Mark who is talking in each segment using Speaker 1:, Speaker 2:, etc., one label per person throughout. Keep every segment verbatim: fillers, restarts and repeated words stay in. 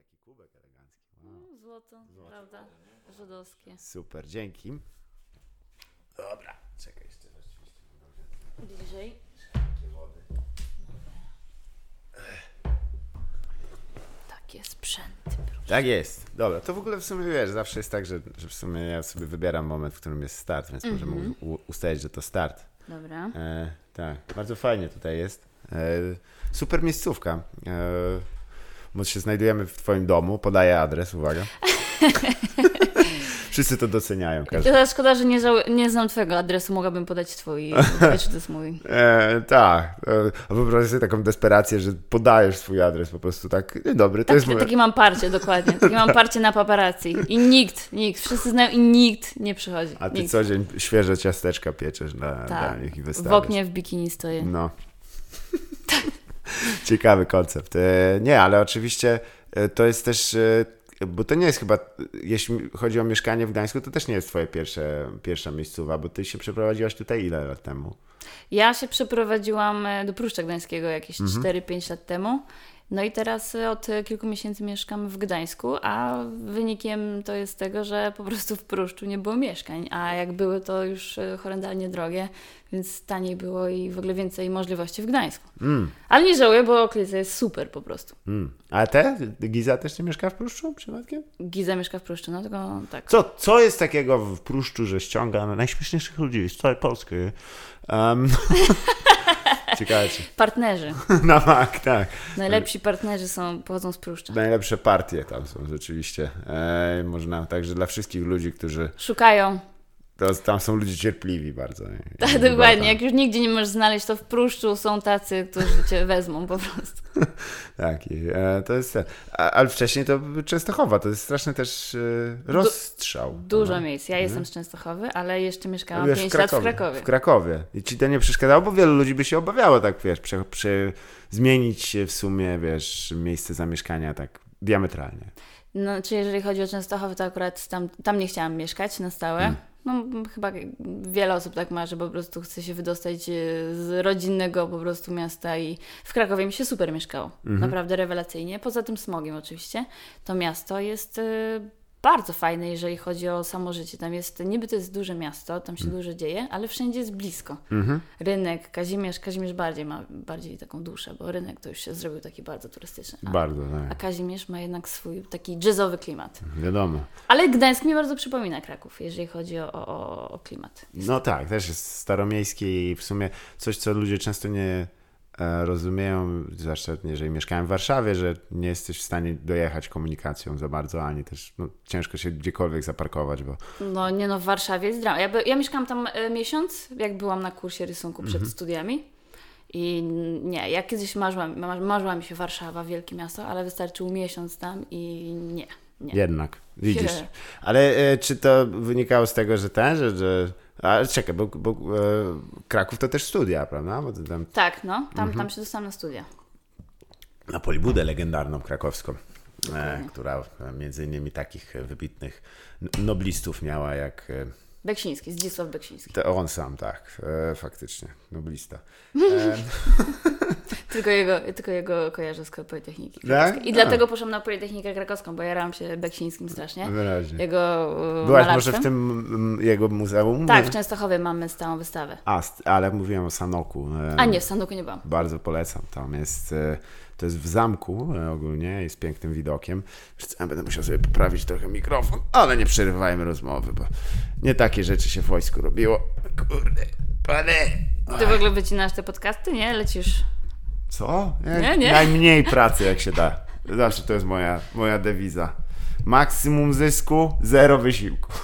Speaker 1: jaki kubek elegancki. Wow.
Speaker 2: No, złoto, złoto, prawda? Żydowskie.
Speaker 1: Super, dzięki. Dobra, czekaj jeszcze rzeczywiście.
Speaker 2: Bliżej.
Speaker 1: Takie wody.
Speaker 2: Takie sprzęty. Proszę.
Speaker 1: Tak jest. Dobra, to w ogóle w sumie wiesz, zawsze jest tak, że, że w sumie ja sobie wybieram moment, w którym jest start, więc mm-hmm. możemy u- ustalić, że to start.
Speaker 2: Dobra.
Speaker 1: E, tak, bardzo fajnie tutaj jest. E, super miejscówka. E, bo się znajdujemy w twoim domu, podaję adres, uwaga. Wszyscy to doceniają. Każdy.
Speaker 2: Ja szkoda, że nie, żał- nie znam twojego adresu, mogłabym podać twój. Wiesz, to jest mój.
Speaker 1: E, tak. E, a wyobraź sobie taką desperację, że podajesz swój adres po prostu tak. Dzień dobry, to
Speaker 2: Tak,
Speaker 1: jest mój...
Speaker 2: Takie mam parcie, dokładnie. Takie mam parcie na paparazzi. I nikt, nikt, wszyscy znają i nikt nie przychodzi.
Speaker 1: A ty
Speaker 2: nikt.
Speaker 1: co dzień świeże ciasteczka pieczesz dla,
Speaker 2: tak.
Speaker 1: dla nich i wystawiasz.
Speaker 2: W oknie w bikini stoję.
Speaker 1: No. Ciekawy koncept. E, nie, ale oczywiście e, to jest też... E, bo to nie jest chyba, jeśli chodzi o mieszkanie w Gdańsku, to też nie jest twoje pierwsze, pierwsza miejscowa, bo ty się przeprowadziłaś tutaj ile lat temu?
Speaker 2: Ja się przeprowadziłam do Pruszcza Gdańskiego jakieś
Speaker 1: Mhm.
Speaker 2: cztery pięć lat temu. No i teraz od kilku miesięcy mieszkam w Gdańsku, a wynikiem to jest tego, że po prostu w Pruszczu nie było mieszkań, a jak były, to już horrendalnie drogie, więc taniej było i w ogóle więcej możliwości w Gdańsku.
Speaker 1: Mm.
Speaker 2: Ale nie żałuję, bo okolica jest super po prostu.
Speaker 1: Mm. A te? Giza też nie mieszka w Pruszczu przypadkiem?
Speaker 2: Giza mieszka w Pruszczu, no tylko tak.
Speaker 1: Co, co jest takiego w Pruszczu, że ściąga najśmieszniejszych ludzi z całej Polski? Um, ciekawe czy...
Speaker 2: Partnerzy.
Speaker 1: Na mak, tak.
Speaker 2: Najlepsi partnerzy są, pochodzą z Pruszcza.
Speaker 1: Najlepsze partie tam są rzeczywiście. E, można, także dla wszystkich ludzi, którzy...
Speaker 2: Szukają.
Speaker 1: To, tam są ludzie cierpliwi bardzo. I,
Speaker 2: Tak,
Speaker 1: i
Speaker 2: dokładnie. Jak już nigdzie nie możesz znaleźć, to w Pruszczu są tacy, którzy cię wezmą po prostu.
Speaker 1: Tak, i, e, to jest... A, ale wcześniej to Częstochowa, to jest straszny też e, rozstrzał.
Speaker 2: Dużo
Speaker 1: no.
Speaker 2: miejsc. Ja jestem z Częstochowy, ale jeszcze mieszkałam
Speaker 1: Wiesz,
Speaker 2: pięć
Speaker 1: w
Speaker 2: lat w
Speaker 1: Krakowie,
Speaker 2: Krakowie.
Speaker 1: W Krakowie. I ci to nie przeszkadzało, bo wielu ludzi by się obawiało tak, wiesz, prze, prze, zmienić się w sumie, wiesz, miejsce zamieszkania tak diametralnie.
Speaker 2: No, czy jeżeli chodzi o Częstochowę, to akurat tam, tam nie chciałam mieszkać na stałe. Hmm. No chyba wiele osób tak ma, że po prostu chce się wydostać z rodzinnego po prostu miasta i w Krakowie mi się super mieszkało. Mhm. Naprawdę rewelacyjnie. Poza tym smogiem oczywiście. To miasto jest y, bardzo fajne, jeżeli chodzi o samo życie. Tam jest, niby to jest duże miasto, tam się mhm. dużo dzieje, ale wszędzie jest blisko. Mhm. Rynek, Kazimierz, Kazimierz bardziej ma bardziej taką duszę, bo rynek to już się zrobił taki bardzo turystyczny. A,
Speaker 1: bardzo, tak.
Speaker 2: A Kazimierz ma jednak swój taki jazzowy klimat.
Speaker 1: Wiadomo.
Speaker 2: Ale Gdańsk mi bardzo przypomina Kraków, jeżeli chodzi o, o, o klimat. Jest
Speaker 1: no tak, też jest staromiejski i w sumie coś, co ludzie często nie e, rozumieją, zwłaszcza jeżeli mieszkałem w Warszawie, że nie jesteś w stanie dojechać komunikacją za bardzo, ani też no, ciężko się gdziekolwiek zaparkować, bo...
Speaker 2: No nie no, w Warszawie jest drama. Ja, by, ja mieszkałam tam e, miesiąc, jak byłam na kursie rysunku przed mhm. studiami. I nie, ja kiedyś marzyła, marzyła mi się Warszawa, wielkie miasto, ale wystarczył miesiąc tam i nie. nie.
Speaker 1: Jednak, widzisz. Ale e, czy to wynikało z tego, że ten, że... że... Ale czekaj, bo, bo e, Kraków to też studia, prawda? Bo tam...
Speaker 2: Tak, no, tam,
Speaker 1: mhm.
Speaker 2: tam się dostałam na studia.
Speaker 1: Na Polibudę legendarną krakowską, e, która między innymi takich wybitnych noblistów miała jak... E,
Speaker 2: Beksiński, Zdzisław Beksiński.
Speaker 1: To on sam, tak, e, faktycznie, noblista. E,
Speaker 2: tylko, jego, tylko jego kojarzę z Politechniki
Speaker 1: tak?
Speaker 2: I A. dlatego poszłam na Politechnikę Krakowską, bo jarałam się Beksińskim strasznie.
Speaker 1: Wyraźnie.
Speaker 2: Jego uh,
Speaker 1: Byłaś
Speaker 2: malarstwem.
Speaker 1: może w tym m, jego muzeum?
Speaker 2: Tak, w Częstochowie mamy stałą wystawę.
Speaker 1: A, ale mówiłem o Sanoku. E,
Speaker 2: A nie, w Sanoku nie byłam.
Speaker 1: Bardzo polecam, tam jest... E, to jest w zamku e, ogólnie i z pięknym widokiem. Ja będę musiał sobie poprawić trochę mikrofon, ale nie przerywajmy rozmowy, bo nie takie rzeczy się w wojsku robiło. Kurde, panie!
Speaker 2: Ty w ogóle wycinasz te podcasty, nie? Lecisz...
Speaker 1: Co? Ja,
Speaker 2: nie, nie.
Speaker 1: Najmniej pracy jak się da. Zawsze to jest moja, moja dewiza. Maksimum zysku, zero wysiłku.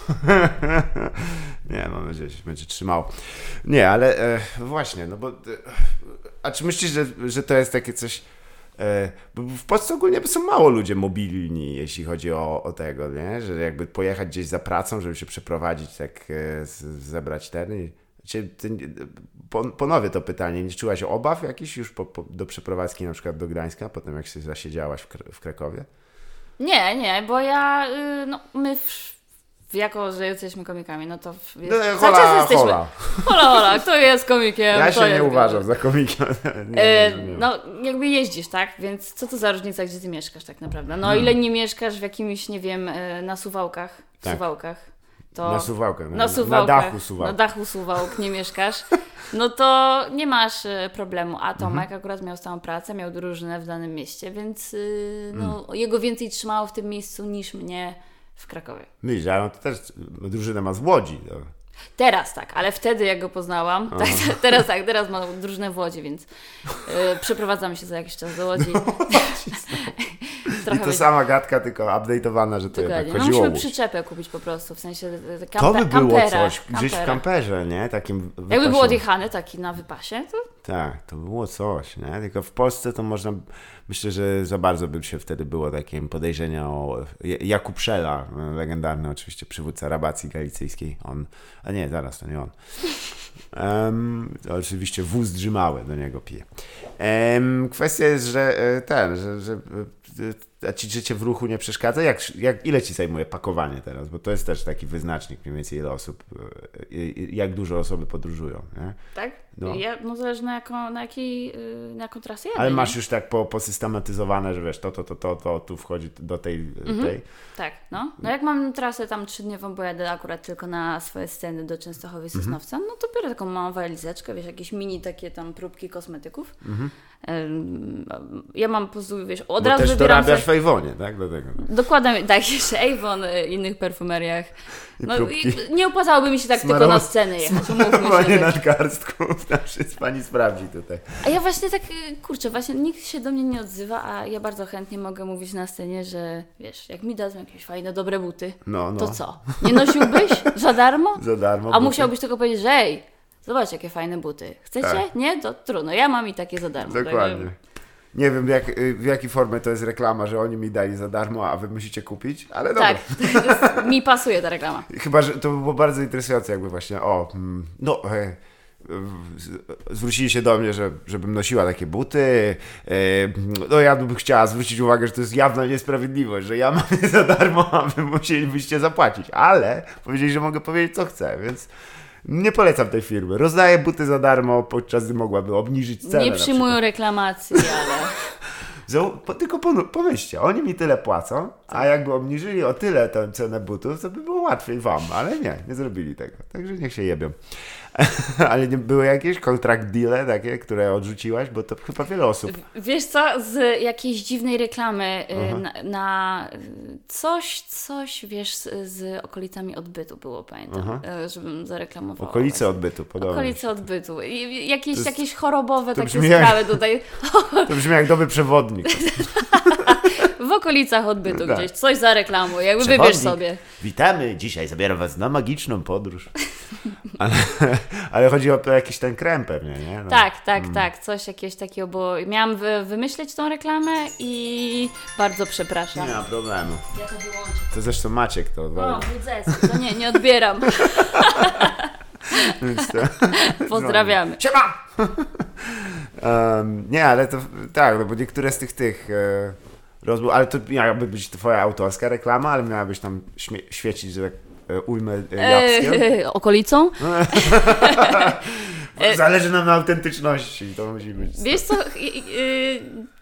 Speaker 1: Nie, mam nadzieję, że się będzie trzymało. Nie, ale e, właśnie, no bo... E, a czy myślisz, że, że to jest takie coś... E, bo w Polsce ogólnie są mało ludzie mobilni, jeśli chodzi o, o tego, nie? Że jakby pojechać gdzieś za pracą, żeby się przeprowadzić, tak e, z, zebrać ten... I, czy, ty, ponowię to pytanie, nie czułaś obaw jakichś już po, po, do przeprowadzki na przykład do Gdańska, potem jak się zasiedziałaś w, w Krakowie?
Speaker 2: Nie, nie, bo ja, no my jako, że jesteśmy komikami, no to jest,
Speaker 1: No,
Speaker 2: cały
Speaker 1: hola,
Speaker 2: czas jesteśmy.
Speaker 1: hola.
Speaker 2: Hola, hola, kto jest komikiem?
Speaker 1: Ja
Speaker 2: kto
Speaker 1: się
Speaker 2: jest
Speaker 1: nie
Speaker 2: komikiem?
Speaker 1: uważam za komika. nie,
Speaker 2: E,
Speaker 1: nie, nie, nie.
Speaker 2: no, jakby jeździsz, tak? Więc co to za różnica, gdzie ty mieszkasz tak naprawdę? No,
Speaker 1: Hmm.
Speaker 2: ile nie mieszkasz w jakimś, nie wiem, e, na Suwałkach, w
Speaker 1: Tak.
Speaker 2: Suwałkach, to...
Speaker 1: Na suwałkę, na,
Speaker 2: Na Suwałkach,
Speaker 1: na dachu suwałk.
Speaker 2: na dachu Suwałk nie mieszkasz, no to nie masz e, problemu. A Tomek
Speaker 1: Mhm.
Speaker 2: akurat miał stałą pracę, miał drużynę w danym mieście, więc y, no,
Speaker 1: Mm.
Speaker 2: jego więcej trzymało w tym miejscu niż mnie w Krakowie.
Speaker 1: Myślisz, ale on to też drużynę ma z Łodzi. To.
Speaker 2: Teraz tak, ale wtedy jak go poznałam, tak, teraz tak, teraz mam drużynę w Łodzi, więc y, przeprowadzamy się za jakiś czas do Łodzi.
Speaker 1: I
Speaker 2: Trochę
Speaker 1: to
Speaker 2: będzie-
Speaker 1: sama gadka, tylko update'owana, że to jednak
Speaker 2: Dokładnie. No
Speaker 1: chodziło o
Speaker 2: musimy
Speaker 1: Łódź.
Speaker 2: przyczepę kupić po prostu, w sensie y, kampe,
Speaker 1: To by było
Speaker 2: kampera,
Speaker 1: coś, gdzieś w
Speaker 2: kampera.
Speaker 1: kamperze, nie? Takim
Speaker 2: Jakby był
Speaker 1: wypasionym.
Speaker 2: odjechany taki na wypasie, to
Speaker 1: Tak, to by było coś, nie? Tylko w Polsce to można, myślę, że za bardzo by się wtedy było takim podejrzenia o Jakub Szela, legendarny oczywiście przywódca rabacji galicyjskiej. On, a nie, zaraz, to nie on. Um, to oczywiście wóz drzymały do niego pije. Um, kwestia jest, że e, ten, że, że e, a ci życie w ruchu nie przeszkadza? Jak, jak, ile ci zajmuje pakowanie teraz? Bo to jest też taki wyznacznik mniej więcej ile osób, e, jak dużo osoby podróżują, nie?
Speaker 2: tak?
Speaker 1: No.
Speaker 2: Ja, no zależy na jaką, na jakiej, y, na jaką trasę jadę.
Speaker 1: Ale
Speaker 2: nie?
Speaker 1: masz już tak po, posystematyzowane, że wiesz, to, to, to, to, to tu wchodzi do tej,
Speaker 2: Mhm.
Speaker 1: tej.
Speaker 2: Tak, no. No jak mam trasę tam trzydniową, bo jadę akurat tylko na swoje sceny do Częstochowy i Sosnowca, no to biorę taką małą walizeczkę, wiesz, jakieś mini takie tam próbki kosmetyków. Ym, ja mam po prostu, wiesz, od
Speaker 1: Bo
Speaker 2: razu
Speaker 1: też
Speaker 2: wybieram
Speaker 1: dorabiasz
Speaker 2: sobie,
Speaker 1: w Avonie, tak? Do tego.
Speaker 2: dokładam, tak, jeszcze Avon, y, innych perfumeriach.
Speaker 1: I
Speaker 2: No
Speaker 1: próbki.
Speaker 2: i nie opłacałoby mi się tak tylko
Speaker 1: Smarowa-
Speaker 2: na scenę jechać, umówmy się.
Speaker 1: Panie
Speaker 2: wiesz.
Speaker 1: nadgarstków, znaczy pani sprawdzi tutaj.
Speaker 2: A ja właśnie tak, y, kurczę, właśnie nikt się do mnie nie odzywa, a ja bardzo chętnie mogę mówić na scenie, że wiesz, jak mi dadzą jakieś fajne, dobre buty,
Speaker 1: No, no.
Speaker 2: to co? Nie nosiłbyś za darmo?
Speaker 1: Za darmo.
Speaker 2: A
Speaker 1: buty.
Speaker 2: musiałbyś tylko powiedzieć, że ej, zobacz jakie fajne buty. Chcecie?
Speaker 1: Tak.
Speaker 2: Nie? To trudno, ja mam i takie za darmo.
Speaker 1: Dokładnie. Nie wiem, jak, w jakiej formie to jest reklama, że oni mi dali za darmo, a wy musicie kupić, ale dobra.
Speaker 2: Tak, tak mi pasuje ta reklama.
Speaker 1: Chyba, że to by było bardzo interesujące, jakby właśnie, o, mm, no, e, z- zwrócili się do mnie, że, żebym nosiła takie buty. E, no ja bym chciała zwrócić uwagę, że to jest jawna niesprawiedliwość, że ja mam je za darmo, a wy musielibyście zapłacić. Ale powiedzieli, że mogę powiedzieć, co chcę, więc nie polecam tej firmy. Rozdaję buty za darmo, podczas gdy mogłaby obniżyć cenę.
Speaker 2: Nie
Speaker 1: na
Speaker 2: przyjmują
Speaker 1: przykład.
Speaker 2: reklamacji, ale...
Speaker 1: Zau- po, tylko po, pomyślcie, oni mi tyle płacą, a jakby obniżyli o tyle tę cenę butów, to by było łatwiej wam, ale nie, nie zrobili tego. Także niech się jebią. Ale nie były jakieś kontrakt deale takie, które odrzuciłaś, bo to chyba wiele osób.
Speaker 2: Wiesz co, z jakiejś dziwnej reklamy y,
Speaker 1: Aha.
Speaker 2: na, na y, coś, coś, wiesz, z, z okolicami odbytu było, pamiętam,
Speaker 1: Aha.
Speaker 2: y, żebym zareklamowała.
Speaker 1: Okolice
Speaker 2: właśnie.
Speaker 1: odbytu, podobno.
Speaker 2: Okolice odbytu. I jakieś,
Speaker 1: To jest-
Speaker 2: jakieś chorobowe
Speaker 1: to
Speaker 2: takie
Speaker 1: brzmi jak-
Speaker 2: sprawy tutaj.
Speaker 1: To brzmi jak dobry przewodnik.
Speaker 2: W okolicach odbytu
Speaker 1: Tak.
Speaker 2: gdzieś coś zareklamuj, jakby wybierz
Speaker 1: Przewodnik.
Speaker 2: sobie.
Speaker 1: Witamy, dzisiaj zabieram was na magiczną podróż. Ale, ale chodzi o to jakiś ten krem pewnie, nie? No.
Speaker 2: Tak, tak, tak, coś jakieś takiego, bo miałam wy, wymyśleć tą reklamę i bardzo przepraszam.
Speaker 1: Nie ma problemu.
Speaker 2: Ja to wyłączę.
Speaker 1: To zresztą Maciek to
Speaker 2: O,
Speaker 1: odwalił.
Speaker 2: Budzeski, to nie, nie odbieram.
Speaker 1: Więc to...
Speaker 2: Pozdrawiamy.
Speaker 1: Siema! um, nie, ale to tak, no bo niektóre z tych tych e, rozmów, ale to miałaby być twoja autorska reklama, ale miałabyś tam śmie- świecić, że tak e, ujmę e, japskiem.
Speaker 2: Eee, okolicą?
Speaker 1: Zależy nam na autentyczności, to musi być.
Speaker 2: Wiesz co? y- y-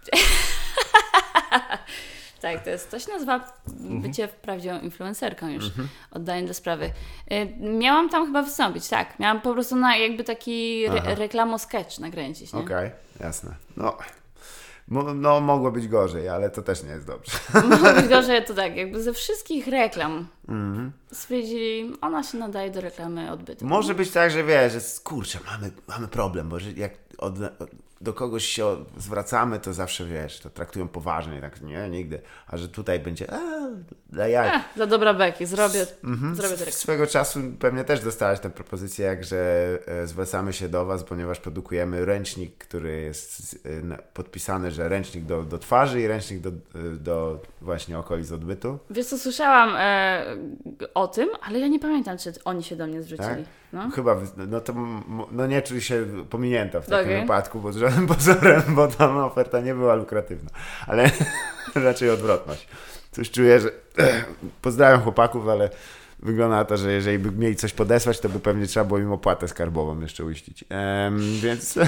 Speaker 2: tak, to jest, to się nazywa bycie prawdziwą influencerką już, oddaję do sprawy. Y, Miałam tam chyba wystąpić, tak. Miałam po prostu na jakby taki
Speaker 1: Aha.
Speaker 2: re- reklamo-sketch nakręcić, nie?
Speaker 1: Okej, jasne. No, mo- no, mogło być gorzej, ale to też nie jest dobrze.
Speaker 2: Mogło być gorzej, to tak, jakby ze wszystkich reklam
Speaker 1: Mhm.
Speaker 2: stwierdzili, ona się nadaje do reklamy odbytu.
Speaker 1: Może być tak, że wiesz, że kurczę, mamy, mamy problem, bo że jak od, do kogoś się zwracamy, to zawsze wiesz, to traktują poważnie, tak nie, nigdy. A że tutaj będzie, a, dla jaj.
Speaker 2: Ech, dla dobra beki, zrobię,
Speaker 1: Mhm.
Speaker 2: zrobię tę
Speaker 1: S-
Speaker 2: reklamę.
Speaker 1: Swego czasu pewnie też dostałaś tę propozycję, jak że e, zwracamy się do Was, ponieważ produkujemy ręcznik, który jest e, na- podpisany, że ręcznik do, do twarzy i ręcznik do, e, do właśnie okolic odbytu.
Speaker 2: Wiesz co, słyszałam e, o tym, ale ja nie pamiętam, czy oni się do mnie zwrócili.
Speaker 1: Tak?
Speaker 2: No.
Speaker 1: Chyba, wy- no to m- no nie czuj się pominięta w takim
Speaker 2: Okej.
Speaker 1: wypadku, bo z żadnym pozorem, bo tam oferta nie była lukratywna, ale raczej odwrotność. Coś czuję, że pozdrawiam chłopaków, ale wygląda na to, że jeżeli by mieli coś podesłać, to by pewnie trzeba było im opłatę skarbową jeszcze uiścić. Ehm, więc,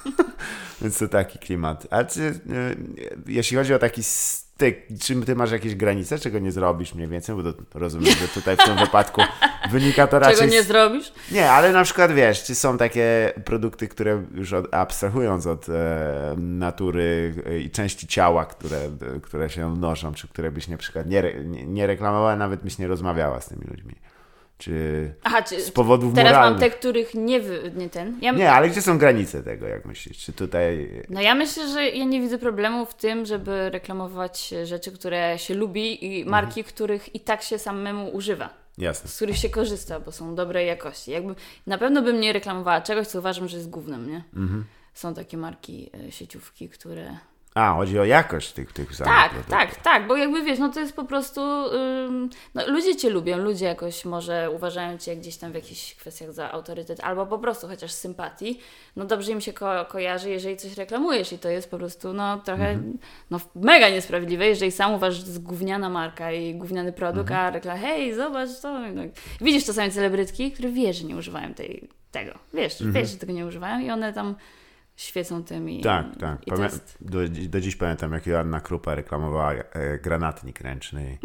Speaker 1: więc to taki klimat. A czy, e, jeśli chodzi o taki styk, czy ty masz jakieś granice, czego nie zrobisz mniej więcej? Bo to rozumiem, że tutaj w tym wypadku wynika to raczej...
Speaker 2: Czego nie zrobisz?
Speaker 1: Nie, ale na przykład wiesz, czy są takie produkty, które już od, abstrahując od e, natury i części ciała, które, które się noszą, czy które byś na przykład nie, nie, nie reklamowała, nawet byś nie rozmawiała z tymi ludźmi. Czy,
Speaker 2: Aha, czy
Speaker 1: z powodów
Speaker 2: teraz
Speaker 1: moralnych.
Speaker 2: mam te, których nie, wy, nie ten. Ja...
Speaker 1: Nie, ale gdzie są granice tego, jak myślisz? Czy tutaj...
Speaker 2: No ja myślę, że ja nie widzę problemu w tym, żeby reklamować rzeczy, które się lubi i marki, mhm. których i tak się samemu używa.
Speaker 1: Jasne.
Speaker 2: Z których się korzysta, bo są dobrej jakości. Jakby, na pewno bym nie reklamowała czegoś, co uważam, że jest gównem, nie? Mhm. Są takie marki, e, sieciówki, które...
Speaker 1: A, chodzi o jakość tych, tych samych
Speaker 2: Tak,
Speaker 1: produktów.
Speaker 2: tak, tak, bo jakby wiesz, no to jest po prostu, ym, no ludzie Cię lubią, ludzie jakoś może uważają Cię gdzieś tam w jakichś kwestiach za autorytet, albo po prostu chociaż z sympatii, no dobrze im się ko- kojarzy, jeżeli coś reklamujesz i to jest po prostu, no trochę, mhm. no mega niesprawiedliwe, jeżeli sam uważasz, że to jest gówniana marka i gówniany produkt, mhm. a reklam, hej, zobacz to, no. Widzisz czasami celebrytki, które wiesz, że nie używają tej, tego, wiesz, mhm. wiesz, że tego nie używają i one tam świecą tym i
Speaker 1: tak, tak.
Speaker 2: I
Speaker 1: Pamię-
Speaker 2: jest...
Speaker 1: do, do dziś pamiętam, jak Joanna Krupa reklamowała e, granatnik ręczny.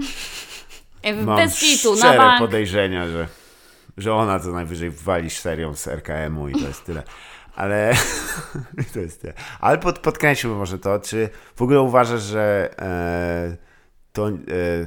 Speaker 2: Mam bez kitu,
Speaker 1: szczere
Speaker 2: na bank.
Speaker 1: podejrzenia, że, że ona co najwyżej wali serią z R K M-u i to jest tyle. Ale to jest tyle. Ale pod, podkręćmy może to, czy w ogóle uważasz, że e, to... E,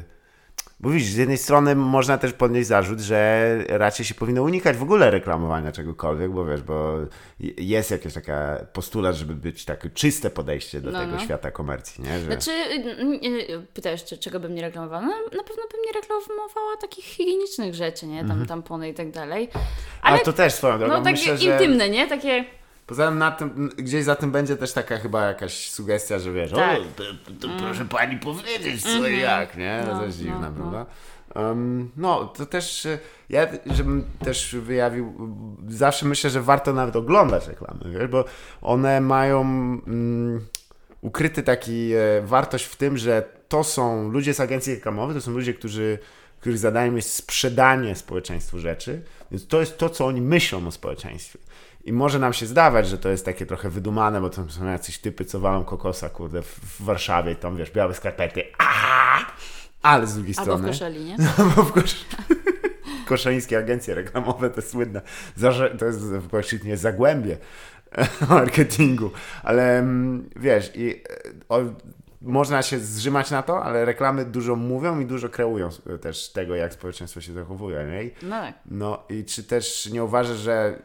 Speaker 1: Bo widzisz, z jednej strony można też podnieść zarzut, że raczej się powinno unikać w ogóle reklamowania czegokolwiek, bo wiesz, bo jest jakaś taka postulat, żeby być takie czyste podejście do
Speaker 2: no,
Speaker 1: tego
Speaker 2: no.
Speaker 1: świata komercji, nie? Że...
Speaker 2: Znaczy, pytałeś, czy, czego bym nie reklamowała? No, na pewno bym nie reklamowała takich higienicznych rzeczy, nie? Tam mhm. tampony i tak dalej.
Speaker 1: Ale to też swoją drogą.
Speaker 2: No takie
Speaker 1: myślę, że...
Speaker 2: intymne, nie? Takie...
Speaker 1: Poza tym, na tym gdzieś za tym będzie też taka chyba jakaś sugestia, że wiesz, tak. o, to, to mm. proszę pani powiedzieć co mm-hmm. i jak, nie? No, to jest dziwne, no, prawda? No. Um, no, to też ja, żebym też wyjawił, zawsze myślę, że warto nawet oglądać reklamy, wiesz, bo one mają um, ukryty taki e, wartość w tym, że to są ludzie z agencji reklamowych, to są ludzie, którzy których zadaniem jest sprzedanie społeczeństwu rzeczy, więc to jest to, co oni myślą o społeczeństwie. I może nam się zdawać, że to jest takie trochę wydumane, bo tam są jacyś typy, co walą kokosa, kurde, w, w Warszawie i tam, wiesz, białe skarpety. Aaaa! Ale z drugiej
Speaker 2: Albo
Speaker 1: strony...
Speaker 2: w Koszeli, nie?
Speaker 1: Albo w Koszeli. Koszeńskie agencje reklamowe, to słynne, to jest właściwie zagłębie marketingu. Ale wiesz, i o, można się zrzymać na to, ale reklamy dużo mówią i dużo kreują też tego, jak społeczeństwo się zachowuje. Nie? I,
Speaker 2: no tak.
Speaker 1: No i czy też nie uważasz, że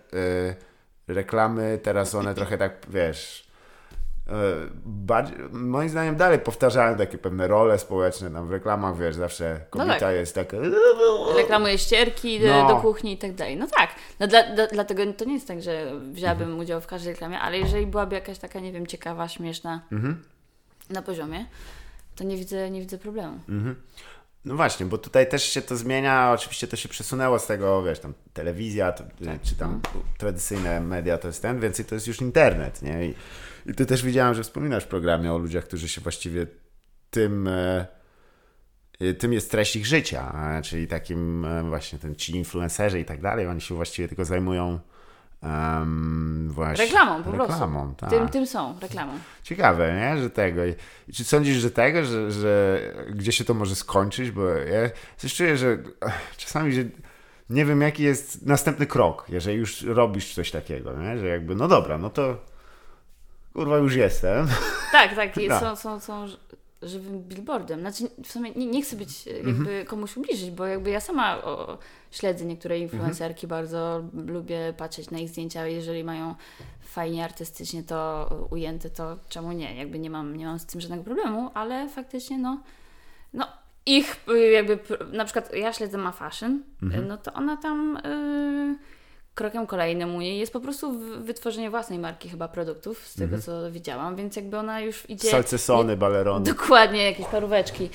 Speaker 1: y, reklamy teraz one trochę tak, wiesz, y, bardziej, moim zdaniem dalej powtarzają takie pewne role społeczne tam w reklamach, wiesz, zawsze kobieta no tak. jest taka...
Speaker 2: Reklamuje ścierki no. do kuchni i tak dalej. No tak, no dla, dla, dlatego to nie jest tak, że wzięłabym mhm. udział w każdej reklamie, ale jeżeli byłaby jakaś taka, nie wiem, ciekawa, śmieszna mhm. na poziomie, to nie widzę, nie widzę problemu. Mhm.
Speaker 1: No właśnie, bo tutaj też się to zmienia, oczywiście to się przesunęło z tego, wiesz, tam telewizja, to, tak. czy tam no. tradycyjne media to jest ten, więcej to jest już internet, nie? I, i ty też widziałem, że wspominasz w programie o ludziach, którzy się właściwie tym, e, tym jest treść ich życia, e, czyli takim e, właśnie ten, ci influencerzy i tak dalej, oni się właściwie tylko zajmują Um, właśnie.
Speaker 2: Reklamą po
Speaker 1: reklamą,
Speaker 2: prostu.
Speaker 1: Tak.
Speaker 2: Tym, tym są, reklamą.
Speaker 1: Ciekawe, nie? Że tego. I czy sądzisz, że tego, że, że gdzie się to może skończyć? Bo ja coś czuję, że czasami, że nie wiem, jaki jest następny krok, jeżeli już robisz coś takiego, nie? Że jakby, no dobra, no to kurwa już jestem. Tak,
Speaker 2: tak, no. są, są, są żywym billboardem. Znaczy, w sumie nie, nie chcę być jakby mm-hmm. komuś ubliżyć, bo jakby ja sama o, śledzę niektóre influencerki, mm-hmm. bardzo lubię patrzeć na ich zdjęcia, jeżeli mają fajnie artystycznie to ujęte, to czemu nie? Jakby nie mam, nie mam z tym żadnego problemu, ale faktycznie no, no ich jakby, na przykład ja śledzę Ma Fashion, mm-hmm. no to ona tam y, krokiem kolejnym u niej jest po prostu wytworzenie własnej marki chyba produktów, z tego mm-hmm. co widziałam, więc jakby ona już idzie...
Speaker 1: Salcesony, balerony.
Speaker 2: Dokładnie, jakieś paróweczki.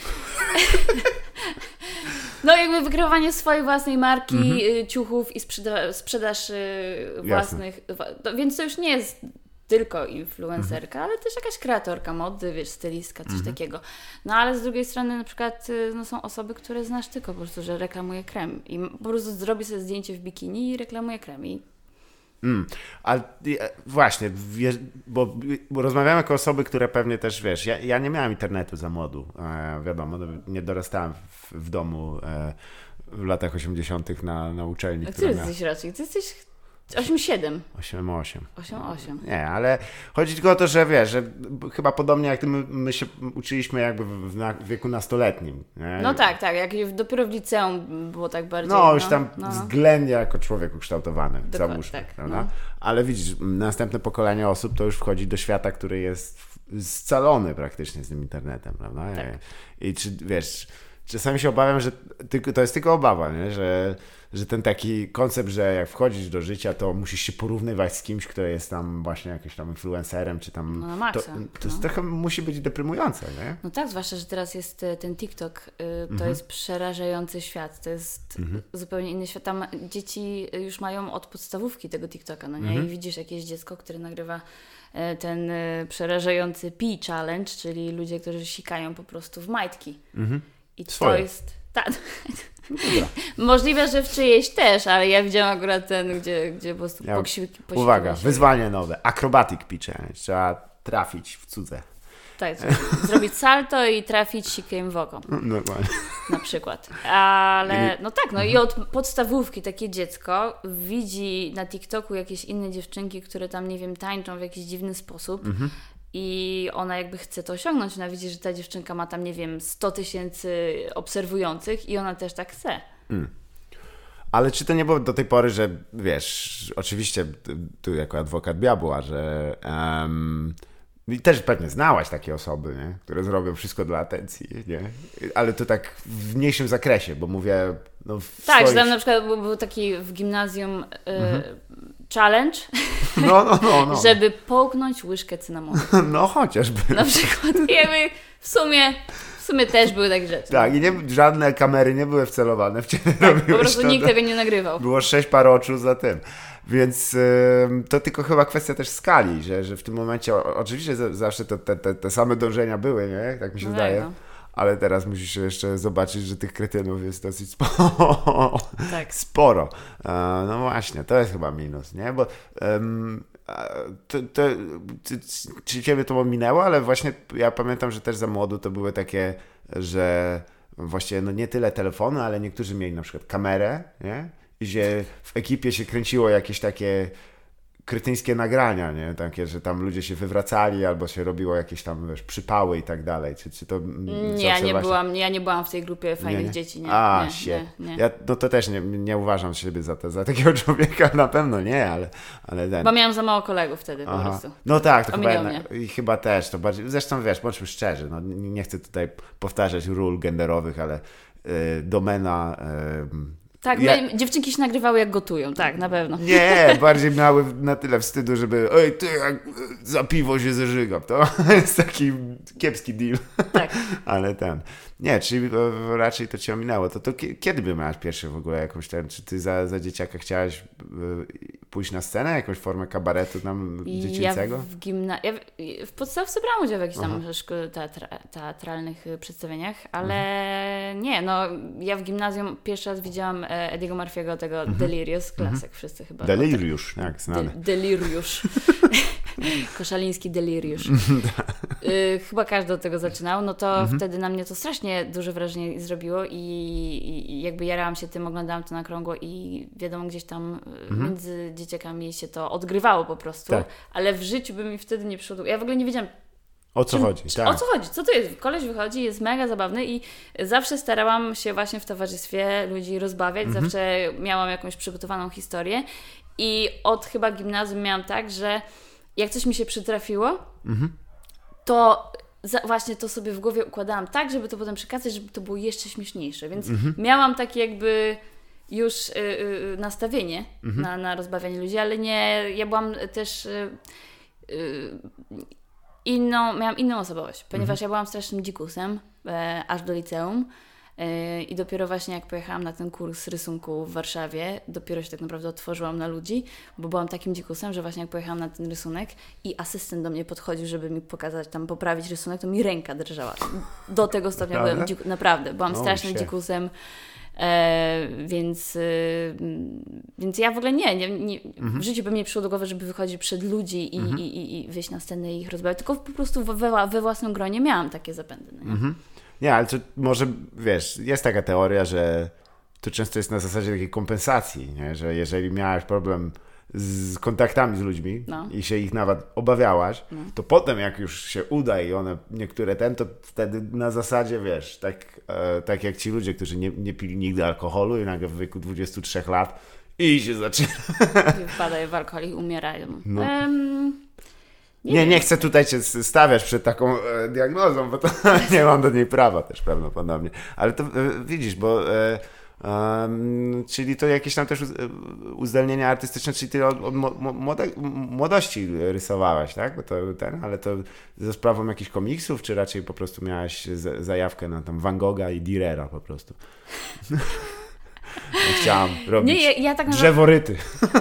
Speaker 2: No jakby wykreowanie swojej własnej marki, mm-hmm. ciuchów i sprzeda- sprzedaż własnych, Jasne. więc to już nie jest tylko influencerka, ale też jakaś kreatorka mody, wiesz, stylistka, coś
Speaker 1: Mhm.
Speaker 2: takiego. No ale z drugiej strony na przykład y, no, są osoby, które znasz tylko po prostu, że reklamuje krem i m- po prostu zrobi sobie zdjęcie w bikini i reklamuje krem i
Speaker 1: Mm. Ale e, właśnie, wiesz, bo, bo rozmawiamy jako osoby, które pewnie też, wiesz, ja, ja nie miałem internetu za młodu, e, wiadomo, no, nie dorastałem w, w domu e, w latach osiemdziesiątych na, na uczelni,
Speaker 2: a ty
Speaker 1: która miała
Speaker 2: jesteś raczej, ty jesteś osiem siedem.
Speaker 1: osiem osiem.
Speaker 2: osiem osiem.
Speaker 1: Nie, ale chodzi tylko o to, że wiesz, że chyba podobnie jak my, my się uczyliśmy jakby w, w, na, w wieku nastoletnim. Nie?
Speaker 2: No tak, tak, jak dopiero w liceum było tak bardziej.
Speaker 1: No, już tam
Speaker 2: no, no.
Speaker 1: względnie jako człowiek ukształtowany,
Speaker 2: Dokładnie,
Speaker 1: załóżmy,
Speaker 2: tak,
Speaker 1: prawda?
Speaker 2: no.
Speaker 1: Ale widzisz, następne pokolenie osób to już wchodzi do świata, który jest scalony praktycznie z tym internetem, prawda?
Speaker 2: Tak.
Speaker 1: I, I czy, wiesz, czasami się obawiam, że tylko, to jest tylko obawa, nie? Że, że ten taki koncept, że jak wchodzisz do życia, to musisz się porównywać z kimś, kto jest tam właśnie jakimś tam influencerem, czy tam...
Speaker 2: No na maksa,
Speaker 1: to, to jest
Speaker 2: no.
Speaker 1: trochę musi być deprymujące, nie?
Speaker 2: No tak, zwłaszcza, że teraz jest e, ten TikTok, y, to
Speaker 1: Mhm.
Speaker 2: jest przerażający świat, to jest zupełnie inny świat. Tam dzieci już mają od podstawówki tego TikToka, no nie?
Speaker 1: Mhm.
Speaker 2: I widzisz jakieś dziecko, które nagrywa e, ten e, przerażający Pee Challenge, czyli ludzie, którzy sikają po prostu w majtki.
Speaker 1: Mhm.
Speaker 2: I to
Speaker 1: Swoje.
Speaker 2: jest... Tak. Możliwe, że w czyjejś też, ale ja widziałam akurat ten, gdzie, gdzie po prostu
Speaker 1: Ja-
Speaker 2: poksiłki
Speaker 1: Uwaga, wyzwanie nowe. Acrobatic pitch challenge. Trzeba trafić w cudze.
Speaker 2: Tak, zrobić salto i trafić sikiem w oko.
Speaker 1: Normalnie.
Speaker 2: Na przykład. Ale no tak, no i od podstawówki takie dziecko widzi na TikToku jakieś inne dziewczynki, które tam, nie wiem, tańczą w jakiś dziwny sposób i ona jakby chce to osiągnąć. Ona widzi, że ta dziewczynka ma tam, nie wiem, sto tysięcy obserwujących i ona też tak chce.
Speaker 1: Ale czy to nie było do tej pory, że wiesz, oczywiście tu jako adwokat diabła, że um, i też pewnie znałaś takie osoby, nie? Które zrobią wszystko dla atencji, nie? Ale to tak w mniejszym zakresie, bo mówię... No, w
Speaker 2: Tak,
Speaker 1: swoich...
Speaker 2: że tam na przykład był, był taki w gimnazjum y, challenge,
Speaker 1: No, no, no, no.
Speaker 2: żeby połknąć łyżkę cynamonu.
Speaker 1: No chociażby.
Speaker 2: Na przykład. I jakby w sumie, w sumie też były takie rzeczy.
Speaker 1: Tak, i nie, żadne kamery nie były wcelowane w ciebie.
Speaker 2: Tak, po
Speaker 1: robiłeś
Speaker 2: prostu
Speaker 1: to,
Speaker 2: nikt
Speaker 1: to...
Speaker 2: tego nie nagrywał.
Speaker 1: Było sześć par oczu za tym. Więc ym, to tylko chyba kwestia też skali, że, że w tym momencie o, oczywiście za, zawsze to, te, te, te same dążenia były, nie? Tak mi się
Speaker 2: No
Speaker 1: zdaje.
Speaker 2: tak, no.
Speaker 1: Ale teraz musisz jeszcze zobaczyć, że tych kretynów jest dosyć sporo.
Speaker 2: Tak.
Speaker 1: sporo. E, no właśnie, to jest chyba minus, nie? Bo um, to, to, czy, czy ciebie to minęło, ale właśnie ja pamiętam, że też za młodu to były takie, że właściwie no nie tyle telefony, ale niektórzy mieli na przykład kamerę, nie? I że w ekipie się kręciło jakieś takie kretyńskie nagrania, nie? Takie, że tam ludzie się wywracali albo się robiło jakieś tam, wiesz, przypały i tak dalej. Czy, czy to
Speaker 2: Nie, ja nie, byłam, ja nie byłam w tej grupie fajnych
Speaker 1: nie, nie?
Speaker 2: dzieci. Nie,
Speaker 1: A,
Speaker 2: nie,
Speaker 1: shit.
Speaker 2: nie, nie.
Speaker 1: Ja no to też nie, nie uważam siebie za, to, za takiego człowieka, na pewno nie, ale, ale ten.
Speaker 2: Bo miałam za mało kolegów wtedy po
Speaker 1: Aha.
Speaker 2: prostu.
Speaker 1: No tak, to chyba,
Speaker 2: Ominął
Speaker 1: jednak, i chyba też. To bardziej, zresztą wiesz, bądźmy szczerzy, no, nie nie chcę tutaj powtarzać ról genderowych, ale y, domena... Y,
Speaker 2: Tak,
Speaker 1: ja-
Speaker 2: my, dziewczynki się nagrywały jak gotują, tak, na pewno.
Speaker 1: Nie, bardziej miały na tyle wstydu, żeby ej, ty, jak za piwo się zeżygam. To jest taki kiepski deal.
Speaker 2: Tak.
Speaker 1: Ale ten. Nie, czyli e, raczej to cię ominęło. To, to kie- kiedy by miałaś pierwszy w ogóle jakąś ten, czy ty za, za dzieciaka chciałaś e, pójść na scenę, jakąś formę kabaretu tam
Speaker 2: I
Speaker 1: dziecięcego?
Speaker 2: Ja w, gimna... ja w, w podstawce brałam udział w jakichś tam szko- teatra... teatralnych y, przedstawieniach, ale nie, no ja w gimnazjum pierwszy raz widziałam e, Ediego Murphy'ego, tego Delirious, klasyk wszyscy chyba.
Speaker 1: Deliriusz, jak
Speaker 2: De-
Speaker 1: znany.
Speaker 2: deliriusz. Koszaliński deliriusz. y, chyba każdy od tego zaczynał, no to wtedy na mnie to strasznie duże wrażenie zrobiło i, i jakby jarałam się tym, oglądałam to na krągło i wiadomo, gdzieś tam y, między dzieciakami się to odgrywało po prostu,
Speaker 1: Tak.
Speaker 2: ale w życiu by mi wtedy nie przyszło. Ja w ogóle nie wiedziałam,
Speaker 1: O co
Speaker 2: czym-
Speaker 1: chodzi?
Speaker 2: czy-
Speaker 1: Tak.
Speaker 2: o co chodzi, co to jest? Koleś wychodzi, jest mega zabawny i zawsze starałam się właśnie w towarzystwie ludzi rozbawiać, zawsze miałam jakąś przygotowaną historię i od chyba gimnazjum miałam tak, że jak coś mi się przytrafiło, to za, właśnie to sobie w głowie układałam tak, żeby to potem przekazać, żeby to było jeszcze śmieszniejsze, więc miałam takie jakby już y, y, nastawienie na, na rozbawianie ludzi, ale nie, ja byłam też y, y, inną, miałam inną osobowość, ponieważ ja byłam strasznym dzikusem, e, aż do liceum. I dopiero właśnie jak pojechałam na ten kurs rysunku w Warszawie, dopiero się tak naprawdę otworzyłam na ludzi, bo byłam takim dzikusem, że właśnie jak pojechałam na ten rysunek i asystent do mnie podchodził, żeby mi pokazać, tam poprawić rysunek, to mi ręka drżała. Do tego stopnia
Speaker 1: Naprawdę?
Speaker 2: byłem dziku, naprawdę, byłam
Speaker 1: Oh,
Speaker 2: strasznym
Speaker 1: shit.
Speaker 2: dzikusem. E, więc, e, więc ja w ogóle nie, nie, nie
Speaker 1: Mhm.
Speaker 2: w życiu by mi nie przyszło do głowy, żeby wychodzić przed ludzi i,
Speaker 1: Mhm.
Speaker 2: i, i, i wyjść na scenę i ich rozmawiać, tylko po prostu we, we własnym gronie miałam takie zapędy. No nie?
Speaker 1: Mhm. Nie, ale to może, wiesz, jest taka teoria, że to często jest na zasadzie takiej kompensacji, nie? Że jeżeli miałaś problem z kontaktami z ludźmi
Speaker 2: No.
Speaker 1: i się ich nawet obawiałaś,
Speaker 2: No.
Speaker 1: to potem jak już się uda i one, niektóre ten, to wtedy na zasadzie, wiesz, tak, e, tak jak ci ludzie, którzy nie, nie pili nigdy alkoholu i nagle w wieku dwudziestu trzech lat i się zaczyna.
Speaker 2: I wpadają w alkohol i umierają.
Speaker 1: No.
Speaker 2: Em,
Speaker 1: Nie, nie,
Speaker 2: wiem.
Speaker 1: chcę tutaj cię stawiać przed taką e, diagnozą, bo to nie mam do niej prawa też prawdopodobnie. Ale to e, widzisz, bo e, Um, czyli to jakieś tam też uz, uzdolnienia artystyczne, czyli ty od, od młode, młodości rysowałaś, tak? Bo to ten, ale to ze sprawą jakichś komiksów, czy raczej po prostu miałaś z, zajawkę na tam Van Gogha i Dürera po prostu? Chciałam robić
Speaker 2: Nie, ja, ja tak
Speaker 1: drzeworyty.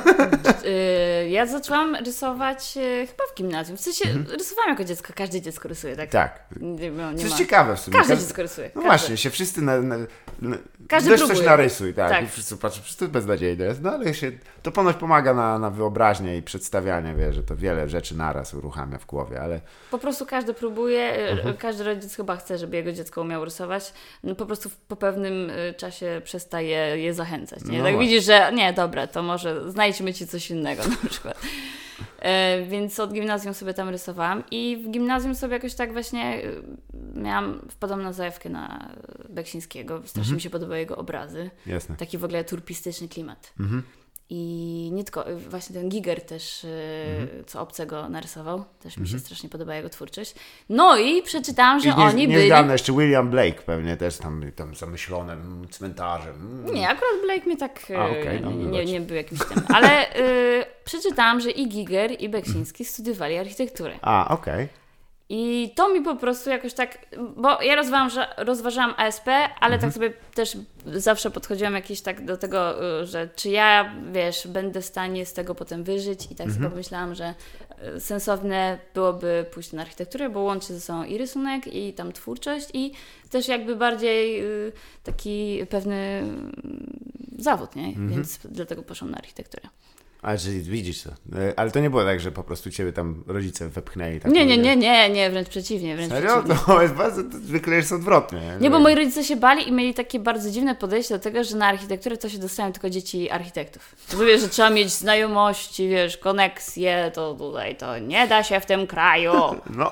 Speaker 2: Yy, ja zaczęłam rysować yy, chyba w gimnazjum. W sensie mhm. rysowałam jako dziecko, każde dziecko rysuje, tak?
Speaker 1: Tak.
Speaker 2: Nie, no, nie
Speaker 1: Co jest
Speaker 2: ma.
Speaker 1: ciekawe w sumie.
Speaker 2: Każde
Speaker 1: Każdy,
Speaker 2: dziecko rysuje.
Speaker 1: no
Speaker 2: każde.
Speaker 1: właśnie, się wszyscy na... na, na
Speaker 2: każdy
Speaker 1: też
Speaker 2: próbuje.
Speaker 1: coś narysuj, tak.
Speaker 2: tak.
Speaker 1: I wszyscy patrzą, przecież to jest beznadziejne jest, no ale się, to ponoć pomaga na, na wyobraźnię i przedstawianie, wie, że to wiele rzeczy naraz uruchamia w głowie, ale...
Speaker 2: Po prostu każdy próbuje,
Speaker 1: Mhm.
Speaker 2: każdy rodzic chyba chce, żeby jego dziecko umiało rysować, no po prostu po pewnym czasie przestaje je zachęcać, nie?
Speaker 1: No
Speaker 2: tak
Speaker 1: właśnie.
Speaker 2: widzisz, że nie, dobra, to może znajdźmy ci coś innego na przykład. E, więc od gimnazjum sobie tam rysowałam i w gimnazjum sobie jakoś tak właśnie miałam, wpadłam na zajawkę na Beksińskiego, strasznie
Speaker 1: Mhm.
Speaker 2: mi się podobały jego obrazy.
Speaker 1: Jasne.
Speaker 2: Taki w ogóle turpistyczny klimat.
Speaker 1: Mhm.
Speaker 2: I nie tylko, właśnie ten Giger też,
Speaker 1: Mhm.
Speaker 2: co Obcego narysował, też mi się strasznie podoba jego twórczość. No i przeczytałam, że
Speaker 1: I nie,
Speaker 2: oni
Speaker 1: nie
Speaker 2: byli...
Speaker 1: zdawno jeszcze William Blake pewnie też tam, tam zamyślone mm, cmentarzem. Mm.
Speaker 2: Nie, akurat Blake mnie tak
Speaker 1: A, okay, no,
Speaker 2: nie, nie,
Speaker 1: wybacz.
Speaker 2: nie był jakimś tym. Ale y, przeczytałam, że i Giger, i Beksiński studiowali architekturę.
Speaker 1: A, okej.
Speaker 2: I to mi po prostu jakoś tak, bo ja rozważałam, że, rozważałam A S P, ale tak sobie też zawsze podchodziłam jakieś tak do tego, y, że czy ja, wiesz, będę w stanie z tego potem wyżyć i tak sobie pomyślałam, że y, sensowne byłoby pójść na architekturę, bo łączy ze sobą i rysunek, i tam twórczość i też jakby bardziej y, taki pewny y, zawód, nie? Więc dlatego poszłam na architekturę.
Speaker 1: A, czyli widzisz to. E, Ale to nie było tak, że po prostu ciebie tam rodzice wepchnęli. Tak
Speaker 2: Nie, nie,
Speaker 1: mówię.
Speaker 2: nie, nie, nie, wręcz przeciwnie, wręcz
Speaker 1: Serio?
Speaker 2: przeciwnie.
Speaker 1: To jest bardzo, to zwykle jest odwrotnie.
Speaker 2: Nie, bo moi rodzice się bali i mieli takie bardzo dziwne podejście do tego, że na architekturę to się dostają tylko dzieci architektów. To wiesz, że trzeba mieć znajomości, wiesz, koneksje, to tutaj to nie da się w tym kraju.
Speaker 1: No.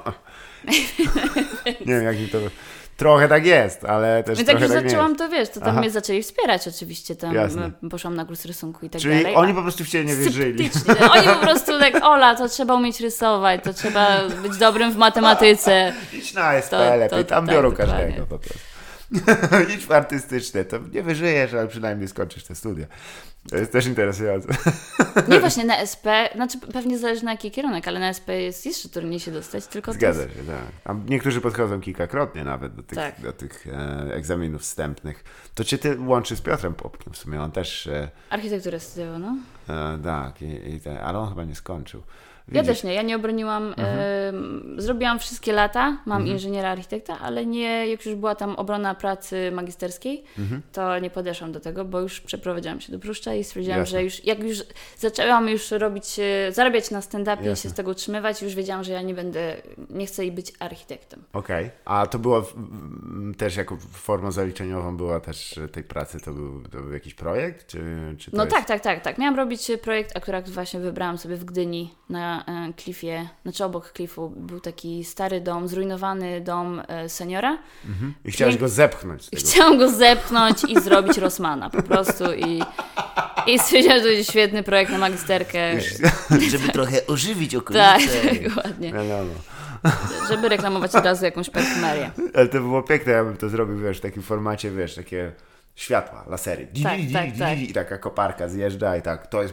Speaker 1: Nie wiem, jak mi to... Trochę tak jest, ale też
Speaker 2: Więc jak
Speaker 1: trochę
Speaker 2: już
Speaker 1: tak
Speaker 2: zaczęłam,
Speaker 1: nie
Speaker 2: to wiesz, to tam
Speaker 1: Aha.
Speaker 2: mnie zaczęli wspierać oczywiście. Tam
Speaker 1: Jasne.
Speaker 2: poszłam na kurs rysunku i tak
Speaker 1: Czyli
Speaker 2: dalej.
Speaker 1: oni po prostu w ciebie nie wierzyli.
Speaker 2: Sceptycznie. Oni po prostu tak, Ola, to trzeba umieć rysować, to trzeba być dobrym w matematyce.
Speaker 1: Idź na S P
Speaker 2: To-
Speaker 1: lepiej,
Speaker 2: to-
Speaker 1: tam
Speaker 2: tak,
Speaker 1: biorą
Speaker 2: dokładnie.
Speaker 1: każdego po prostu. Idź w artystyczne, to nie wyżyjesz, ale przynajmniej skończysz te studia. To jest też interesujące.
Speaker 2: Nie właśnie na S P, znaczy pewnie zależy na jaki kierunek, ale na S P jest jeszcze trudniej się dostać, tylko
Speaker 1: Zgadza
Speaker 2: to jest...
Speaker 1: się, tak. A niektórzy podchodzą kilkakrotnie nawet do tych,
Speaker 2: Tak.
Speaker 1: do tych e, egzaminów wstępnych. To cię ty łączy z Piotrem Popkiem w sumie, on też, e,
Speaker 2: Architekturę studiował, no.
Speaker 1: e, tak, i, i te, ale on chyba nie skończył.
Speaker 2: Ja
Speaker 1: Widzisz?
Speaker 2: też nie, ja nie obroniłam,
Speaker 1: Mhm.
Speaker 2: e, zrobiłam wszystkie lata, mam
Speaker 1: Mhm.
Speaker 2: inżyniera architekta, ale nie, jak już była tam obrona pracy magisterskiej,
Speaker 1: Mhm.
Speaker 2: to nie podeszłam do tego, bo już przeprowadziłam się do Pruszcza i stwierdziłam,
Speaker 1: Jasne.
Speaker 2: że już, jak już zaczęłam już robić, e, zarabiać na stand-upie i
Speaker 1: Jasne.
Speaker 2: się z tego utrzymywać, już wiedziałam, że ja nie będę, nie chcę być architektem.
Speaker 1: Okej, a to było w- m, też jako formą zaliczeniową była też e, tej pracy, to był, to był jakiś projekt? Czy, czy to
Speaker 2: No
Speaker 1: jest...
Speaker 2: tak, tak, tak, tak. Miałam robić e, projekt, akurat właśnie wybrałam sobie w Gdyni na e, klifie, znaczy obok klifu był taki stary dom, zrujnowany dom e, seniora.
Speaker 1: Mhm. I chciałeś
Speaker 2: Pięk-
Speaker 1: go zepchnąć z
Speaker 2: I
Speaker 1: tego.
Speaker 2: chciałam go zepchnąć i zrobić Rossmana po prostu i, i stwierdziłam, że to będzie świetny projekt na magisterkę.
Speaker 1: Żeby trochę ożywić
Speaker 2: Tak,
Speaker 1: okolice.
Speaker 2: dokładnie.
Speaker 1: No, no, no.
Speaker 2: Żeby reklamować od razu jakąś perfumerię.
Speaker 1: Ale to było piękne, ja bym to zrobił, wiesz, w takim formacie, wiesz, takie światła, lasery. Di,
Speaker 2: Tak,
Speaker 1: di, di,
Speaker 2: tak,
Speaker 1: di,
Speaker 2: tak.
Speaker 1: di, I taka koparka zjeżdża i tak, to jest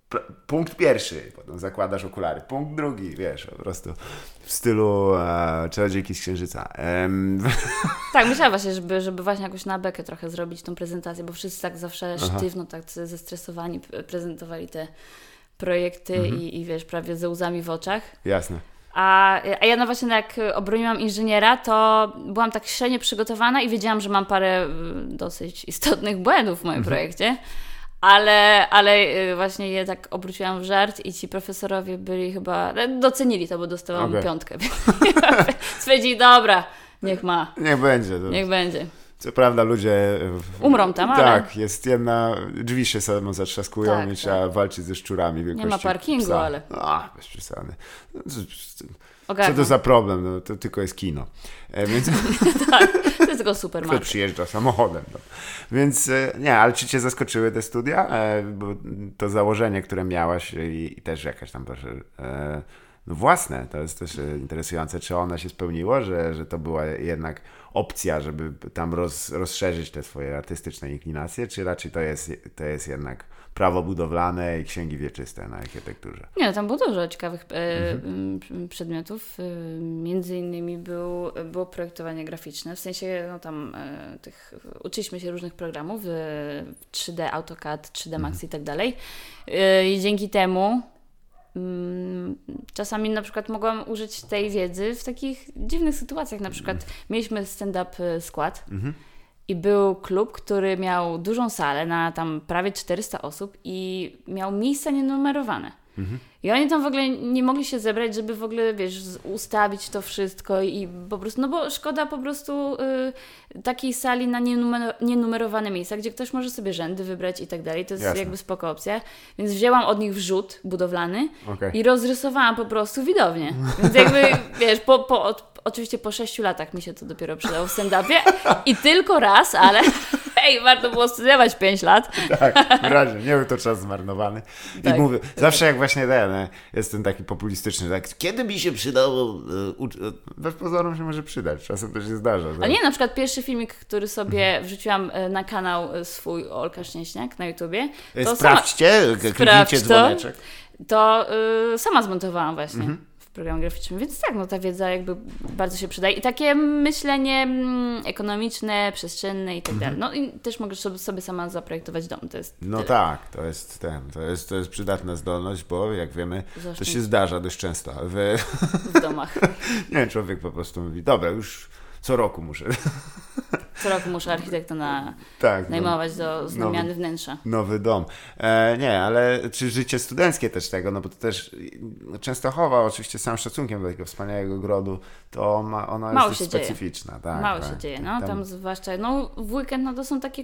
Speaker 1: punkt pierwszy, potem zakładasz okulary, punkt drugi, wiesz, po prostu w stylu e, Czarodziejki z Księżyca. Ehm.
Speaker 2: Tak, myślałam właśnie, żeby, żeby właśnie jakoś na bekę trochę zrobić tą prezentację, bo wszyscy tak zawsze Aha. sztywno, tak zestresowani prezentowali te projekty mhm. i, i wiesz, prawie ze łzami w oczach.
Speaker 1: Jasne.
Speaker 2: A, a ja no właśnie jak obroniłam inżyniera, to byłam tak średnio przygotowana i wiedziałam, że mam parę dosyć istotnych błędów w moim mhm. projekcie. Ale, ale właśnie je tak obróciłam w żart i ci profesorowie byli chyba, docenili to, bo dostałam okay. piątkę. Stwierdzili, dobra, niech ma.
Speaker 1: Niech będzie.
Speaker 2: To... Niech będzie.
Speaker 1: Co prawda ludzie...
Speaker 2: Umrą tam, ale...
Speaker 1: Tak, jest jedna... Drzwi się samo zatrzaskują tak, i tak. trzeba walczyć ze szczurami wielkości
Speaker 2: Nie ma parkingu,
Speaker 1: psa.
Speaker 2: ale...
Speaker 1: A, bez przesady.
Speaker 2: Ogarnę.
Speaker 1: Co to za problem? No, to tylko jest kino. E, więc...
Speaker 2: tak, to jest tylko supermarket.
Speaker 1: Kto przyjeżdża samochodem. No. Więc e, nie, ale czy cię zaskoczyły te studia? E, bo to założenie, które miałaś i, i też jakaś tam proszę, e, no własne, to jest też interesujące. Czy ono się spełniło, że, że to była jednak opcja, żeby tam roz, rozszerzyć te swoje artystyczne inklinacje, czy raczej to jest, to jest jednak prawo budowlane i księgi wieczyste na architekturze?
Speaker 2: Nie, no, tam było dużo ciekawych e, mhm. przedmiotów. E, między innymi był, było projektowanie graficzne, w sensie no tam e, tych, uczyliśmy się różnych programów, e, trzy D, AutoCAD, trzy D Max mhm. i tak dalej. E, I dzięki temu czasami na przykład mogłam użyć tej wiedzy w takich dziwnych sytuacjach. Na przykład mieliśmy stand-up skład mhm. i był klub, który miał dużą salę na tam prawie czterysta osób i miał miejsca nienumerowane. Mhm. I oni tam w ogóle nie mogli się zebrać, żeby w ogóle, wiesz, ustawić to wszystko i po prostu, no bo szkoda po prostu y, takiej sali na nienumer- nienumerowane miejsca, gdzie ktoś może sobie rzędy wybrać i tak dalej. To jest Jasne. jakby spoko opcja. Więc wzięłam od nich wrzód budowlany okay. i rozrysowałam po prostu widownię. Więc jakby, wiesz, po, po, od, oczywiście po sześciu latach mi się to dopiero przydało w stand-upie i tylko raz, ale hej, warto było studiować pięć lat.
Speaker 1: Tak, wyraźnie, nie był to czas zmarnowany. I tak, mówię, tak. zawsze jak właśnie ten, jestem taki populistyczny, tak, kiedy mi się przydało, bez pozoru się może przydać, czasem to się zdarza.
Speaker 2: Ale nie, na przykład pierwszy filmik, który sobie wrzuciłam na kanał swój Olka Szczęśniak na YouTubie.
Speaker 1: To Sprawdźcie,
Speaker 2: sama,
Speaker 1: kliknijcie dzwoneczek.
Speaker 2: To, to y, sama zmontowałam właśnie. Mhm. Program graficzny, więc tak, no ta wiedza jakby bardzo się przydaje i takie myślenie mm, ekonomiczne, przestrzenne i tak dalej. No i też możesz sobie, sobie sama zaprojektować dom, to jest
Speaker 1: No
Speaker 2: tyle.
Speaker 1: tak, to jest ten, to jest, to jest przydatna zdolność, bo jak wiemy, Zaszczyt. to się zdarza dość często w,
Speaker 2: w domach.
Speaker 1: Nie, człowiek po prostu mówi, dobra, już co roku muszę.
Speaker 2: Co roku muszę architekta na,
Speaker 1: tak,
Speaker 2: najmować do zmiany
Speaker 1: nowy,
Speaker 2: wnętrza.
Speaker 1: Nowy dom. E, nie, ale czy życie studenckie też tego, no bo to też Częstochowa, oczywiście z całym szacunkiem do tego wspaniałego grodu, to ma, ona
Speaker 2: Mało
Speaker 1: jest
Speaker 2: się
Speaker 1: specyficzna. Tak,
Speaker 2: Mało
Speaker 1: tak,
Speaker 2: się dzieje, no
Speaker 1: tam,
Speaker 2: tam zwłaszcza, no w weekend no to są takie...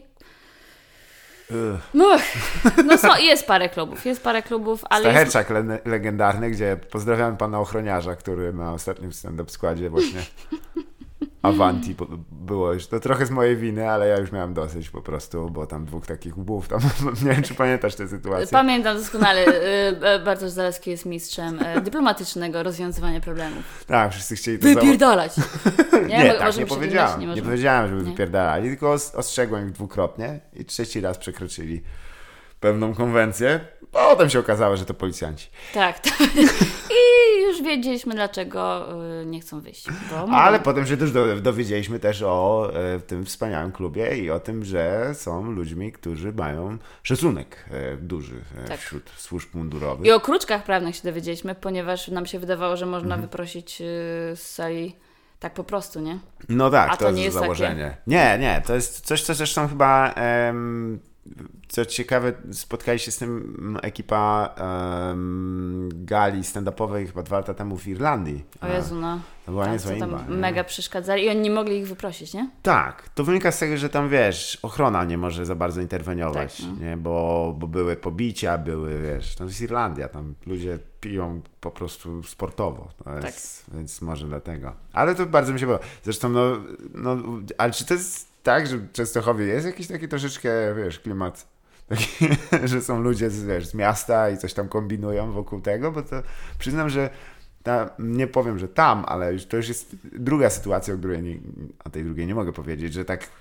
Speaker 2: No, no so, jest parę klubów, jest parę klubów, ale...
Speaker 1: Stacherczak jest... le- legendarny, gdzie pozdrawiam pana ochroniarza, który na ostatnim stand-up składzie właśnie Avanti było już, to trochę z mojej winy, ale ja już miałem dosyć po prostu, bo tam dwóch takich łbów, tam, nie wiem, czy pamiętasz tę sytuację.
Speaker 2: Pamiętam doskonale, Bartosz Zalewski jest mistrzem dyplomatycznego rozwiązywania problemów.
Speaker 1: Tak, wszyscy chcieli to
Speaker 2: wypierdalać.
Speaker 1: Za... Nie, nie, tak, nie powiedziałem, nie,
Speaker 2: nie,
Speaker 1: nie powiedziałem, żeby nie. wypierdalali, tylko ostrzegłem ich dwukrotnie i trzeci raz przekroczyli pewną konwencję. Potem się okazało, że to policjanci.
Speaker 2: Tak, tak. I już wiedzieliśmy, dlaczego nie chcą wyjść.
Speaker 1: Ale potem się też dowiedzieliśmy też o e, tym wspaniałym klubie i o tym, że są ludźmi, którzy mają szacunek e, duży e, tak. wśród służb mundurowych.
Speaker 2: I o kruczkach prawnych się dowiedzieliśmy, ponieważ nam się wydawało, że można mhm. wyprosić e, z sali tak po prostu, nie?
Speaker 1: No tak,
Speaker 2: A
Speaker 1: to,
Speaker 2: to
Speaker 1: jest
Speaker 2: nie jest
Speaker 1: założenie.
Speaker 2: takie...
Speaker 1: Nie, nie, to jest coś, co zresztą chyba... Em, Co ciekawe, spotkali się z tym ekipa um, gali stand-upowej chyba dwa lata temu w Irlandii.
Speaker 2: O Jezu, no.
Speaker 1: To była niezła
Speaker 2: tam
Speaker 1: imba, nie?
Speaker 2: mega przeszkadzali i oni nie mogli ich wyprosić, nie?
Speaker 1: Tak, to wynika z tego, że tam wiesz, ochrona nie może za bardzo interweniować, tak, no. nie? Bo, bo były pobicia, były, wiesz, to jest Irlandia, tam ludzie piją po prostu sportowo, to jest, tak. więc może dlatego. Ale to bardzo mi się podoba. Zresztą, no, no ale czy to jest tak, że w Częstochowie jest jakiś taki troszeczkę, wiesz, klimat taki, że są ludzie z, wiesz, z miasta i coś tam kombinują wokół tego, bo to przyznam, że ta, nie powiem, że tam, ale już, to już jest druga sytuacja, o której nie, a tej drugiej nie mogę powiedzieć, że tak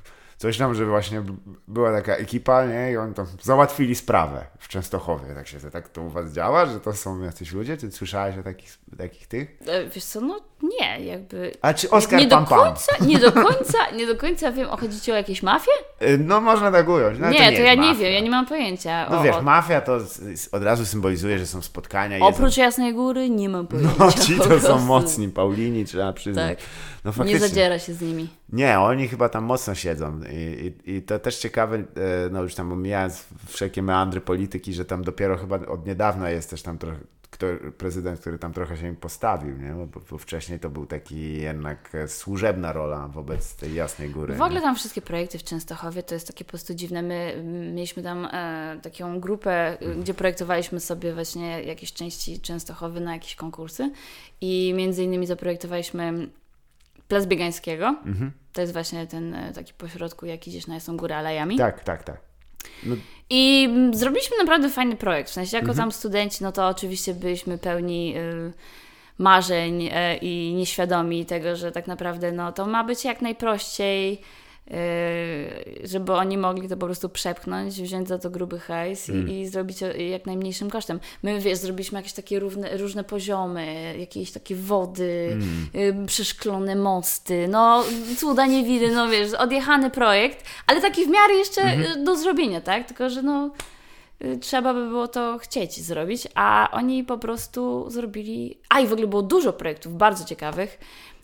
Speaker 1: Coś tam, że właśnie b- była taka ekipa, nie? I oni tam załatwili sprawę w Częstochowie. Tak się tak to u was działa, że to są jacyś ludzie? Ty słyszałeś o takich, takich tych?
Speaker 2: E, Wiesz co, no nie, jakby...
Speaker 1: A czy Oskar
Speaker 2: nie do
Speaker 1: Pam Pam?
Speaker 2: końca, nie do końca, nie do końca wiem, o chodzi ci o jakieś mafie?
Speaker 1: Y, No można tak ująć. No, ale
Speaker 2: nie,
Speaker 1: to,
Speaker 2: to,
Speaker 1: nie
Speaker 2: ja
Speaker 1: jest
Speaker 2: nie
Speaker 1: mafia.
Speaker 2: wiem, ja nie mam pojęcia.
Speaker 1: No
Speaker 2: o,
Speaker 1: wiesz,
Speaker 2: o,
Speaker 1: mafia to z- z- od razu symbolizuje, że są spotkania.
Speaker 2: oprócz Jasnej Góry nie mam pojęcia.
Speaker 1: No ci
Speaker 2: po
Speaker 1: to są
Speaker 2: prostu.
Speaker 1: mocni, Paulini trzeba przyznać.
Speaker 2: Tak.
Speaker 1: No
Speaker 2: Nie
Speaker 1: faktycznie.
Speaker 2: zadziera się z nimi.
Speaker 1: Nie, oni chyba tam mocno siedzą i, i, i to też ciekawe, e, no już tam omijając wszelkie meandry polityki, że tam dopiero chyba od niedawna jest też tam trochę kto, prezydent, który tam trochę się im postawił, nie? Bo, bo wcześniej to był taki jednak e, służebna rola wobec tej Jasnej Góry.
Speaker 2: W ogóle
Speaker 1: nie?
Speaker 2: tam wszystkie projekty w Częstochowie to jest takie po prostu dziwne. My mm, mieliśmy tam e, taką grupę, e, gdzie projektowaliśmy sobie właśnie jakieś części Częstochowy na jakieś konkursy i między innymi zaprojektowaliśmy Plac Biegańskiego.
Speaker 1: Mhm.
Speaker 2: To jest właśnie ten e, taki pośrodku, jak idziesz na Jasną Górę alejami.
Speaker 1: Tak, tak, tak. No,
Speaker 2: I mm, zrobiliśmy naprawdę fajny projekt. W sensie, jako
Speaker 1: Mhm.
Speaker 2: tam studenci, no to oczywiście byliśmy pełni y, marzeń y, i nieświadomi tego, że tak naprawdę no, to ma być jak najprościej, y, żeby oni mogli to po prostu przepchnąć, wziąć za to gruby hajs
Speaker 1: Mm.
Speaker 2: i, i zrobić o jak najmniejszym kosztem. My, wiesz, zrobiliśmy jakieś takie równe, różne poziomy, jakieś takie wody,
Speaker 1: Mm.
Speaker 2: y, przeszklone mosty, no cuda nie widy, no wiesz, odjechany projekt, ale taki w miarę jeszcze
Speaker 1: Mhm.
Speaker 2: y, do zrobienia, tak? Tylko, że no y, trzeba by było to chcieć zrobić, a oni po prostu zrobili... A i w ogóle było dużo projektów bardzo ciekawych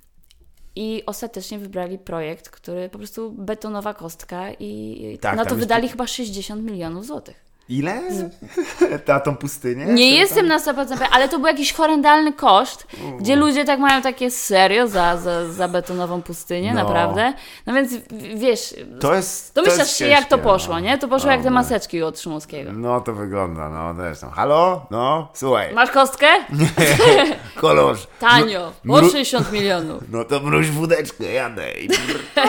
Speaker 2: i ostatecznie wybrali projekt, który po prostu betonowa kostka i
Speaker 1: Tak,
Speaker 2: na
Speaker 1: tam
Speaker 2: to
Speaker 1: jest
Speaker 2: wydali
Speaker 1: to-
Speaker 2: chyba sześćdziesiąt milionów złotych.
Speaker 1: ile? Na tą pustynię?
Speaker 2: Nie
Speaker 1: Czy
Speaker 2: jestem
Speaker 1: tam?
Speaker 2: na sto procent, pewna, ale to był jakiś horrendalny koszt, gdzie ludzie tak mają takie serio za, za, za betonową pustynię,
Speaker 1: No.
Speaker 2: naprawdę. No więc w- wiesz,
Speaker 1: To jest
Speaker 2: domyślasz
Speaker 1: jest
Speaker 2: się jak to
Speaker 1: ciężkie,
Speaker 2: poszło,
Speaker 1: no.
Speaker 2: nie? To poszło jak te
Speaker 1: Dobra.
Speaker 2: maseczki od Szymowskiego.
Speaker 1: No to wygląda, no też tam. Halo? No, słuchaj.
Speaker 2: Masz kostkę?
Speaker 1: Kolorz.
Speaker 2: Tanio,
Speaker 1: Mru-
Speaker 2: po
Speaker 1: mru-
Speaker 2: sześćdziesiąt milionów.
Speaker 1: No to mruź wódeczkę, jadę. I...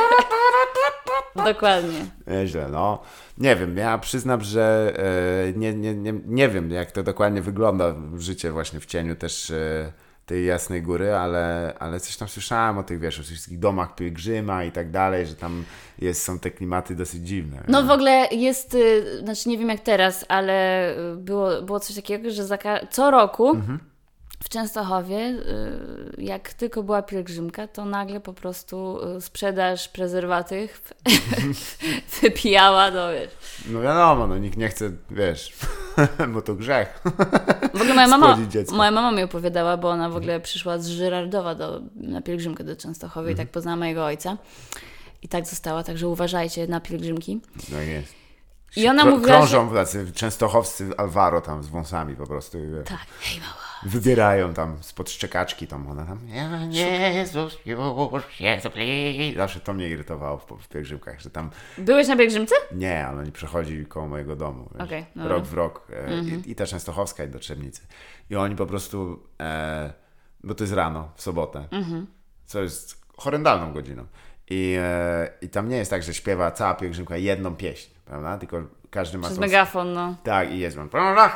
Speaker 2: Dokładnie.
Speaker 1: Nieźle, no. Nie wiem, ja przyznam, że e, nie, nie, nie, nie wiem, jak to dokładnie wygląda życie właśnie w cieniu też e, tej Jasnej Góry, ale, ale coś tam słyszałem o tych, wiesz, o wszystkich domach pielgrzyma i tak dalej, że tam jest, są te klimaty dosyć dziwne.
Speaker 2: No w ogóle jest, y, znaczy nie wiem jak teraz, ale y, było, było coś takiego, że za ka- co roku w Częstochowie, y, jak tylko była pielgrzymka, to nagle po prostu y, sprzedaż prezerwatyw wypijała, no wiesz.
Speaker 1: No wiadomo, no nikt nie chce, wiesz, bo to grzech.
Speaker 2: W ogóle moja mama,
Speaker 1: Spłodzić dziecko.
Speaker 2: moja mama mi opowiadała, bo ona w ogóle przyszła z Żyrardowa do, na pielgrzymkę do Częstochowy i tak poznała mojego ojca. I tak została, także uważajcie na pielgrzymki.
Speaker 1: No jest.
Speaker 2: I ona
Speaker 1: Krą-
Speaker 2: mówiła,
Speaker 1: Krążą tacy częstochowscy Alvaro tam z wąsami po prostu. i wiesz,
Speaker 2: Tak, hej mała.
Speaker 1: Wybierają tam spod szczekaczki tam, ona tam ja, Jezus, już, Jezu, please. Zawsze to mnie irytowało w, w pielgrzymkach, że tam
Speaker 2: Byłeś na pielgrzymce?
Speaker 1: nie, ale oni przechodzi koło mojego domu, wiesz,
Speaker 2: Okej, dobra.
Speaker 1: rok w rok e, i, i ta Częstochowska i do Trzebnicy. I oni po prostu, e, bo to jest rano, w sobotę, co jest horrendalną godziną. I, e, I tam nie jest tak, że śpiewa cała pielgrzymka jedną pieśń, prawda? Tylko każdy ma
Speaker 2: Przez
Speaker 1: tą...
Speaker 2: megafon, no.
Speaker 1: Tak, i jest on.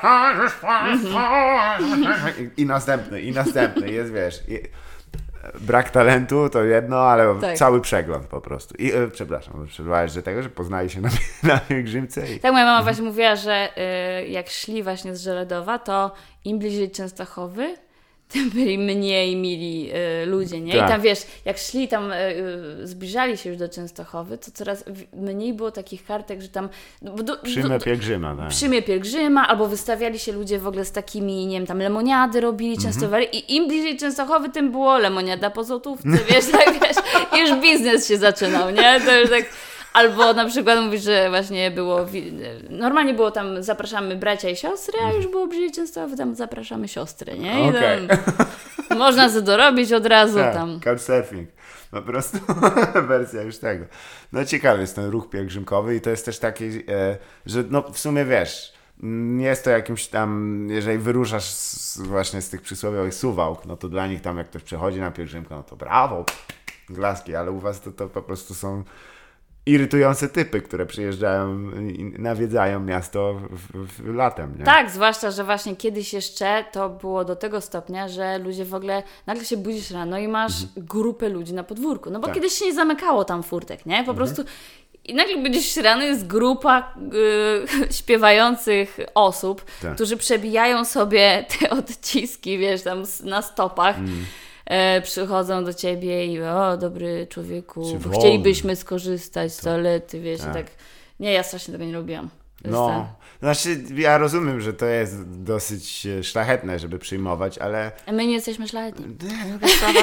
Speaker 1: I, I następny, i następny, jest wiesz. I, brak talentu to jedno, ale
Speaker 2: Tak.
Speaker 1: cały przegląd po prostu. I e, przepraszam, przerwałeś, że tego, że poznali się na, na pielgrzymce i
Speaker 2: Tak moja mama właśnie mówiła, że y, jak szli właśnie z Żeledowa, to im bliżej Częstochowy, tym byli mniej mili y, ludzie, nie?
Speaker 1: Tak.
Speaker 2: I tam wiesz, jak szli tam, y, y, zbliżali się już do Częstochowy, to coraz w- mniej było takich kartek, że tam... no, bo do-
Speaker 1: przyjmę
Speaker 2: do-
Speaker 1: pielgrzyma. Tak.
Speaker 2: Przyjmie pielgrzyma, albo wystawiali się ludzie w ogóle z takimi, nie wiem, tam lemoniady robili, częstowali i im bliżej Częstochowy, tym było lemoniada po złotówce, wiesz, tak, wiesz, i już biznes się zaczynał, nie? To już tak... Albo na przykład mówisz, że właśnie było, wi- normalnie było tam zapraszamy bracia i siostry, a już było bliżej Częstochowy, tam zapraszamy siostry, nie? I
Speaker 1: Okej.
Speaker 2: tam można sobie dorobić od razu
Speaker 1: Tak,
Speaker 2: tam.
Speaker 1: couchsurfing. Po prostu wersja już tego. No ciekawy jest ten ruch pielgrzymkowy i to jest też taki, e, że no w sumie wiesz, mm, jest to jakimś tam, jeżeli wyruszasz z, właśnie z tych przysłowiowych Suwałk, no to dla nich tam jak ktoś przechodzi na pielgrzymkę, no to brawo, glaski, ale u was to, to po prostu są irytujące typy, które przyjeżdżają i nawiedzają miasto w, w latem, nie?
Speaker 2: Tak, zwłaszcza, że właśnie kiedyś jeszcze to było do tego stopnia, że ludzie w ogóle, nagle się budzisz rano i masz grupę ludzi na podwórku, no bo
Speaker 1: Tak.
Speaker 2: kiedyś się nie zamykało tam furtek, nie? Po prostu I nagle będziesz rano, jest grupa y, śpiewających osób,
Speaker 1: tak.
Speaker 2: którzy przebijają sobie te odciski, wiesz, tam na stopach. Mm. E, przychodzą do ciebie i o, dobry człowieku, chcielibyśmy skorzystać z toalety, wiesz, tak. I tak. Nie, ja strasznie tego nie lubiłam.
Speaker 1: No, ten... znaczy ja rozumiem, że to jest dosyć szlachetne, żeby przyjmować, ale...
Speaker 2: A my nie jesteśmy szlachetni.
Speaker 1: Nie, sprawa...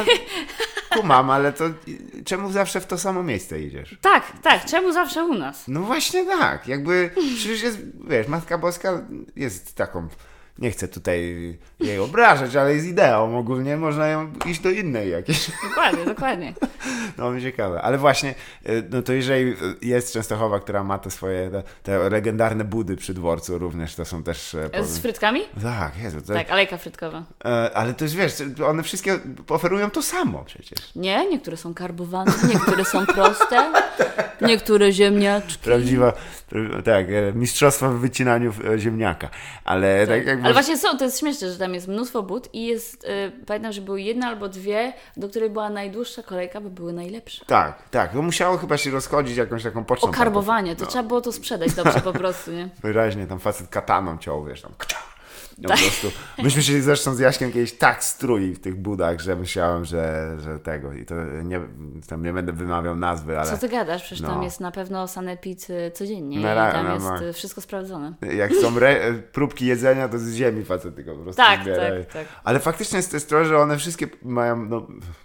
Speaker 1: Kumam, ale to czemu zawsze w to samo miejsce idziesz?
Speaker 2: Tak, tak, czemu zawsze u nas?
Speaker 1: No właśnie tak, jakby przecież jest, wiesz, Matka Boska jest taką... Nie chcę tutaj jej obrażać, ale jest ideą. Ogólnie można ją iść do innej jakiejś.
Speaker 2: Dokładnie, dokładnie.
Speaker 1: No ciekawe. Ale właśnie, no to jeżeli jest Częstochowa, która ma te swoje, te, te legendarne budy przy dworcu również, to są też... Powiem...
Speaker 2: Z frytkami?
Speaker 1: Tak, Jezu. To...
Speaker 2: Tak, alejka frytkowa.
Speaker 1: Ale to jest, wiesz, one wszystkie oferują to samo przecież.
Speaker 2: Nie, niektóre są karbowane, niektóre są proste, niektóre ziemniaczki.
Speaker 1: Prawdziwa, tak, mistrzostwo w wycinaniu ziemniaka. Ale tak, tak jakby...
Speaker 2: Ale właśnie są, to jest śmieszne, że tam jest mnóstwo bud i jest, yy, pamiętam, że były jedna albo dwie, do której była najdłuższa kolejka, by były najlepsze.
Speaker 1: Tak, tak. To musiało chyba się rozchodzić jakąś taką pocztą.
Speaker 2: Okarbowanie, to
Speaker 1: no.
Speaker 2: trzeba było to sprzedać dobrze po prostu, nie?
Speaker 1: Wyraźnie, tam facet kataną ciął, wiesz, tam no tak. Po prostu. Myśmy się zresztą z Jaśkiem kiedyś tak struli w tych budach, że myślałem, że, że tego i to nie, tam nie będę wymawiał nazwy, ale...
Speaker 2: Co ty gadasz? Przecież
Speaker 1: no.
Speaker 2: tam jest na pewno sanepid codziennie
Speaker 1: no,
Speaker 2: i tam
Speaker 1: no,
Speaker 2: jest
Speaker 1: no.
Speaker 2: wszystko sprawdzone.
Speaker 1: Jak są re- próbki jedzenia, to z ziemi facet tylko po prostu
Speaker 2: tak,
Speaker 1: zbiera.
Speaker 2: Tak, tak.
Speaker 1: Ale faktycznie jest, jest to, że one wszystkie mają no,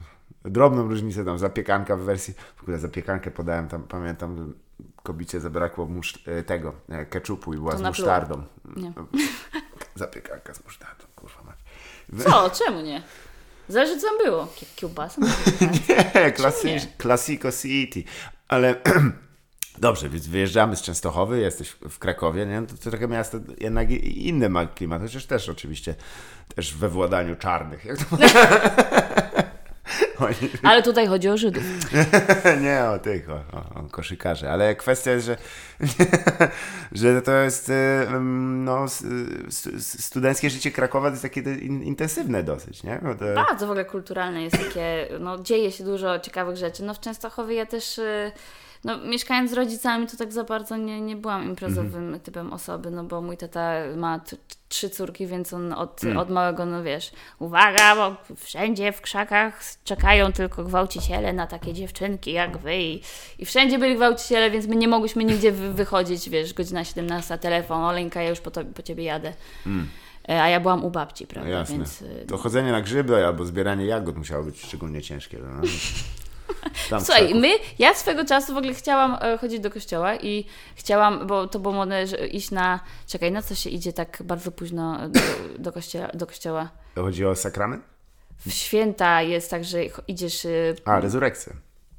Speaker 1: drobną różnicę, tam zapiekanka w wersji... W ogóle zapiekankę podałem tam, pamiętam, kobicie zabrakło musz- tego, keczupu i była
Speaker 2: to
Speaker 1: z musztardą.
Speaker 2: Nie.
Speaker 1: Zapiekanka z musztardą, kurwa mać.
Speaker 2: Co? Czemu nie? Zależy co tam było. Kiełbasa?
Speaker 1: Nie, klasy, Classico City. Ale dobrze, więc wyjeżdżamy z Częstochowy, jesteś w Krakowie, nie? To, to takie miasto jednak inny ma klimat, chociaż też oczywiście też we władaniu czarnych. Jak to... Oni...
Speaker 2: Ale tutaj chodzi o Żydów.
Speaker 1: Nie o tych, o, o, o koszykarzy. Ale kwestia jest, że, że to jest no, studenckie życie Krakowa to jest takie intensywne dosyć, nie? Bo to...
Speaker 2: Bardzo w ogóle kulturalne jest takie, no dzieje się dużo ciekawych rzeczy. No w Częstochowie ja też... No, mieszkając z rodzicami, to tak za bardzo nie, nie byłam imprezowym mm-hmm. typem osoby, no bo mój tata ma t- trzy córki, więc on od, mm. od małego, no wiesz, uwaga, bo wszędzie w krzakach czekają tylko gwałciciele na takie dziewczynki jak wy i, i wszędzie byli gwałciciele, więc my nie mogłyśmy nigdzie wy- wychodzić, wiesz, godzina siedemnasta, telefon, Oleńka, ja już po, to, po ciebie jadę. Mm. A ja byłam u babci, prawda,
Speaker 1: no jasne.
Speaker 2: Więc...
Speaker 1: To chodzenie na grzyby albo zbieranie jagód musiało być szczególnie ciężkie, no.
Speaker 2: Tam Słuchaj, my, ja swego czasu w ogóle chciałam e, chodzić do kościoła i chciałam, bo to było modne, że iść na, czekaj, na co się idzie tak bardzo późno do, do, kościoła, do kościoła?
Speaker 1: Chodzi o sakrament?
Speaker 2: W święta jest tak, że idziesz... E,
Speaker 1: A, rezurekcja.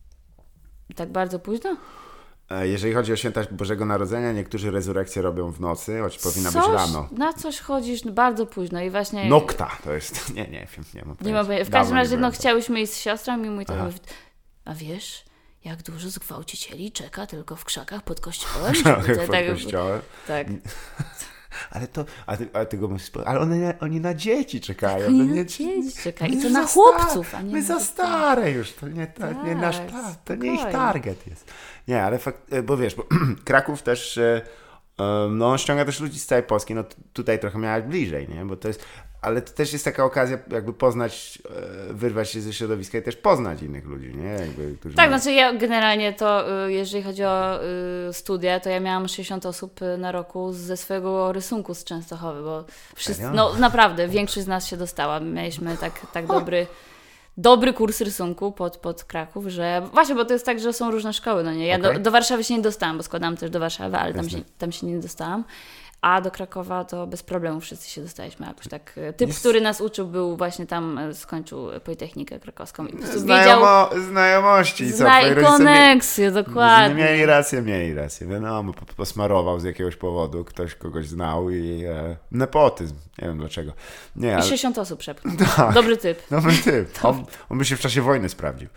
Speaker 2: Tak bardzo późno?
Speaker 1: Jeżeli chodzi o święta Bożego Narodzenia, niektórzy rezurekcję robią w nocy, choć powinna
Speaker 2: coś,
Speaker 1: być rano.
Speaker 2: Na coś chodzisz bardzo późno i właśnie...
Speaker 1: Nokta to jest, nie, nie, nie mam
Speaker 2: nie mam W każdym razie, no chciałyśmy iść z siostrą i mój tata mówi, a wiesz, jak dużo zgwałcicieli czeka tylko w krzakach pod kościołem?
Speaker 1: Żeby pod tak, kościołem?
Speaker 2: Tak.
Speaker 1: Ale to, a ty, a ty go myślisz, ale one, oni na dzieci czekają.
Speaker 2: Oni
Speaker 1: no
Speaker 2: na
Speaker 1: nie,
Speaker 2: dzieci czekają. I to na chłopców, a nie
Speaker 1: My
Speaker 2: na
Speaker 1: za stare już, to nie, to,
Speaker 2: tak,
Speaker 1: nie nasz tak, to nie ich target jest. Nie, ale fakt, bo wiesz, bo Kraków też, no on ściąga też ludzi z całej Polski, no tutaj trochę miałaś bliżej, nie, bo to jest, ale to też jest taka okazja jakby poznać, wyrwać się ze środowiska i też poznać innych ludzi, nie? Jakby, którzy
Speaker 2: tak,
Speaker 1: mają...
Speaker 2: znaczy ja generalnie to, jeżeli chodzi o studia, to ja miałam sześćdziesiąt osób na roku ze swojego rysunku z Częstochowy, bo wszyscy, no naprawdę, większość z nas się dostała. Mieliśmy tak, tak dobry... dobry kurs rysunku pod, pod Kraków, że właśnie, bo to jest tak, że są różne szkoły, no nie? Ja okay. do, do Warszawy się nie dostałam, bo składałam też do Warszawy, ale tam się, tam się nie dostałam. A do Krakowa to bez problemu wszyscy się dostaliśmy jakoś tak. Typ, jest... który nas uczył, był właśnie tam, skończył Politechnikę Krakowską i po prostu
Speaker 1: Znajomo,
Speaker 2: wiedział...
Speaker 1: Znajomości.
Speaker 2: Zna koneksje, mie... dokładnie.
Speaker 1: Mieli rację, mieli rację. Wiadomo, posmarował z jakiegoś powodu, ktoś kogoś znał i e, nepotyzm. Nie wiem dlaczego. Nie, ale...
Speaker 2: I sześćdziesiąt osób przepchnął.
Speaker 1: Tak,
Speaker 2: dobry typ.
Speaker 1: Dobry typ. On, on by się w czasie wojny sprawdził.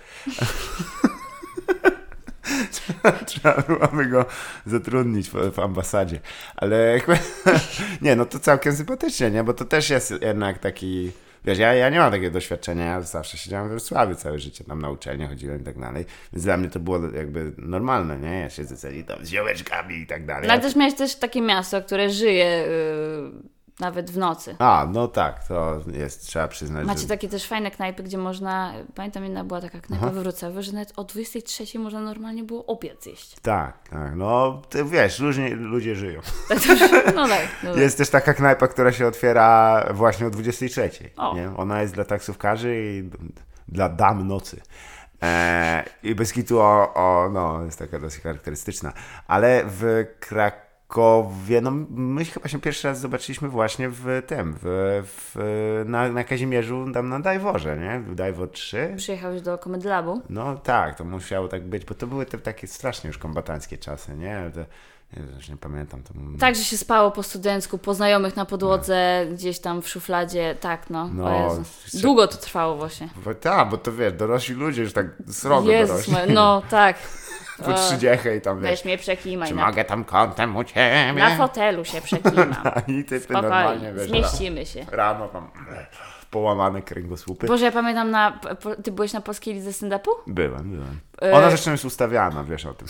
Speaker 1: Trzeba byłoby go zatrudnić w, w ambasadzie. Ale nie, no to całkiem sympatycznie, nie? Bo to też jest jednak taki Wiesz, ja, ja nie mam takiego doświadczenia, ja zawsze siedziałem we Wrocławiu całe życie, tam na uczelnię chodziłem i tak dalej, więc dla mnie to było jakby normalne, nie? Ja siedzę sobie tam z ziołeczkami i tak dalej.
Speaker 2: No ale też miałeś też takie miasto, które żyje yy, nawet w nocy.
Speaker 1: A, no tak, to jest, trzeba przyznać,
Speaker 2: Macie
Speaker 1: że...
Speaker 2: takie też fajne knajpy, gdzie można, pamiętam jedna była taka knajpa Aha. we Wrocławiu, że nawet o dwudziestej trzeciej można normalnie było obiad zjeść.
Speaker 1: Tak, tak, no ty wiesz, różnie ludzie żyją.
Speaker 2: No tak. No
Speaker 1: jest też taka knajpa, która się otwiera właśnie o dwudziestej trzeciej.
Speaker 2: O.
Speaker 1: Nie? Ona jest dla taksówkarzy i dla dam nocy. E, I bez kitu o, o, no, jest taka dosyć charakterystyczna. Ale w Krakowie, no my chyba się pierwszy raz zobaczyliśmy właśnie w tym, w, w, na, na Kazimierzu, tam na Dajworze, nie? W Dajwor trzy.
Speaker 2: Przyjechałeś do Comedy Labu?
Speaker 1: No tak, to musiało tak być, bo to były te takie strasznie już kombatanckie czasy, nie? To, ja już nie pamiętam. To...
Speaker 2: Tak, że się spało po studencku, po znajomych na podłodze, no. gdzieś tam w szufladzie, tak no.
Speaker 1: no
Speaker 2: Długo to trwało właśnie.
Speaker 1: Bo, tak, bo to wiesz, dorośli ludzie już tak srogo
Speaker 2: Jezus,
Speaker 1: dorośli.
Speaker 2: no tak.
Speaker 1: Po trzydziechę i tam wiesz.
Speaker 2: Weź mnie przeklimaj.
Speaker 1: Czy
Speaker 2: na...
Speaker 1: mogę tam kątem u ciebie?
Speaker 2: Na fotelu się przeklimam.
Speaker 1: I ty, ty
Speaker 2: normalnie, wiesz, zmieścimy się.
Speaker 1: Rano tam połamane kręgosłupy.
Speaker 2: Boże, ja pamiętam na... Ty byłeś na Polskiej Lidze Stand-upu?
Speaker 1: Byłem, byłem. Ona e... zresztą jest ustawiana, wiesz o tym.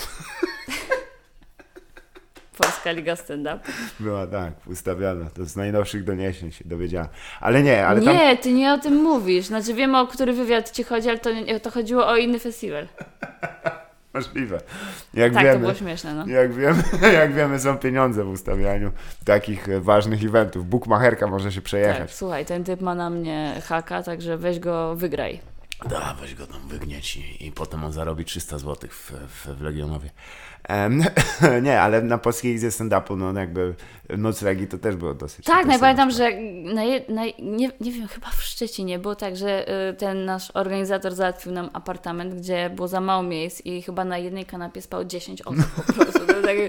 Speaker 2: Polska Liga Stand-Up.
Speaker 1: Była tak, ustawiana. To z najnowszych doniesień się dowiedziałem. Ale nie, ale
Speaker 2: nie,
Speaker 1: tam...
Speaker 2: ty nie o tym mówisz. Znaczy wiem, o który wywiad ci chodzi, ale to, to chodziło o inny festiwal.
Speaker 1: Możliwe. Jak
Speaker 2: tak,
Speaker 1: wiemy,
Speaker 2: to było śmieszne, no.
Speaker 1: Jak wiemy, jak wiemy, są pieniądze w ustawianiu takich ważnych eventów. Bookmacherka może się przejechać.
Speaker 2: Tak, słuchaj, ten typ ma na mnie haka, także weź go, wygraj.
Speaker 1: Da, weź go tam wygnieć i, i potem on zarobi trzysta złotych w, w, w Legionowie. Um, nie, ale na Polskiej Lidze Stand-Upu, no jakby noclegi to też było dosyć...
Speaker 2: Tak, no pamiętam, że na je, na, nie, nie wiem, chyba w Szczecinie było tak, że y, ten nasz organizator załatwił nam apartament, gdzie było za mało miejsc i chyba na jednej kanapie spało dziesięć osób po prostu. To takie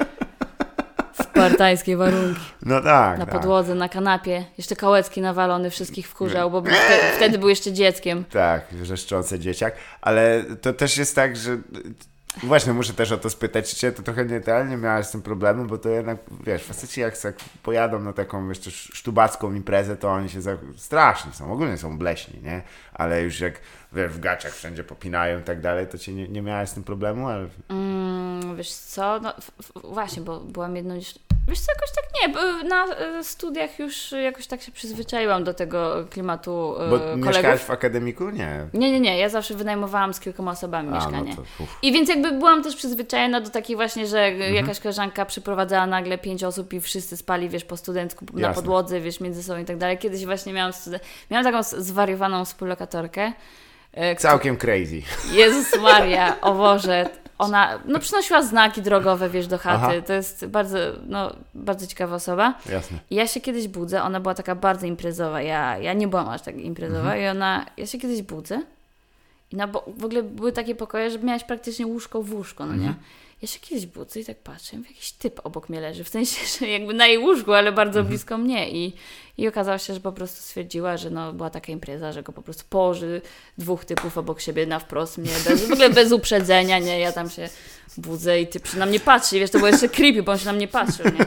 Speaker 2: spartańskie warunki.
Speaker 1: No tak.
Speaker 2: Na
Speaker 1: tak.
Speaker 2: podłodze, na kanapie. Jeszcze Kałecki nawalony, wszystkich wkurzał, bo wtedy, wtedy był jeszcze dzieckiem.
Speaker 1: Tak, wrzeszczący dzieciak. Ale to też jest tak, że... Właśnie, muszę też o to spytać, czy cię to trochę nierealnie miałaś z tym problemem, bo to jednak, wiesz, faceci jak tak pojadą na taką jeszcze sztubacką imprezę, to oni się za... straszni są, ogólnie są bleśni, nie? Ale już jak, wiesz, w gaciach wszędzie popinają i tak dalej, to cię nie, nie miałaś z tym problemu, ale...
Speaker 2: Mm, wiesz co, no f- f- właśnie, bo byłam jedną... Wiesz co, jakoś tak nie, bo na y, studiach już jakoś tak się przyzwyczaiłam do tego klimatu y,
Speaker 1: Bo
Speaker 2: kolegów.
Speaker 1: mieszkałaś w akademiku? Nie.
Speaker 2: Nie, nie, nie, ja zawsze wynajmowałam z kilkoma osobami
Speaker 1: A,
Speaker 2: mieszkanie.
Speaker 1: No to,
Speaker 2: I więc jakby byłam też przyzwyczajona do takiej właśnie, że
Speaker 1: mhm.
Speaker 2: jakaś koleżanka przyprowadzała nagle pięć osób i wszyscy spali, wiesz, po studencku na
Speaker 1: Jasne.
Speaker 2: podłodze, wiesz, między sobą i tak dalej. Kiedyś właśnie miałam, studen- miałam taką zwariowaną współlokatorkę. Y,
Speaker 1: Całkiem crazy.
Speaker 2: Jezus Maria, o Boże. Ona, no przynosiła znaki drogowe, wiesz, do chaty.
Speaker 1: Aha.
Speaker 2: To jest bardzo, no, bardzo ciekawa osoba.
Speaker 1: Jasne.
Speaker 2: I ja się kiedyś budzę, ona była taka bardzo imprezowa. Ja, ja nie byłam aż tak imprezowa
Speaker 1: Mhm.
Speaker 2: i ona, ja się kiedyś budzę i na bo, w ogóle były takie pokoje, że miałaś praktycznie łóżko w łóżko, no nie?
Speaker 1: Mhm.
Speaker 2: Ja się kiedyś budzę i tak patrzę, jakiś typ obok mnie leży, w sensie, że jakby na jej łóżku, ale bardzo
Speaker 1: Mhm.
Speaker 2: blisko mnie i, i okazało się, że po prostu stwierdziła, że no była taka impreza, że go po prostu położy dwóch typów obok siebie na wprost mnie, bez, w ogóle bez uprzedzenia, nie? Ja tam się budzę i typ się na mnie patrzy, wiesz, to było jeszcze creepy, bo on się na mnie patrzył, nie?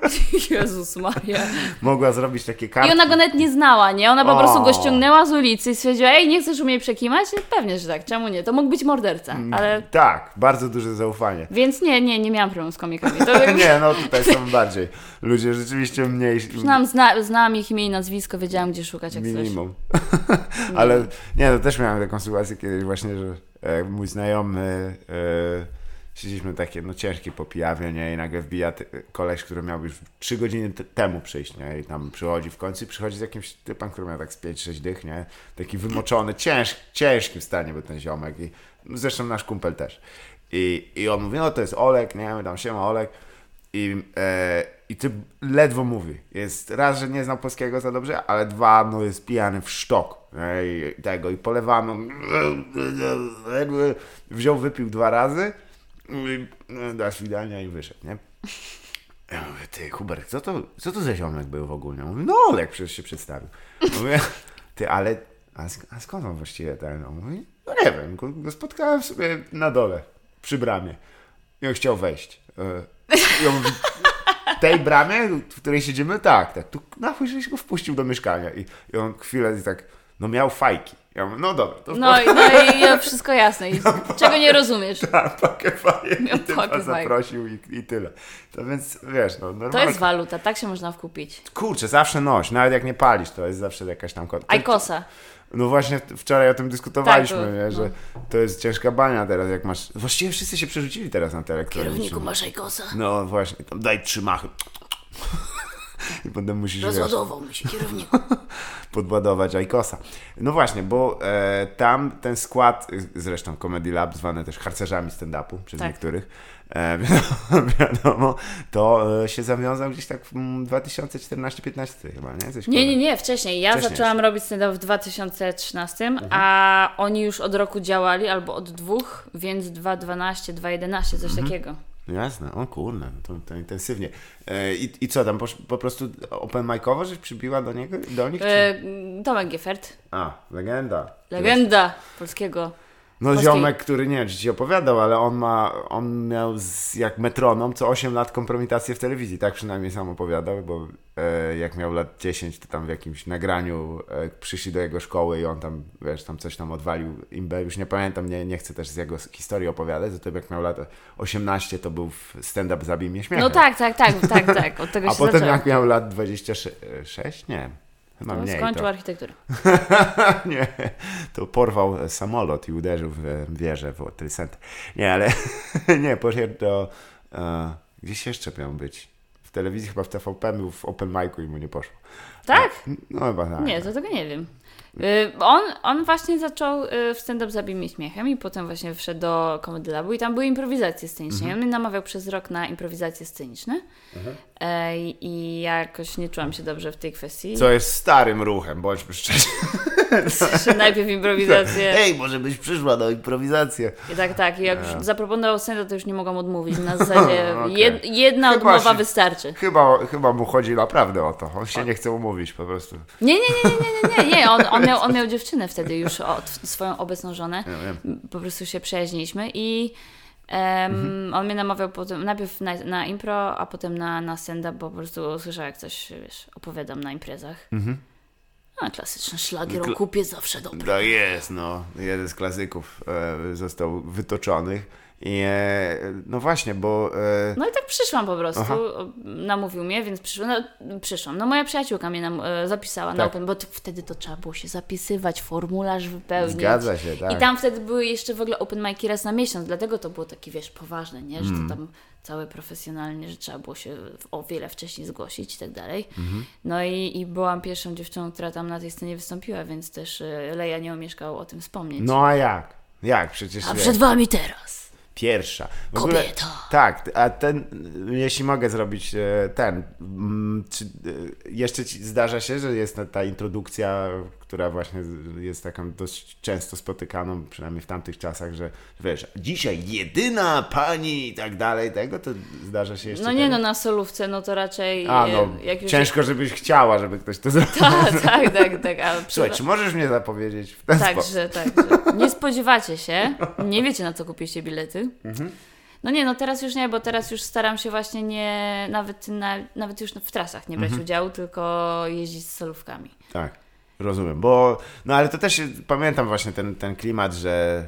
Speaker 2: Jezus Maria.
Speaker 1: Mogła zrobić takie kartki.
Speaker 2: I ona go nawet nie znała, nie? Ona po
Speaker 1: O.
Speaker 2: prostu go ściągnęła z ulicy i stwierdziła, ej, nie chcesz u mnie przekimać? Pewnie, że tak, czemu nie? To mógł być morderca, ale...
Speaker 1: Tak, bardzo duże zaufanie.
Speaker 2: Więc nie, nie, nie miałam problemu z komikami. To jakby...
Speaker 1: Nie, no tutaj są bardziej. Ludzie rzeczywiście mniej...
Speaker 2: Znam, zna, znałam ich imię i nazwisko, wiedziałam, gdzie szukać, jak
Speaker 1: Minimum. Ale nie, no też miałem taką sytuację kiedyś właśnie, że e, mój znajomy... E, Siedzieliśmy takie, no ciężkie po pijawie, nie? I nagle wbija ty, koleś, który miał już trzy godziny t- temu przyjść, nie? I tam przychodzi w końcu i przychodzi z jakimś typem, który miał tak z pięć sześć dych, nie? Taki wymoczony, cięż, ciężkim stanie był ten ziomek i no, zresztą nasz kumpel też. I, I on mówi, no to jest Olek, nie? My tam siema Olek. I, e, I ty ledwo mówi. Jest raz, że nie znał polskiego za dobrze, ale dwa, no jest pijany w sztok. Nie? I tego, i polewano. Wziął, wypił dwa razy. Do świdania i wyszedł, nie? Ja mówię, ty Hubert, co to, co to za ziomek był w ogóle? On mówi, no Olek przecież się przedstawił. Mówię, ty, ale a, sk- a skąd on właściwie ten? On mówi, no nie wiem, go, go spotkałem sobie na dole, przy bramie. I on chciał wejść. I on mówi, w tej bramie, w której siedzimy, tak, tak. Tu na chuj, żeś go wpuścił do mieszkania. I, i on chwilę i tak, no miał fajki. Ja mówię, no dobra. To
Speaker 2: no, i, no i wszystko jasne. I czego nie rozumiesz?
Speaker 1: Tak, pakę fajek
Speaker 2: Miał
Speaker 1: i typa zaprosił i, i tyle. To więc, wiesz, no normalnie.
Speaker 2: To jest waluta, tak się można wkupić.
Speaker 1: Kurczę, zawsze noś, nawet jak nie palisz, to jest zawsze jakaś tam...
Speaker 2: Ajkosa.
Speaker 1: No właśnie wczoraj o tym dyskutowaliśmy,
Speaker 2: tak, to,
Speaker 1: nie?
Speaker 2: no.
Speaker 1: że to jest ciężka bania teraz, jak masz... Właściwie wszyscy się przerzucili teraz na te elektroniczne.
Speaker 2: Kierowniku, masz Ajkosa?
Speaker 1: No właśnie, tam daj trzy machy. I potem musisz...
Speaker 2: Rozładował mi się kierowniku.
Speaker 1: podładować Ajkosa. No właśnie, bo e, tam ten skład, zresztą Comedy Lab, zwane też harcerzami stand-upu przez
Speaker 2: tak.
Speaker 1: niektórych, e, wiadomo, wiadomo, to e, się zawiązał gdzieś tak w dwa tysiące czternastym piętnastym chyba, nie? Coś
Speaker 2: nie, nie, nie, wcześniej. Ja
Speaker 1: wcześniej
Speaker 2: zaczęłam
Speaker 1: jeszcze.
Speaker 2: robić stand-up w dwa tysiące trzynastym, mhm. a oni już od roku działali, albo od dwóch, więc dwa tysiące dwunastym, dwa tysiące jedenastym, coś mhm. takiego.
Speaker 1: Jasne, o kurde, to, to intensywnie. E, i, I co tam, po, po prostu open mic'owo, żeś przybiła do niego, do nich? Czy...
Speaker 2: E, Tomek Gieffert.
Speaker 1: A, legenda.
Speaker 2: Legenda Jest. polskiego.
Speaker 1: No Polskiej. Ziomek, który nie wiem, czy ci opowiadał, ale on ma, on miał z, jak metronom co osiem lat kompromitację w telewizji, tak przynajmniej sam opowiadał, bo e, jak miał lat dziesięć, to tam w jakimś nagraniu e, przyszli do jego szkoły i on tam, wiesz, tam coś tam odwalił imbę, już nie pamiętam, nie, nie chcę też z jego historii opowiadać, zatem jak miał lat osiemnaście, to był stand-up Zabij mnie śmiechem.
Speaker 2: No tak, tak, tak, tak, tak, od tego
Speaker 1: A
Speaker 2: się
Speaker 1: potem
Speaker 2: zaczęło.
Speaker 1: jak miał lat dwadzieścia sześć, nie Chyba
Speaker 2: to
Speaker 1: mniej,
Speaker 2: skończył
Speaker 1: to...
Speaker 2: architekturę.
Speaker 1: nie, to porwał samolot i uderzył w wieżę w World Trade Center. Nie, ale nie, poszedł do... Uh, gdzieś jeszcze miał być. W telewizji chyba w T V P był w open micu i mu nie poszło.
Speaker 2: Tak?
Speaker 1: No, no chyba tak.
Speaker 2: Nie, to tego nie wiem. Y, on, on właśnie zaczął y, w stand-up Zabij mnie śmiechem i potem właśnie wszedł do Comedy Labu i tam były improwizacje sceniczne. Mhm. I on mnie namawiał przez rok na improwizacje sceniczne mhm. e, i jakoś nie czułam się dobrze w tej kwestii.
Speaker 1: Co jest starym ruchem, bądźmy szczerzy.
Speaker 2: Najpierw improwizację.
Speaker 1: Ej, może byś przyszła na improwizację.
Speaker 2: I tak, tak. I jak już zaproponował stand-up, to już nie mogłam odmówić. Na zasadzie okay. jed, jedna
Speaker 1: chyba
Speaker 2: odmowa
Speaker 1: się,
Speaker 2: wystarczy.
Speaker 1: Chyba, chyba mu chodzi naprawdę o to. On się o. nie chce umówić po prostu.
Speaker 2: Nie, nie, nie, nie, nie, nie. nie. On, on, miał, on miał dziewczynę wtedy już, od, swoją obecną żonę. Ja wiem. Po prostu się przyjaźniliśmy i um, mhm. on mnie namawiał potem, najpierw na, na impro, a potem na, na stand-up, bo po prostu usłyszał, jak coś, wiesz, opowiadam na imprezach. Mhm. A klasyczny szlagier o kupie zawsze dobry.
Speaker 1: Tak jest, no. Jeden z klasyków e, został wytoczonych. I e, no właśnie, bo... E...
Speaker 2: No i tak przyszłam po prostu. Aha. Namówił mnie, więc przyszłam. No, przyszłam. No moja przyjaciółka mnie nam, e, zapisała tak. na open, bo t- wtedy to trzeba było się zapisywać, formularz wypełnić.
Speaker 1: Zgadza się, tak.
Speaker 2: I tam wtedy były jeszcze w ogóle open mic'i raz na miesiąc, dlatego to było takie, wiesz, poważne, nie? Że mm. to tam całe profesjonalnie, że trzeba było się o wiele wcześniej zgłosić i tak dalej. Mm-hmm. No i, i byłam pierwszą dziewczyną, która tam na tej scenie wystąpiła, więc też e, Leja nie omieszkał o tym wspomnieć.
Speaker 1: No a jak? Jak? Przecież...
Speaker 2: A przed wami teraz.
Speaker 1: Pierwsza. W
Speaker 2: Kobieta.
Speaker 1: Ogóle, tak, a ten, jeśli mogę zrobić ten, czy jeszcze ci zdarza się, że jest ta introdukcja, która właśnie jest taką dość często spotykaną, przynajmniej w tamtych czasach, że wiesz, dzisiaj jedyna pani i tak dalej, tego to zdarza się jeszcze?
Speaker 2: No nie, tego? No na solówce, no to raczej...
Speaker 1: A no, jak już ciężko, jest... żebyś chciała, żeby ktoś to zrobił.
Speaker 2: Tak, tak, tak. tak a
Speaker 1: Słuchaj, czy możesz mnie zapowiedzieć w ten
Speaker 2: tak,
Speaker 1: sposób?
Speaker 2: Że, tak, że nie spodziewacie się, nie wiecie, na co kupiliście bilety. Mhm. No nie, no teraz już nie, bo teraz już staram się właśnie nie, nawet, na, nawet już w trasach nie brać mhm. udziału, tylko jeździć z solówkami.
Speaker 1: Tak, rozumiem, bo, no ale to też pamiętam właśnie ten, ten klimat, że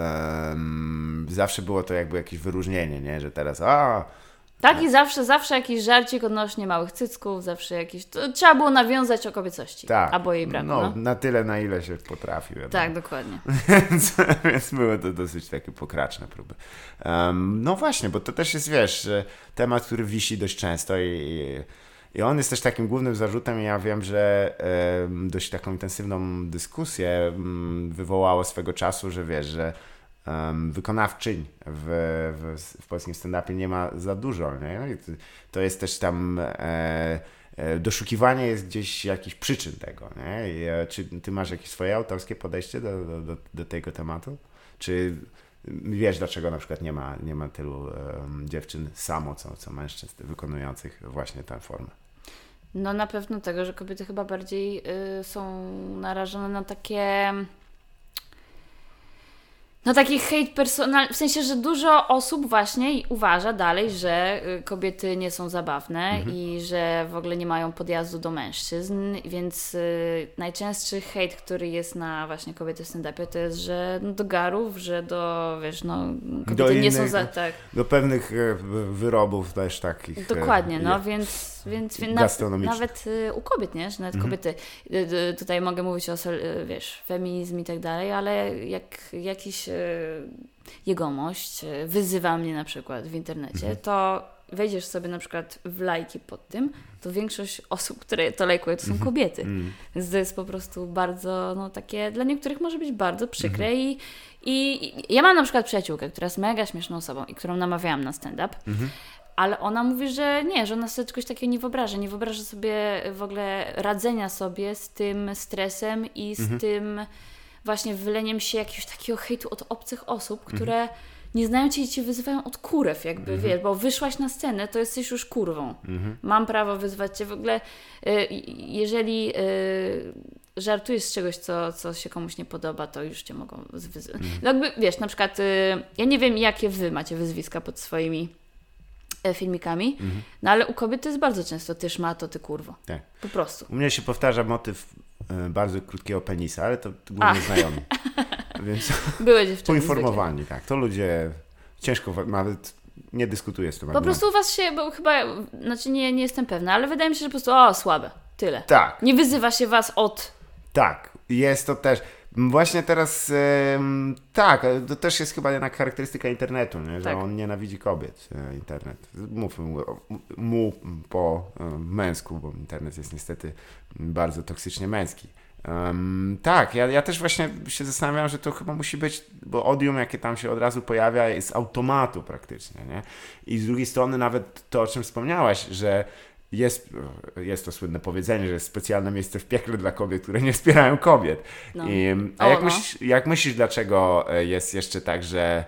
Speaker 1: um, zawsze było to jakby jakieś wyróżnienie, nie, że teraz, a...
Speaker 2: Tak, i zawsze, zawsze jakiś żarcik odnośnie małych cycków, zawsze jakiś... To trzeba było nawiązać o kobiecości. Tak. Albo jej braku.
Speaker 1: No,
Speaker 2: no,
Speaker 1: na tyle, na ile się potrafi. Wiadomo.
Speaker 2: Tak, dokładnie.
Speaker 1: więc, więc były to dosyć takie pokraczne próby. Um, no właśnie, bo to też jest, wiesz, temat, który wisi dość często i, i on jest też takim głównym zarzutem i ja wiem, że um, dość taką intensywną dyskusję um, wywołało swego czasu, że wiesz, że Um, wykonawczyń w, w, w polskim stand-upie nie ma za dużo, nie? To, to jest też tam e, e, doszukiwanie jest gdzieś jakichś przyczyn tego, nie? I, e, czy ty masz jakieś swoje autorskie podejście do, do, do, do tego tematu? Czy wiesz, dlaczego na przykład nie ma, nie ma tylu um, dziewczyn samo, co, co mężczyzn wykonujących właśnie tę formę?
Speaker 2: No na pewno tego, że kobiety chyba bardziej y, są narażone na takie... No taki hejt personalny, w sensie, że dużo osób właśnie uważa dalej, że kobiety nie są zabawne mhm. i że w ogóle nie mają podjazdu do mężczyzn, więc y, najczęstszy hejt, który jest na właśnie kobiety w stand-upie, to jest, że no, do garów, że do, wiesz, no kobiety
Speaker 1: do
Speaker 2: nie
Speaker 1: innych,
Speaker 2: są za... Tak.
Speaker 1: Do pewnych e, wyrobów też takich.
Speaker 2: Dokładnie,
Speaker 1: e,
Speaker 2: no więc... Więc, więc nawet, nawet y, u kobiet, nie? Że nawet mhm. kobiety, y, y, tutaj mogę mówić o, y, wiesz, feminizm i tak dalej, ale jak jakiś y, jegomość y, wyzywa mnie na przykład w internecie, mhm. to wejdziesz sobie na przykład w lajki pod tym, to większość osób, które to lajkuje, to są mhm. kobiety. Mhm. Więc to jest po prostu bardzo, no takie, dla niektórych może być bardzo przykre mhm. i, i, i ja mam na przykład przyjaciółkę, która jest mega śmieszną osobą i którą namawiałam na stand-up, mhm. ale ona mówi, że nie, że ona sobie czegoś takiego nie wyobraża. Nie wyobraża sobie w ogóle radzenia sobie z tym stresem i z mhm. tym właśnie wyleniem się jakiegoś takiego hejtu od obcych osób, które mhm. nie znają cię i cię wyzywają od kurew, jakby, mhm. wiesz, bo wyszłaś na scenę, to jesteś już kurwą. Mhm. Mam prawo wyzwać cię w ogóle, y, jeżeli y, żartujesz z czegoś, co, co się komuś nie podoba, to już cię mogą wyzywać. Mhm. No jakby, wiesz, na przykład, y, ja nie wiem, jakie wy macie wyzwiska pod swoimi filmikami, mhm. no ale u kobiet to jest bardzo często ty szmato, ty kurwo. Tak. Po prostu.
Speaker 1: U mnie się powtarza motyw y, bardzo krótkiego penisa, ale to, to głównie A. znajomi. Więc
Speaker 2: były dziewczyny.
Speaker 1: Poinformowani, zwykle. Tak. To ludzie ciężko, nawet nie dyskutuję z tym.
Speaker 2: Po argumentem. prostu u was się, bo chyba, znaczy nie, nie jestem pewna, ale wydaje mi się, że po prostu o, słabe. Tyle.
Speaker 1: Tak.
Speaker 2: Nie wyzywa się was od...
Speaker 1: Tak. Jest to też... Właśnie teraz ym, tak, to też jest chyba jednak charakterystyka internetu, nie? Że tak. on nienawidzi kobiet, e, internet. Mówmy mu, mu po e, męsku, bo internet jest niestety bardzo toksycznie męski. Um, tak, ja, ja też właśnie się zastanawiam, że to chyba musi być, bo odium, jakie tam się od razu pojawia, jest z automatu praktycznie, nie? I z drugiej strony nawet to, o czym wspomniałaś, że Jest, jest to słynne powiedzenie, że jest specjalne miejsce w piekle dla kobiet, które nie wspierają kobiet. No. I, a o, jak, no. myślisz, jak myślisz, dlaczego jest jeszcze tak, że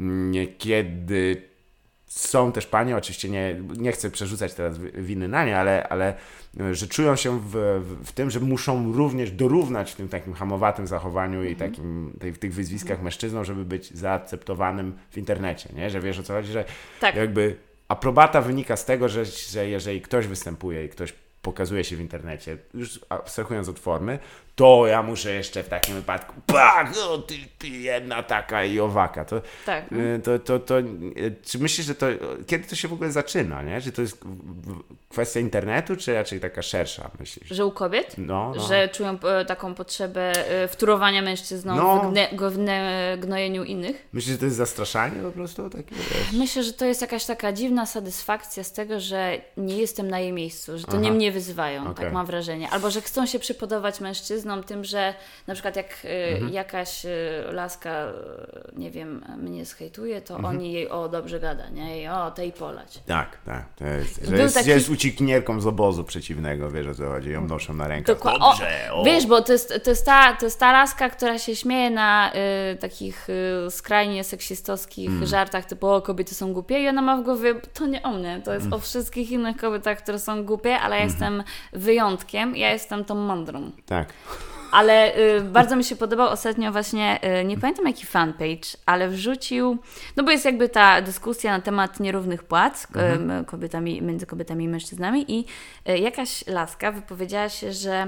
Speaker 1: niekiedy są też panie, oczywiście nie, nie chcę przerzucać teraz winy na nie, ale, ale że czują się w, w, w tym, że muszą również dorównać w tym takim hamowatym zachowaniu mhm. i takim, tej, w tych wyzwiskach mhm. mężczyznom, żeby być zaakceptowanym w internecie, nie? Że wiesz o co chodzi, że tak. jakby aprobata wynika z tego, że, że jeżeli ktoś występuje i ktoś pokazuje się w internecie, już abstrahując od formy, to ja muszę jeszcze w takim wypadku pak, no ty, ty jedna taka i owaka. To, tak. to, to, to, to, czy myślisz, że to, kiedy to się w ogóle zaczyna, nie? Czy to jest kwestia internetu, czy raczej taka szersza, myślisz?
Speaker 2: Że u kobiet?
Speaker 1: No, no.
Speaker 2: Że czują taką potrzebę wtórowania mężczyznom no. w, gne, w gne, gnojeniu innych?
Speaker 1: Myślisz, że to jest zastraszanie po prostu? Takie,
Speaker 2: Myślę, że to jest jakaś taka dziwna satysfakcja z tego, że nie jestem na jej miejscu, że to Aha. nie mnie wyzywają, okay. tak mam wrażenie. Albo, że chcą się przypodobać mężczyznom tym, że na przykład jak mhm. y, jakaś y, laska, y, nie wiem, mnie zhejtuje, to mhm. oni jej o dobrze gada, nie? I o, tej polać.
Speaker 1: Tak, tak. To jest, że jest, taki... jest uciekinierką z obozu przeciwnego, wiesz o co chodzi, ją noszą na rękach. Dokła- dobrze, o, o.
Speaker 2: Wiesz, bo to jest, to, jest ta, to jest ta laska, która się śmieje na y, takich y, skrajnie seksistowskich mm. żartach typu o, kobiety są głupie i ona ma w głowie, to nie o mnie, to jest mm. o wszystkich innych kobietach, które są głupie, ale ja mm. jestem wyjątkiem, ja jestem tą mądrą.
Speaker 1: Tak.
Speaker 2: Ale y, bardzo mi się podobał ostatnio właśnie, y, nie pamiętam jaki fanpage, ale wrzucił, no bo jest jakby ta dyskusja na temat nierównych płac mhm. y, kobietami, między kobietami i mężczyznami i y, jakaś laska wypowiedziała się, że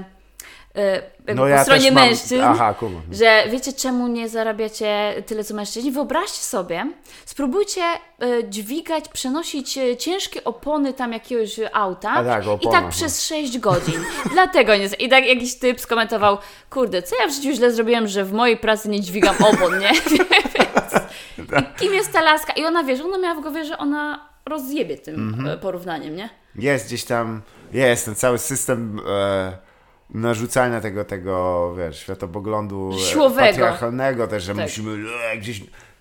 Speaker 2: y, no po ja stronie mam... mężczyzn, Aha, że wiecie czemu nie zarabiacie tyle co mężczyźni? Wyobraźcie sobie, spróbujcie y, dźwigać, przenosić y, ciężkie opony tam jakiegoś auta tak, i tak przez sześć godzin. Dlatego nie... I tak jakiś typ skomentował, kurde, co ja w życiu źle zrobiłem, że w mojej pracy nie dźwigam opon, nie? Więc, kim jest ta laska? I ona, wiesz, ona miała w głowie, że ona rozjebie tym mm-hmm. porównaniem, nie?
Speaker 1: Jest gdzieś tam, jest ten cały system... E... narzucania tego, tego, wiesz, światopoglądu
Speaker 2: siłowego,
Speaker 1: patriarchalnego też, że tak. musimy e, gdzieś...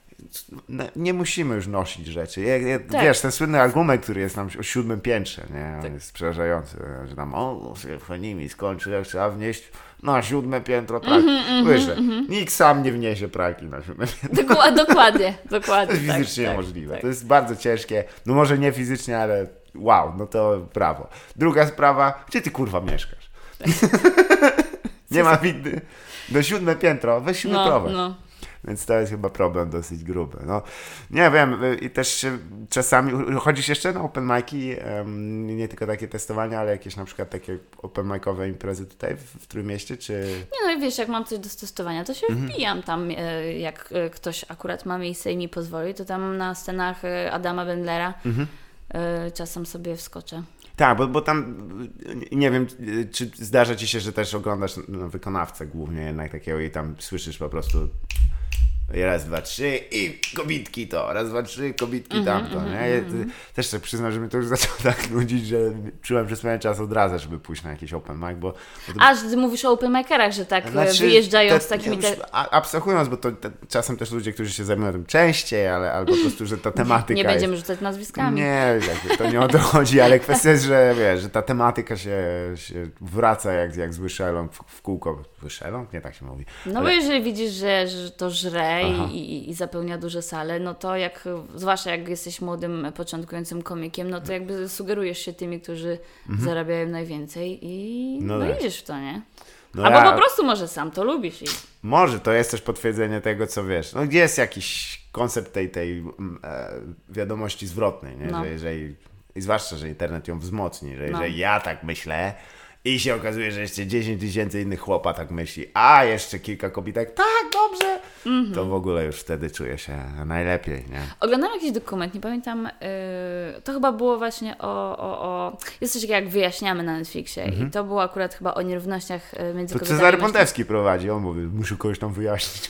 Speaker 1: Nie musimy już nosić rzeczy. Je, je, tak. Wiesz, ten słynny argument, który jest tam o siódmym piętrze, nie? On tak. jest przerażający, że tam o, Fenimi skończy, jak trzeba wnieść na siódme piętro pralki. Mm-hmm, Wyżej. Mm-hmm. Nikt sam nie wniesie pralki na siódme piętro.
Speaker 2: Dokładnie, dokładnie. dokładnie
Speaker 1: to jest fizycznie
Speaker 2: tak,
Speaker 1: niemożliwe.
Speaker 2: Tak.
Speaker 1: To jest bardzo ciężkie. No może nie fizycznie, ale wow, no to brawo. Druga sprawa, gdzie ty kurwa mieszkasz? Tak. Nie ma windy. Do siódme piętro, weź siódmetrowe.
Speaker 2: No, no.
Speaker 1: Więc to jest chyba problem dosyć gruby. No, nie wiem, i też czasami chodzisz jeszcze na open mic'i, um, nie tylko takie testowania, ale jakieś na przykład takie open mic'owe imprezy tutaj w, w Trójmieście, czy...
Speaker 2: Nie no, wiesz, jak mam coś do testowania, to się mhm. wbijam tam, jak ktoś akurat ma miejsce i mi pozwoli, to tam na scenach Adama Wendlera mhm. czasem sobie wskoczę.
Speaker 1: Tak, bo, bo tam, nie wiem, czy zdarza Ci się, że też oglądasz no, wykonawcę głównie jednak takiego i tam słyszysz po prostu raz, dwa, trzy i kobitki to, raz, dwa, trzy, kobitki mm-hmm, tamto, mm-hmm, nie? Ja też sobie przyznam, że mnie to już zaczęło tak nudzić, że czułem przez pewien czas od razu, żeby pójść na jakiś open mic, bo... bo to...
Speaker 2: A, że Ty mówisz o open micerach, że tak znaczy, wyjeżdżają te, z takimi... Te...
Speaker 1: Abstrahując, bo to te, czasem też ludzie, którzy się zajmują tym częściej, ale albo po prostu, że ta tematyka
Speaker 2: Nie będziemy
Speaker 1: jest...
Speaker 2: rzucać nazwiskami.
Speaker 1: Nie, jakby to nie o to chodzi, ale kwestia jest, że wiesz, że ta tematyka się, się wraca jak, jak zły szeląg w, w kółko. Zły szeląg? Nie tak się mówi.
Speaker 2: No ale... bo jeżeli widzisz, że, że to żre i, i, i zapełnia duże sale, no to jak, zwłaszcza jak jesteś młodym, początkującym komikiem, no to jakby sugerujesz się tymi, którzy mhm. zarabiają najwięcej i no, no idziesz w to, nie? No Albo ja... po prostu może sam to lubisz. I...
Speaker 1: Może, to jest też potwierdzenie tego, co wiesz. No gdzie jest jakiś koncept tej, tej e, wiadomości zwrotnej, nie? No. Że jeżeli, i zwłaszcza, że internet ją wzmocni, że jeżeli no. ja tak myślę, i się okazuje, że jeszcze dziesięć tysięcy innych chłopa tak myśli, a jeszcze kilka kobietek, tak, dobrze, mm-hmm. to w ogóle już wtedy czuję się najlepiej, nie?
Speaker 2: Oglądałam jakiś dokument, nie pamiętam, yy, to chyba było właśnie o, o, o... Jest coś takiego jak Wyjaśniamy na Netflixie mm-hmm. i to było akurat chyba o nierównościach między
Speaker 1: to
Speaker 2: kobietami.
Speaker 1: To Cezary Pątewski prowadzi, on mówi, muszę kogoś tam wyjaśnić.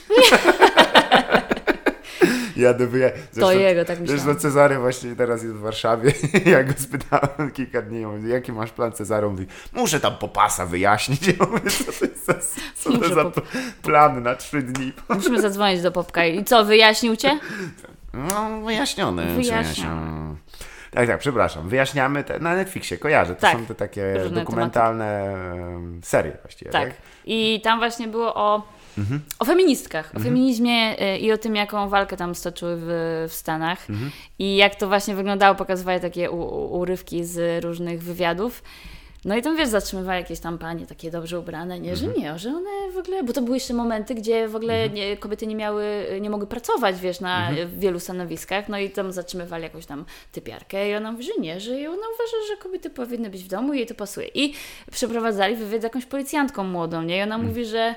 Speaker 1: Jadę wyjaśnić.
Speaker 2: To jego, tak myślałam.
Speaker 1: Zresztą Cezary właśnie teraz jest w Warszawie. Ja go spytałem kilka dni, ja mówię, jaki masz plan? Cezary mówi, muszę tam Popasa wyjaśnić. Ja mówię, co to jest za, co to za pop... plan na trzy dni?
Speaker 2: Musimy zadzwonić do Popka. I co, wyjaśnił cię?
Speaker 1: No, wyjaśniony. Wyjaśniony. Tak, tak, przepraszam. Wyjaśniamy te, na Netflixie, kojarzę. To tak, są te takie dokumentalne tematy. Serie właściwie.
Speaker 2: Tak. tak. I tam właśnie było o Mhm. O feministkach, mhm. o feminizmie y, i o tym, jaką walkę tam stoczyły w, w Stanach mhm. i jak to właśnie wyglądało, pokazywali takie u, u, urywki z różnych wywiadów. No i tam, wiesz, zatrzymywali jakieś tam panie takie dobrze ubrane, nie, że nie, że one w ogóle, bo to były jeszcze momenty, gdzie w ogóle mhm. nie, kobiety nie miały, nie mogły pracować, wiesz, na mhm. wielu stanowiskach, no i tam zatrzymywali jakąś tam typiarkę i ona mówi, że nie, że ona uważa, że kobiety powinny być w domu i jej to pasuje. I przeprowadzali wywiad z jakąś policjantką młodą, nie, i ona mhm. mówi, że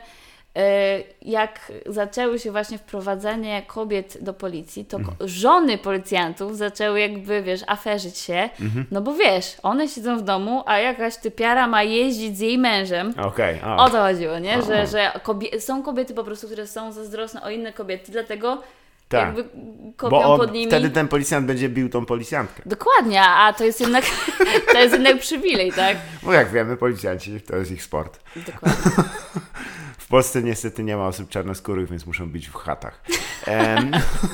Speaker 2: jak zaczęły się właśnie wprowadzanie kobiet do policji, to mhm. żony policjantów zaczęły jakby, wiesz, aferzyć się, mhm. no bo wiesz, one siedzą w domu, a jakaś typiara ma jeździć z jej mężem.
Speaker 1: Okay,
Speaker 2: o to chodziło, nie? Że, że kobie- są kobiety po prostu, które są zazdrosne o inne kobiety, dlatego tak. jakby kopią
Speaker 1: bo on,
Speaker 2: pod nimi.
Speaker 1: Wtedy ten policjant będzie bił tą policjantkę.
Speaker 2: Dokładnie, a to jest jednak to jest jednak przywilej, tak?
Speaker 1: Bo jak wiemy, policjanci to jest ich sport.
Speaker 2: Dokładnie.
Speaker 1: W Polsce niestety nie ma osób czarnoskórych, więc muszą być w chatach. Um,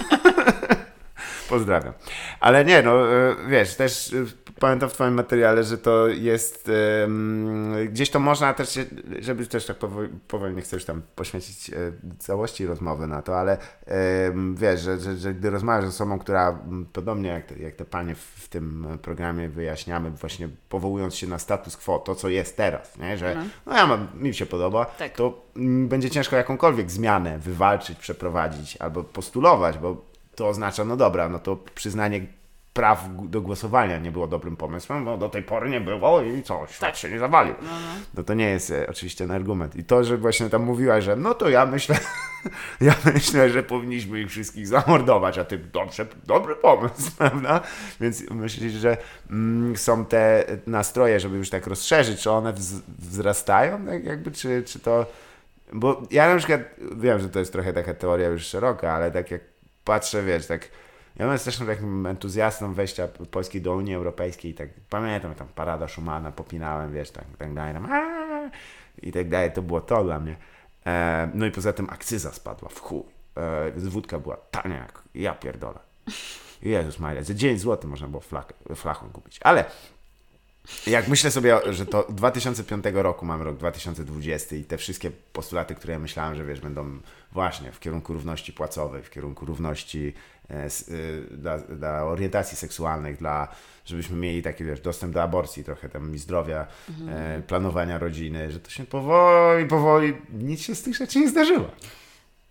Speaker 1: Pozdrawiam. Ale nie, no wiesz, też pamiętam w twoim materiale, że to jest um, gdzieś to można też, się, żeby też tak powoli, powoli nie chcę już tam poświęcić e, całości rozmowy na to, ale um, wiesz, że, że, że gdy rozmawiasz z osobą, która podobnie jak te, jak te panie w, w tym programie wyjaśniamy, właśnie powołując się na status quo, to co jest teraz, nie? Że no, no ja mam, mi się podoba, tak. to m, będzie ciężko jakąkolwiek zmianę wywalczyć, przeprowadzić albo postulować, bo to oznacza, no dobra, no to przyznanie praw do głosowania nie było dobrym pomysłem, bo do tej pory nie było i co, świat tak. się nie zawalił. No, no. no to nie jest e, oczywiście ten argument. I to, że właśnie tam mówiłaś, że no to ja myślę, ja myślę, że powinniśmy ich wszystkich zamordować, a ty dobrze, dobry pomysł, prawda? Więc myślisz, że mm, są te nastroje, żeby już tak rozszerzyć, czy one wz- wzrastają, tak jakby, czy, czy to... Bo ja na przykład, wiem, że to jest trochę taka teoria już szeroka, ale tak jak patrzę, wiesz, tak, ja byłem zresztą takim entuzjastą wejścia Polski do Unii Europejskiej i tak, pamiętam, tam Parada Schumana popinałem, wiesz, tak, tak dalej, tam, aaa, i tak dalej, to było to dla mnie. E, no i poza tym akcyza spadła w chuj, e, wódka była tania jak, ja pierdolę. Jezus Maria, za dziewięć złotych można było flak, flachą kupić, ale jak myślę sobie, że to dwa tysiące piątego roku, mamy rok dwa tysiące dwudziesty i te wszystkie postulaty, które ja myślałem, że wiesz, będą właśnie w kierunku równości płacowej, w kierunku równości e, s, y, dla, dla orientacji seksualnych, dla, żebyśmy mieli taki, wiesz, dostęp do aborcji, trochę tam i zdrowia, mhm. e, planowania rodziny, że to się powoli, powoli, nic się z tych rzeczy nie zdarzyło.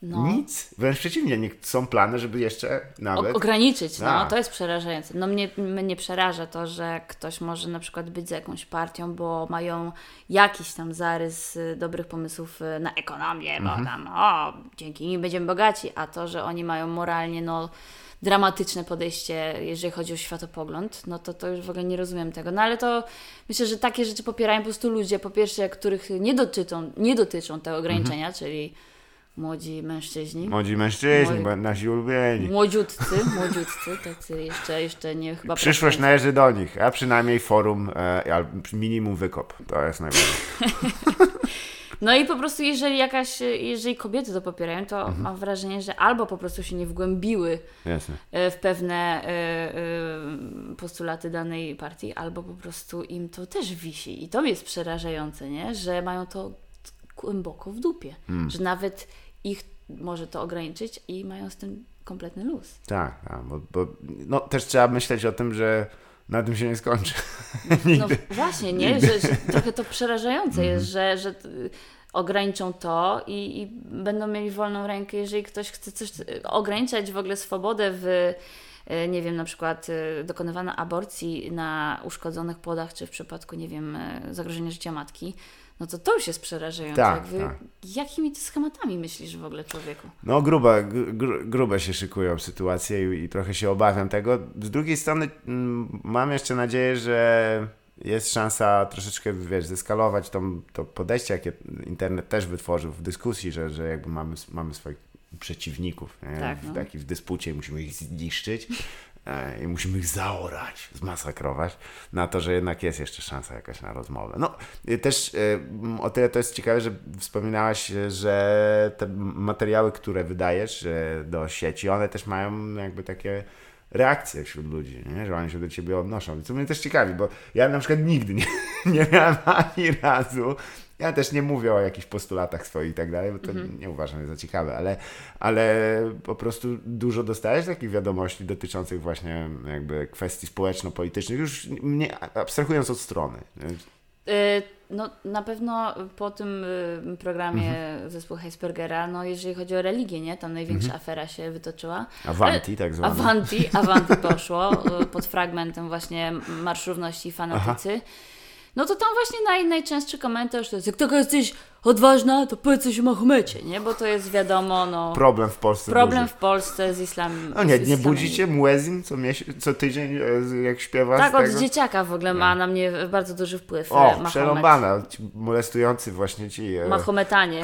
Speaker 2: No.
Speaker 1: Nic. Wręcz przeciwnie, nie, są plany, żeby jeszcze nawet...
Speaker 2: O, ograniczyć, no,
Speaker 1: A.
Speaker 2: to jest przerażające. No mnie, mnie przeraża to, że ktoś może na przykład być z jakąś partią, bo mają jakiś tam zarys y, dobrych pomysłów y, na ekonomię, bo
Speaker 1: Mhm.
Speaker 2: tam, o, dzięki nim będziemy bogaci, a to, że oni mają moralnie, no, dramatyczne podejście, jeżeli chodzi o światopogląd, no to to już w ogóle nie rozumiem tego. No ale to myślę, że takie rzeczy popierają po prostu ludzie, po pierwsze, których nie dotyczą, nie dotyczą te ograniczenia,
Speaker 1: Mhm.
Speaker 2: czyli młodzi mężczyźni.
Speaker 1: Młodzi mężczyźni,
Speaker 2: Moi-
Speaker 1: bo nasi ulubieni.
Speaker 2: Młodziutcy, młodziutcy, tacy jeszcze, jeszcze nie chyba...
Speaker 1: Przyszłość
Speaker 2: pracujący.
Speaker 1: należy do nich, a przynajmniej forum, e, albo minimum wykop. To jest najważniejsze.
Speaker 2: No i po prostu jeżeli jakaś, jeżeli kobiety to popierają, to
Speaker 1: Mhm.
Speaker 2: mam wrażenie, że albo po prostu się nie wgłębiły
Speaker 1: Jasne.
Speaker 2: e, w pewne e, e, postulaty danej partii, albo po prostu im to też wisi. I to jest przerażające, nie? Że mają to głęboko w dupie.
Speaker 1: Mm.
Speaker 2: Że nawet ich może to ograniczyć i mają z tym kompletny luz.
Speaker 1: Tak, tak bo, bo no, też trzeba myśleć o tym, że na tym się nie skończy.
Speaker 2: No właśnie, nie? Że, że trochę to przerażające jest, że, że y, ograniczą to i, i będą mieli wolną rękę, jeżeli ktoś chce coś ograniczać w ogóle swobodę w, y, nie wiem, na przykład y, dokonywania aborcji na uszkodzonych płodach, czy w przypadku, nie wiem, y, zagrożenia życia matki, no to to już jest przerażające.
Speaker 1: Tak,
Speaker 2: Jakby,
Speaker 1: tak.
Speaker 2: Jakimi ty schematami myślisz w ogóle, człowieku?
Speaker 1: No grube, gr, grube się szykują sytuacje i, i trochę się obawiam tego. Z drugiej strony mm, mam jeszcze nadzieję, że jest szansa troszeczkę, wiesz, zeskalować to, to podejście, jakie internet też wytworzył w dyskusji, że, że jakby mamy, mamy swoich przeciwników, nie?
Speaker 2: Tak,
Speaker 1: w,
Speaker 2: no.
Speaker 1: taki, w dyspucie i musimy ich zniszczyć e, i musimy ich zaorać, zmasakrować, na to, że jednak jest jeszcze szansa jakaś na rozmowę. No y, też y, o tyle to jest ciekawe, że wspominałaś, y, że te materiały, które wydajesz y, do sieci, one też mają jakby takie reakcje wśród ludzi, nie? Że oni się do ciebie odnoszą. Co mnie też ciekawi, bo ja na przykład nigdy nie, nie miałem ani razu. Ja też nie mówię o jakichś postulatach swoich i tak dalej, bo to
Speaker 2: Mhm.
Speaker 1: nie uważam je za ciekawe, ale, ale po prostu dużo dostajesz takich wiadomości dotyczących właśnie jakby kwestii społeczno-politycznych, już nie abstrahując od strony. nie?
Speaker 2: Y, No na pewno po tym y, programie
Speaker 1: Mhm.
Speaker 2: zespół Heisbergera, no jeżeli chodzi o religię, nie? Tam największa afera się wytoczyła.
Speaker 1: Avanti, tak zwane.
Speaker 2: Avanti, Avanti poszło y, pod fragmentem właśnie Marsz Równości i Fanatycy. No to tam właśnie naj, najczęstszy komentarz to jest: jak taka jesteś odważna, to powiedz coś o Mahomecie, nie? Bo to jest wiadomo, no...
Speaker 1: Problem w Polsce
Speaker 2: Problem
Speaker 1: duży.
Speaker 2: w Polsce z islamem.
Speaker 1: No nie,
Speaker 2: z
Speaker 1: nie
Speaker 2: islamem.
Speaker 1: budzi cię muezin co, miesiąc, co tydzień, e, jak śpiewa
Speaker 2: Tak,
Speaker 1: z
Speaker 2: od
Speaker 1: tego?
Speaker 2: dzieciaka w ogóle ma na mnie bardzo duży wpływ
Speaker 1: O,
Speaker 2: Mahomet.
Speaker 1: przerąbana, ci molestujący właśnie ci... E,
Speaker 2: Mahometanie.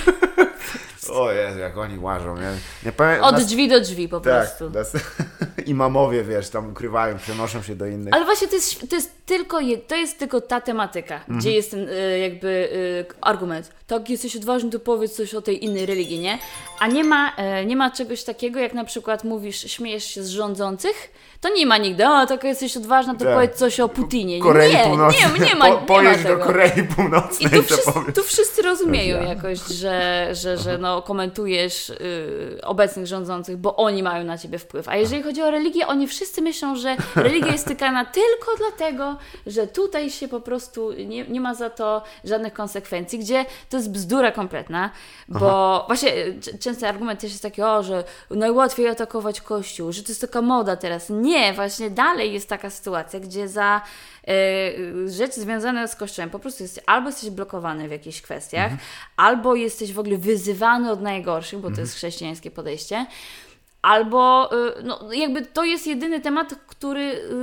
Speaker 1: o Jezu, jak oni łażą, nie? nie powiem,
Speaker 2: Od
Speaker 1: nas-
Speaker 2: drzwi do drzwi po
Speaker 1: Tak,
Speaker 2: prostu.
Speaker 1: nas, imamowie, wiesz, tam ukrywają, przenoszą się do innych.
Speaker 2: Ale właśnie to jest, to jest, tylko, je, to jest tylko ta tematyka,
Speaker 1: Mhm.
Speaker 2: gdzie jest ten y, jakby y, argument. Tak, jesteś odważny, to powiedz coś o tej innej religii, nie? A nie ma, y, nie ma czegoś takiego, jak na przykład mówisz, śmiejesz się z rządzących, to nie ma nigdy, o, tak jesteś odważna, to
Speaker 1: Tak.
Speaker 2: powiedz coś o Putinie.
Speaker 1: Korei
Speaker 2: nie,
Speaker 1: Północnej.
Speaker 2: nie, nie ma,
Speaker 1: po,
Speaker 2: nie
Speaker 1: pojedź
Speaker 2: ma
Speaker 1: do
Speaker 2: tego.
Speaker 1: Korei
Speaker 2: I
Speaker 1: Północnej,
Speaker 2: tu
Speaker 1: co
Speaker 2: wszyscy,
Speaker 1: powiesz.
Speaker 2: tu wszyscy rozumieją
Speaker 1: Ja.
Speaker 2: jakoś, że, że, że no, komentujesz y, obecnych rządzących, bo oni mają na ciebie wpływ. A jeżeli chodzi o religię, oni wszyscy myślą, że religia jest tykana tylko dlatego, że tutaj się po prostu nie, nie ma za to żadnych konsekwencji, gdzie to jest bzdura kompletna, bo właśnie y, c- częsty argument też jest taki, o, że najłatwiej atakować Kościół, że to jest taka moda teraz. Nie, właśnie dalej jest taka sytuacja, gdzie za y, rzeczy związane z Kościołem po prostu jest, albo jesteś blokowany w jakichś kwestiach, albo jesteś w ogóle wyzywany od najgorszych, bo to jest chrześcijańskie podejście, albo y, no, jakby to jest jedyny temat, który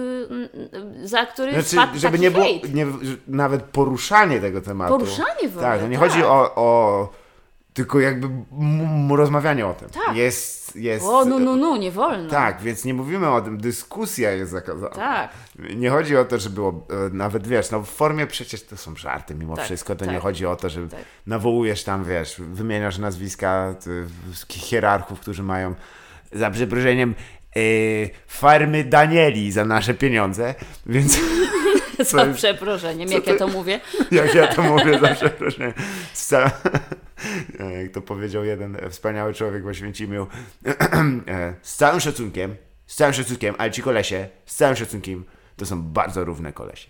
Speaker 2: y, za który
Speaker 1: Znaczy,
Speaker 2: spadł
Speaker 1: żeby
Speaker 2: taki
Speaker 1: nie było,
Speaker 2: hejt.
Speaker 1: nie, że nawet poruszanie tego tematu.
Speaker 2: Poruszanie w ogóle,
Speaker 1: Tak, no nie
Speaker 2: tak.
Speaker 1: chodzi o, o tylko jakby m- m- rozmawianie o tym.
Speaker 2: Tak.
Speaker 1: Jest, jest...
Speaker 2: O, no, no, no, nie wolno.
Speaker 1: Tak, więc nie mówimy o tym, dyskusja jest zakazana.
Speaker 2: Tak.
Speaker 1: Nie chodzi o to, że było, e, nawet wiesz, no w formie przecież to są żarty mimo
Speaker 2: Tak,
Speaker 1: wszystko, to
Speaker 2: tak.
Speaker 1: nie chodzi o to, że
Speaker 2: Tak.
Speaker 1: nawołujesz tam, wiesz, wymieniasz nazwiska ty, hierarchów, którzy mają za przeproszeniem e, farmy Danieli za nasze pieniądze, więc
Speaker 2: Za
Speaker 1: jest-
Speaker 2: przeproszeniem,
Speaker 1: co
Speaker 2: jak
Speaker 1: to-
Speaker 2: ja to mówię.
Speaker 1: jak ja to mówię za przeproszeniem, z ca- jak to powiedział jeden wspaniały człowiek w Oświęcimiu, e, z całym szacunkiem, z całym szacunkiem, ale ci kolesie, z całym szacunkiem, to są bardzo równe kolesie.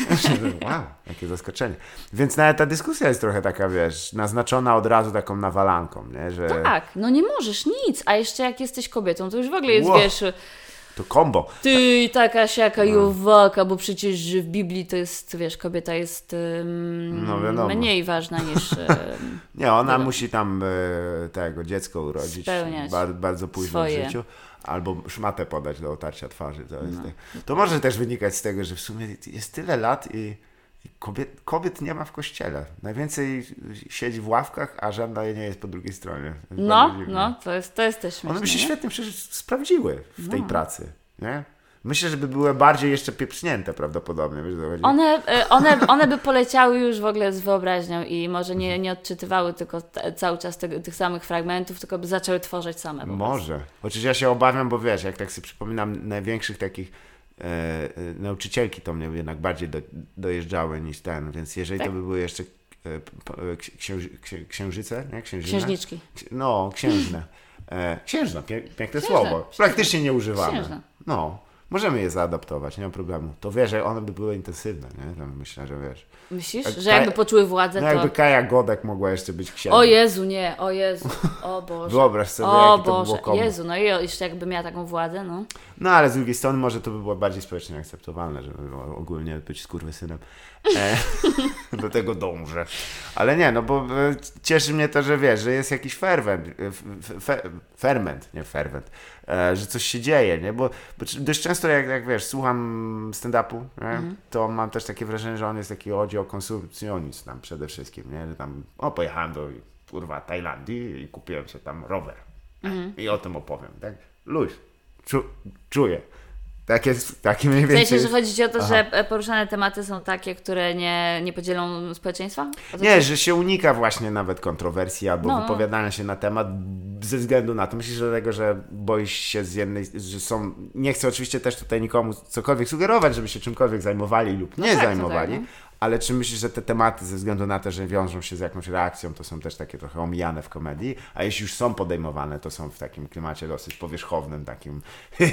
Speaker 1: Wow, jakie zaskoczenie. Więc nawet ta dyskusja jest trochę taka, wiesz, naznaczona od razu taką nawalanką, nie? Że...
Speaker 2: Tak, no nie możesz nic, a jeszcze jak jesteś kobietą, to już w ogóle jest,
Speaker 1: Wow.
Speaker 2: wiesz...
Speaker 1: To kombo.
Speaker 2: Ty taka siaka i owaka, bo przecież w Biblii to jest, wiesz, kobieta jest um,
Speaker 1: No wiadomo.
Speaker 2: mniej ważna niż... Um,
Speaker 1: Nie, ona musi tam e, tego dziecko urodzić
Speaker 2: Spełniać
Speaker 1: bar, bardzo późno
Speaker 2: swoje.
Speaker 1: w życiu, albo szmatę podać do otarcia twarzy. To, jest, no. to może też wynikać z tego, że w sumie jest tyle lat i, i kobiet, kobiet nie ma w kościele. Najwięcej siedzi w ławkach, a żadna nie jest po drugiej stronie.
Speaker 2: No, no, to jest, to jest też śmieszne.
Speaker 1: One by się
Speaker 2: nie?
Speaker 1: świetnie przecież sprawdziły w tej
Speaker 2: No.
Speaker 1: pracy, nie? Myślę, że by były bardziej jeszcze pieprznięte prawdopodobnie. Wiesz, co chodzi?
Speaker 2: One, e, one, one by poleciały już w ogóle z wyobraźnią i może nie, nie odczytywały tylko t- cały czas te, tych samych fragmentów, tylko by zaczęły tworzyć same. po prostu.
Speaker 1: Może. Chociaż ja się obawiam, bo wiesz, jak tak sobie przypominam największych takich e, e, nauczycielki, to mnie jednak bardziej do, dojeżdżały niż ten, więc jeżeli
Speaker 2: Tak.
Speaker 1: to by były jeszcze e, p- e, księży, księ, księżyce, nie? Księżyny?
Speaker 2: Księżniczki.
Speaker 1: Ksi- No, księżne. E, księżna, pie, piękne
Speaker 2: Księżna.
Speaker 1: słowo. Praktycznie nie używane.
Speaker 2: Księżna.
Speaker 1: No. Możemy je zaadaptować, nie ma problemu. To wiesz, że one by były intensywne, nie? Tam myślę, że wiesz.
Speaker 2: Myślisz,
Speaker 1: Jak
Speaker 2: że
Speaker 1: Kaja-
Speaker 2: jakby poczuły władzę,
Speaker 1: No
Speaker 2: to...
Speaker 1: jakby Kaja Godek mogła jeszcze być księżną.
Speaker 2: O Jezu, nie, o Jezu, o Boże.
Speaker 1: Wyobraź sobie,
Speaker 2: O
Speaker 1: jakie to
Speaker 2: Boże,
Speaker 1: było kombo.
Speaker 2: Jezu, no i jeszcze jakby miała taką władzę, no.
Speaker 1: No ale z drugiej strony może to by było bardziej społecznie akceptowalne, żeby ogólnie być skurwysynem. E, do tego dążę. Ale nie, no bo e, cieszy mnie to, że wiesz, że jest jakiś ferment, e, f, fe, ferment, nie ferment, e, że coś się dzieje, nie? Bo, bo dość często jak, jak wiesz, słucham stand-upu, nie?
Speaker 2: Mhm.
Speaker 1: To mam też takie wrażenie, że on jest taki, chodzi o konsumpcjonizm tam przede wszystkim, nie? Że tam, o pojechałem do kurwa Tajlandii i kupiłem sobie tam rower.
Speaker 2: Mhm.
Speaker 1: I o tym opowiem, tak? Luź, czu, czuję. Tak jest, taki mniej
Speaker 2: W
Speaker 1: więcej.
Speaker 2: sensie, że chodzi ci o to,
Speaker 1: Aha.
Speaker 2: że poruszane tematy są takie, które nie, nie podzielą społeczeństwa? O to
Speaker 1: Nie,
Speaker 2: ci-
Speaker 1: że się unika właśnie nawet kontrowersji albo
Speaker 2: No.
Speaker 1: wypowiadania się na temat ze względu na to. Myślisz, że dlatego, że boisz się z jednej, że są, nie chcę oczywiście też tutaj nikomu cokolwiek sugerować, żeby się czymkolwiek zajmowali lub nie
Speaker 2: tak, to
Speaker 1: zajmowali,
Speaker 2: tak, no.
Speaker 1: ale czy myślisz, że te tematy ze względu na to, że wiążą się z jakąś reakcją, to są też takie trochę omijane w komedii, a jeśli już są podejmowane, to są w takim klimacie dosyć powierzchownym, takim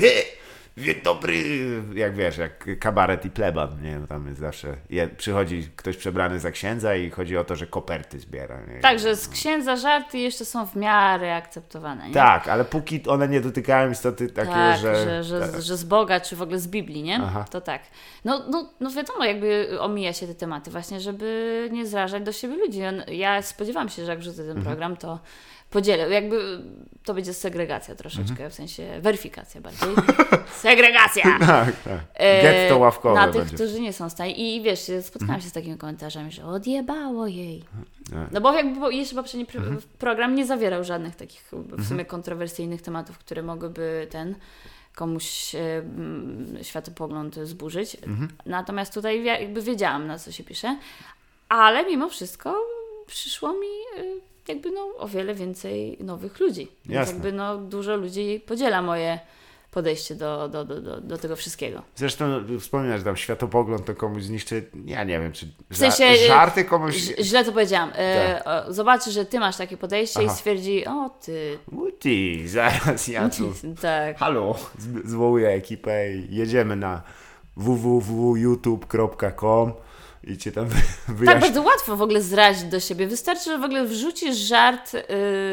Speaker 1: dzień dobry, jak wiesz, jak kabaret i pleban, nie? Tam jest zawsze, je, przychodzi ktoś przebrany za księdza i chodzi o to, że koperty zbiera. Nie?
Speaker 2: Także z księdza żarty jeszcze są w miarę akceptowane, nie?
Speaker 1: Tak, ale póki one nie dotykają istoty takiego,
Speaker 2: Tak,
Speaker 1: że...
Speaker 2: że, że,
Speaker 1: tak.
Speaker 2: że z Boga, czy w ogóle z Biblii, nie?
Speaker 1: Aha.
Speaker 2: To tak. No, no, no wiadomo, jakby omija się te tematy właśnie, żeby nie zrażać do siebie ludzi. On- Ja spodziewam się, że jak wrzucę ten
Speaker 1: Mhm.
Speaker 2: program, to podzielę. Jakby to będzie segregacja troszeczkę,
Speaker 1: Mhm.
Speaker 2: w sensie weryfikacja bardziej. Segregacja!
Speaker 1: Tak, tak.
Speaker 2: E,
Speaker 1: Getto ławkowe
Speaker 2: Na tych,
Speaker 1: będzie.
Speaker 2: którzy nie są w stanie. I wiesz, spotkałam się z takimi komentarzami, że odjebało jej.
Speaker 1: Nie.
Speaker 2: No bo jakby bo jeszcze poprzedni pro-
Speaker 1: Mhm.
Speaker 2: program nie zawierał żadnych takich w sumie kontrowersyjnych tematów, które mogłyby ten komuś e, mm, światopogląd zburzyć.
Speaker 1: Mhm.
Speaker 2: Natomiast tutaj ja jakby wiedziałam, na co się pisze, ale mimo wszystko przyszło mi e, jakby no o wiele więcej nowych ludzi. Więc
Speaker 1: Jasne.
Speaker 2: jakby no dużo ludzi podziela moje podejście do, do, do, do, do tego wszystkiego.
Speaker 1: Zresztą wspominasz, że tam światopogląd to komuś zniszczy, ja nie wiem, czy
Speaker 2: W sensie, e,
Speaker 1: ża- żarty komuś...
Speaker 2: Ź- źle to powiedziałam. E, o, zobaczy, że ty masz takie podejście
Speaker 1: Aha.
Speaker 2: i stwierdzi, o ty.
Speaker 1: Uti, zaraz ja tu...
Speaker 2: Tak.
Speaker 1: Halo, z- zwołuję ekipę i jedziemy na w w w kropka youtube kropka com i cię tam wy-
Speaker 2: Tak,
Speaker 1: wyjaśnię.
Speaker 2: bardzo łatwo w ogóle zrazić do siebie. Wystarczy, że w ogóle wrzucisz żart yy,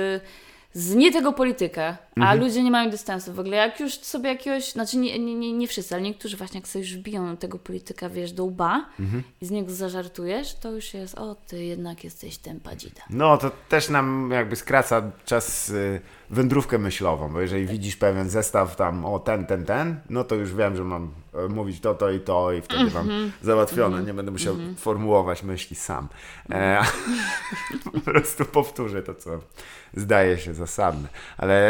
Speaker 2: z nie tego polityka, a
Speaker 1: Mhm.
Speaker 2: ludzie nie mają dystansu w ogóle. Jak już sobie jakiegoś, znaczy nie, nie, nie, nie wszyscy, ale niektórzy właśnie jak sobie już wbiją tego polityka, wiesz, do łba
Speaker 1: Mhm.
Speaker 2: i z niego zażartujesz, to już jest, o ty jednak jesteś tempadzita.
Speaker 1: No, to też nam jakby skraca czas, y, wędrówkę myślową, bo jeżeli widzisz pewien zestaw tam, o ten, ten, ten, no to już wiem, że mam e, mówić to, to i to i wtedy mam załatwione, nie będę musiał formułować myśli sam. E, po prostu powtórzę to, co zdaje się zasadne, ale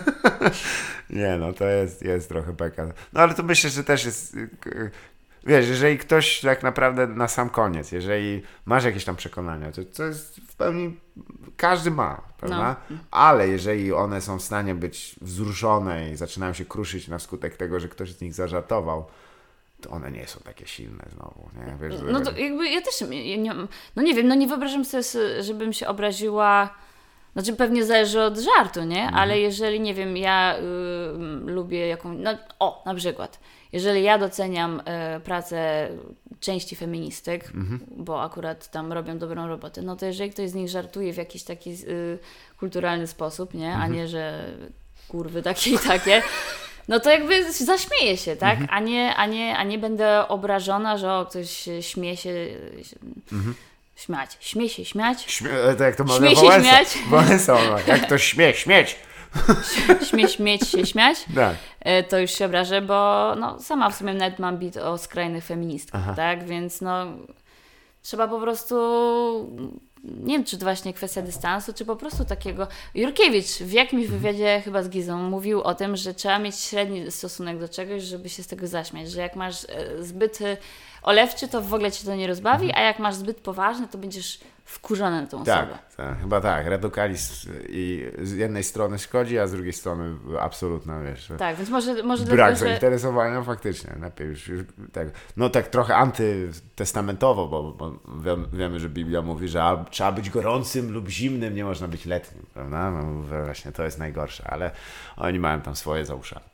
Speaker 1: nie no, to jest, jest trochę beka. No ale to myślę, że też jest... y, k- Wiesz, jeżeli ktoś tak naprawdę na sam koniec, jeżeli masz jakieś tam przekonania, to, to jest w pełni, każdy ma, prawda? Ale jeżeli one są w stanie być wzruszone i zaczynają się kruszyć na skutek tego, że ktoś z nich zażartował, to one nie są takie silne znowu, nie? Wiesz,
Speaker 2: No to jakby ja też nie, nie, no nie wiem, no nie wyobrażam sobie, żebym się obraziła Znaczy pewnie zależy od żartu, nie? Mhm. Ale jeżeli, nie wiem, ja y, lubię jakąś... No, o, na przykład. Jeżeli ja doceniam y, pracę części feministek, mhm. bo akurat tam robią dobrą robotę, no to jeżeli ktoś z nich żartuje w jakiś taki y, kulturalny sposób, nie? Mhm. A nie, że kurwy takie i takie, no to jakby zaśmieję się, tak? Mhm. A, nie, a, nie, a nie będę obrażona, że o, ktoś śmie się... Mhm. Śmiać. Śmie się śmiać.
Speaker 1: Śmie, to jak to ma
Speaker 2: śmie się śmiać.
Speaker 1: Wałęsa, jak to śmie, śmieć.
Speaker 2: Śmie śmieć się śmiać.
Speaker 1: Tak.
Speaker 2: To już się obrażę, bo no, sama w sumie nawet mam bit o skrajnych feministkach, Aha. tak? Więc no trzeba po prostu... Nie wiem, czy to właśnie kwestia dystansu, czy po prostu takiego... Jurkiewicz w jakimś wywiadzie chyba z Gizą mówił o tym, że trzeba mieć średni stosunek do czegoś, żeby się z tego zaśmiać, że jak masz zbyt olewczy, to w ogóle cię to nie rozbawi, a jak masz zbyt poważny, to będziesz wkurzony na tą
Speaker 1: tak,
Speaker 2: osobę.
Speaker 1: Tak, chyba tak. Radykalizm i z jednej strony szkodzi, a z drugiej strony absolutna, wiesz...
Speaker 2: Tak, więc może... może
Speaker 1: brak
Speaker 2: dlatego,
Speaker 1: zainteresowania, że... faktycznie. Lepiej już, już tak. No tak trochę antystestamentowo, bo, bo wiemy, że Biblia mówi, że albo trzeba być gorącym lub zimnym, nie można być letnim, prawda? No właśnie, to jest najgorsze, ale oni mają tam swoje za uszami.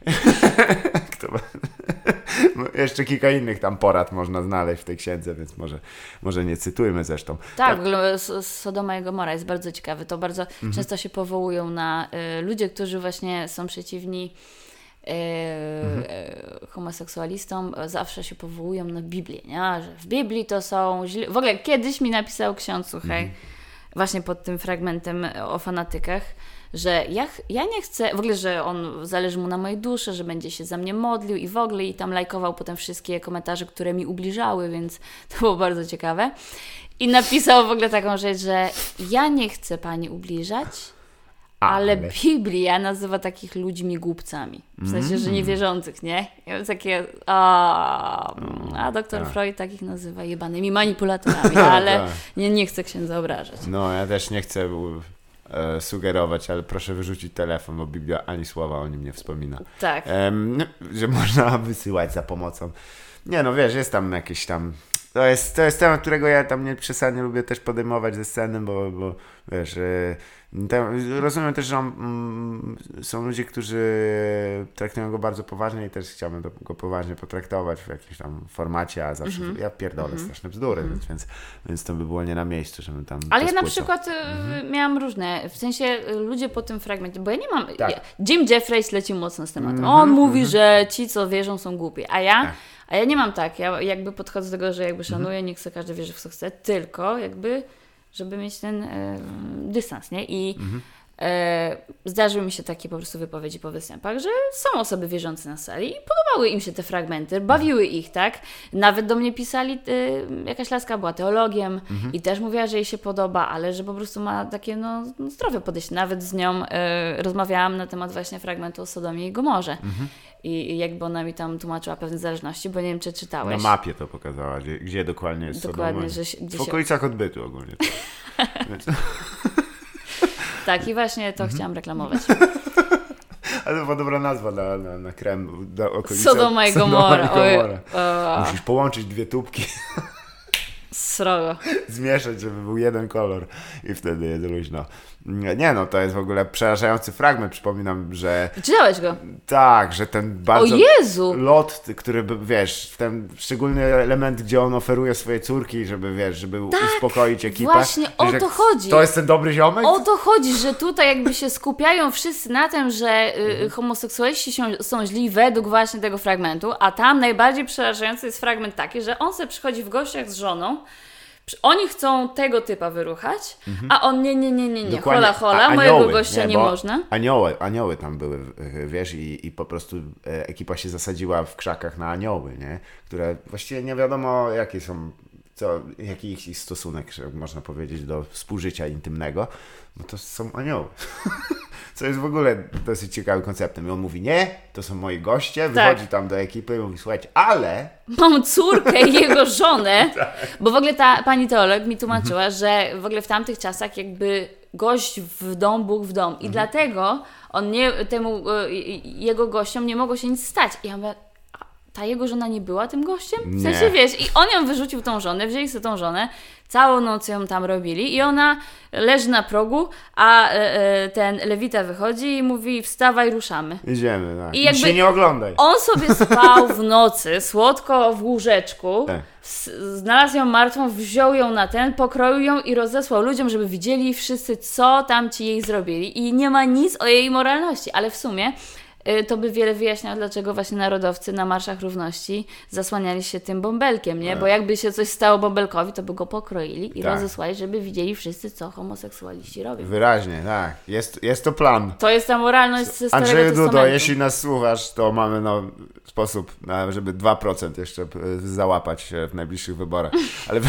Speaker 1: Kto... No, jeszcze kilka innych tam porad można znaleźć w tej księdze, więc może, może nie cytujmy zresztą.
Speaker 2: Tak, w ogóle Sodoma i Gomora jest bardzo ciekawy. To bardzo mhm. często się powołują na y, ludzie, którzy właśnie są przeciwni y, mhm. y, homoseksualistom, zawsze się powołują na Biblię, nie? Że w Biblii to są źli... W ogóle kiedyś mi napisał ksiądz, słuchaj, mhm. właśnie pod tym fragmentem o fanatykach, że ja, ja nie chcę, w ogóle, że on zależy mu na mojej duszy, że będzie się za mnie modlił i w ogóle i tam lajkował potem wszystkie komentarze, które mi ubliżały, więc to było bardzo ciekawe. I napisał w ogóle taką rzecz, że ja nie chcę pani ubliżać, ale, ale Biblia nazywa takich ludźmi głupcami. W sensie, że niewierzących, nie? I jest takie, a, a doktor tak. Freud takich nazywa jebanymi manipulatorami, ale tak. nie, nie chcę księdza obrażać.
Speaker 1: No, ja też nie chcę e, sugerować, ale proszę wyrzucić telefon, bo Biblia ani słowa o nim nie wspomina.
Speaker 2: Tak.
Speaker 1: E, że można wysyłać za pomocą. Nie no, wiesz, jest tam jakieś tam... To jest, to jest temat, którego ja tam nie przesadnie lubię też podejmować ze sceny, bo, bo wiesz, ten, rozumiem też, że on, mm, są ludzie, którzy traktują go bardzo poważnie i też chciałbym go poważnie potraktować w jakimś tam formacie, a zawsze mm-hmm. ja pierdolę mm-hmm. straszne bzdury, mm-hmm. więc, więc to by było nie na miejscu, żebym tam...
Speaker 2: Ale ja na przykład mm-hmm. miałam różne, w sensie ludzie po tym fragmencie, bo ja nie mam... Tak. Ja, Jim Jeffries leci mocno z tematem. Mm-hmm. On mówi, mm-hmm. że ci, co wierzą, są głupi, a ja... Tak. A ja nie mam tak, ja jakby podchodzę do tego, że jakby szanuję, mhm. nie chcę, każdy wierzy w co chce, tylko jakby, żeby mieć ten e, dystans, nie? I mhm. e, zdarzyły mi się takie po prostu wypowiedzi po występach, że są osoby wierzące na sali i podobały im się te fragmenty, bawiły ich, tak? Nawet do mnie pisali, e, jakaś laska była teologiem mhm. i też mówiła, że jej się podoba, ale że po prostu ma takie, no, zdrowe podejście. Nawet z nią e, rozmawiałam na temat właśnie fragmentu o Sodomie i Gomorze. Mhm. I jakby ona mi tam tłumaczyła pewne zależności, bo nie wiem, czy czytałeś.
Speaker 1: Na mapie to pokazała, gdzie, gdzie dokładnie jest
Speaker 2: dokładnie,
Speaker 1: Sodoma.
Speaker 2: Że, gdzie
Speaker 1: w okolicach się... odbytu ogólnie.
Speaker 2: Tak, i właśnie to mhm. chciałam reklamować.
Speaker 1: Ale to była dobra nazwa na, na, na krem. Na okolicy
Speaker 2: Sodoma i Gomora.
Speaker 1: Sodoma i Gomora. Oj, musisz połączyć dwie tubki.
Speaker 2: Srogo.
Speaker 1: Zmieszać, żeby był jeden kolor i wtedy jest luźno. Nie no, to jest w ogóle przerażający fragment. Przypominam, że...
Speaker 2: Czytałeś go?
Speaker 1: Tak, że ten bardzo...
Speaker 2: O Jezu!
Speaker 1: Lot, który, wiesz, ten szczególny element, gdzie on oferuje swoje córki, żeby, wiesz, żeby tak, uspokoić ekipę.
Speaker 2: Właśnie o to chodzi.
Speaker 1: To jest ten dobry ziomek?
Speaker 2: O to chodzi, że tutaj jakby się skupiają wszyscy na tym, że y, homoseksualiści są, są źli według właśnie tego fragmentu, a tam najbardziej przerażający jest fragment taki, że on sobie przychodzi w gościach z żoną, oni chcą tego typa wyruchać, mhm. a on nie, nie, nie, nie, nie, hola, hola, a, mojego gościa nie, nie można.
Speaker 1: Anioły, anioły tam były, wiesz, i, i po prostu ekipa się zasadziła w krzakach na anioły, nie? Które właściwie nie wiadomo jakie są, co, jaki ich stosunek, można powiedzieć, do współżycia intymnego, no to są anioły. Co jest w ogóle dosyć ciekawym konceptem. I on mówi, nie, to są moi goście, wychodzi tak. tam do ekipy i mówi, słuchajcie, ale...
Speaker 2: Mam córkę i jego żonę, tak. bo w ogóle ta pani teolog mi tłumaczyła, mhm. że w ogóle w tamtych czasach jakby gość w dom, Bóg w dom. I mhm. dlatego on nie, temu, jego gościom nie mogło się nic stać. I ja mówię, ta jego żona nie była tym gościem? W sensie,
Speaker 1: nie.
Speaker 2: wiesz, i on ją wyrzucił tą żonę, wzięli sobie tą żonę, Całą noc ją tam robili i ona leży na progu, a e, e, ten Lewita wychodzi i mówi wstawaj, ruszamy.
Speaker 1: Idziemy, tak.
Speaker 2: I jakby
Speaker 1: się nie oglądaj.
Speaker 2: On sobie spał w nocy, słodko w łóżeczku,
Speaker 1: Tak.
Speaker 2: znalazł ją martwą, wziął ją na ten, pokroił ją i rozesłał ludziom, żeby widzieli wszyscy, co tam ci jej zrobili. I nie ma nic o jej moralności, ale w sumie to by wiele wyjaśniało, dlaczego właśnie narodowcy na marszach równości zasłaniali się tym bąbelkiem, nie? Bo jakby się coś stało bąbelkowi, to by go pokroili i
Speaker 1: tak.
Speaker 2: rozesłali, żeby widzieli wszyscy, co homoseksualiści robią.
Speaker 1: Wyraźnie, tak. Jest, jest to plan.
Speaker 2: To jest ta moralność ze Starego
Speaker 1: Andrzeju
Speaker 2: Testamentu.
Speaker 1: Dudo, jeśli nas słuchasz, to mamy no, sposób, żeby dwa procent jeszcze załapać w najbliższych wyborach. Ale...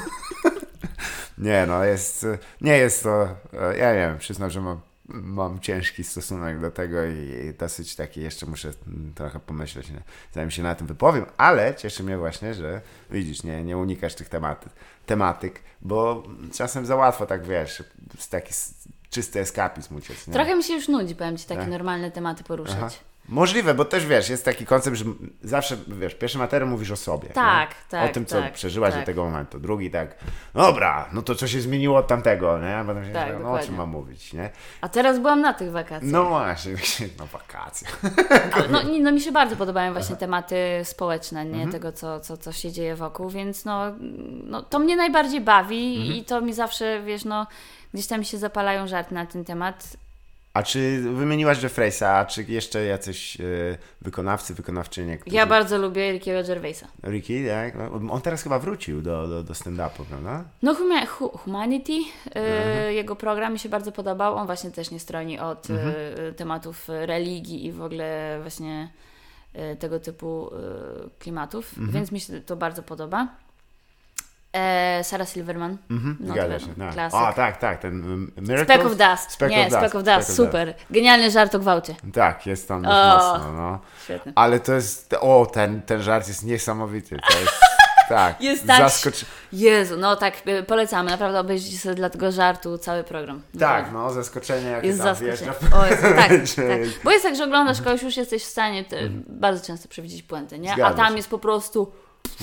Speaker 1: nie, no jest... Nie jest to... Ja nie wiem, przyznam, że mam... Mam ciężki stosunek do tego i dosyć taki, jeszcze muszę trochę pomyśleć, nie? Zanim się na tym wypowiem, ale cieszy mnie właśnie, że widzisz, nie, nie unikasz tych tematy, tematyk, bo czasem za łatwo tak, wiesz, z taki czysty eskapizm uciec. Nie?
Speaker 2: Trochę mi się już nudzi, powiem Ci, takie normalne tematy poruszać. Aha.
Speaker 1: Możliwe, bo też wiesz, jest taki koncept, że zawsze, wiesz, pierwszy materiał mówisz o sobie.
Speaker 2: Tak,
Speaker 1: nie?
Speaker 2: tak.
Speaker 1: O tym, co
Speaker 2: tak,
Speaker 1: przeżyłaś
Speaker 2: tak.
Speaker 1: do tego momentu. Drugi tak, dobra, no to co się zmieniło od tamtego, nie? A potem się
Speaker 2: tak,
Speaker 1: no dokładnie. O czym mam mówić, nie?
Speaker 2: A teraz byłam na tych wakacjach.
Speaker 1: No właśnie, no wakacje.
Speaker 2: Ale no, no mi się bardzo podobają właśnie tematy społeczne, nie? Mhm. Tego, co, co, co się dzieje wokół, więc no, no to mnie najbardziej bawi mhm. i to mi zawsze, wiesz, no gdzieś tam się zapalają żarty na ten temat.
Speaker 1: A czy wymieniłaś Jeffreysa, a czy jeszcze jacyś y, wykonawcy, wykonawczynie? Którzy...
Speaker 2: Ja bardzo lubię Rickiego Gervaisa.
Speaker 1: Ricky, tak? On teraz chyba wrócił do, do, do stand-upu, prawda?
Speaker 2: No Huma- Humanity, y, mhm. jego program mi się bardzo podobał. On właśnie też nie stroni od mhm. y, tematów religii i w ogóle właśnie y, tego typu y, klimatów, mhm. więc mi się to bardzo podoba. E, Sarah Silverman.
Speaker 1: Mhm,
Speaker 2: no,
Speaker 1: zgadza się. No.
Speaker 2: Klasyk.
Speaker 1: O, tak, tak. Ten um,
Speaker 2: Speck of Dust.
Speaker 1: Speck
Speaker 2: Nie,
Speaker 1: of Dust.
Speaker 2: Speck of Dust.
Speaker 1: Speck
Speaker 2: Super.
Speaker 1: Dust.
Speaker 2: Genialny żart o gwałcie.
Speaker 1: Tak, jest tam dość
Speaker 2: o,
Speaker 1: mocno. No.
Speaker 2: Świetny.
Speaker 1: Ale to jest... O, ten, ten żart jest niesamowity. To jest... Tak,
Speaker 2: jest tak...
Speaker 1: zaskoczy...
Speaker 2: Jezu, no tak, polecamy. Naprawdę obejrzyjcie sobie dla tego żartu cały program.
Speaker 1: Tak, no, zaskoczenie jakie
Speaker 2: jest
Speaker 1: tam
Speaker 2: zaskoczenie.
Speaker 1: wjeżdża.
Speaker 2: O, jest, tak, tak. Bo jest tak, że oglądasz kogoś, już jesteś w stanie te, bardzo często przewidzieć puentę, nie?
Speaker 1: Zgadza
Speaker 2: A tam
Speaker 1: się.
Speaker 2: jest po prostu...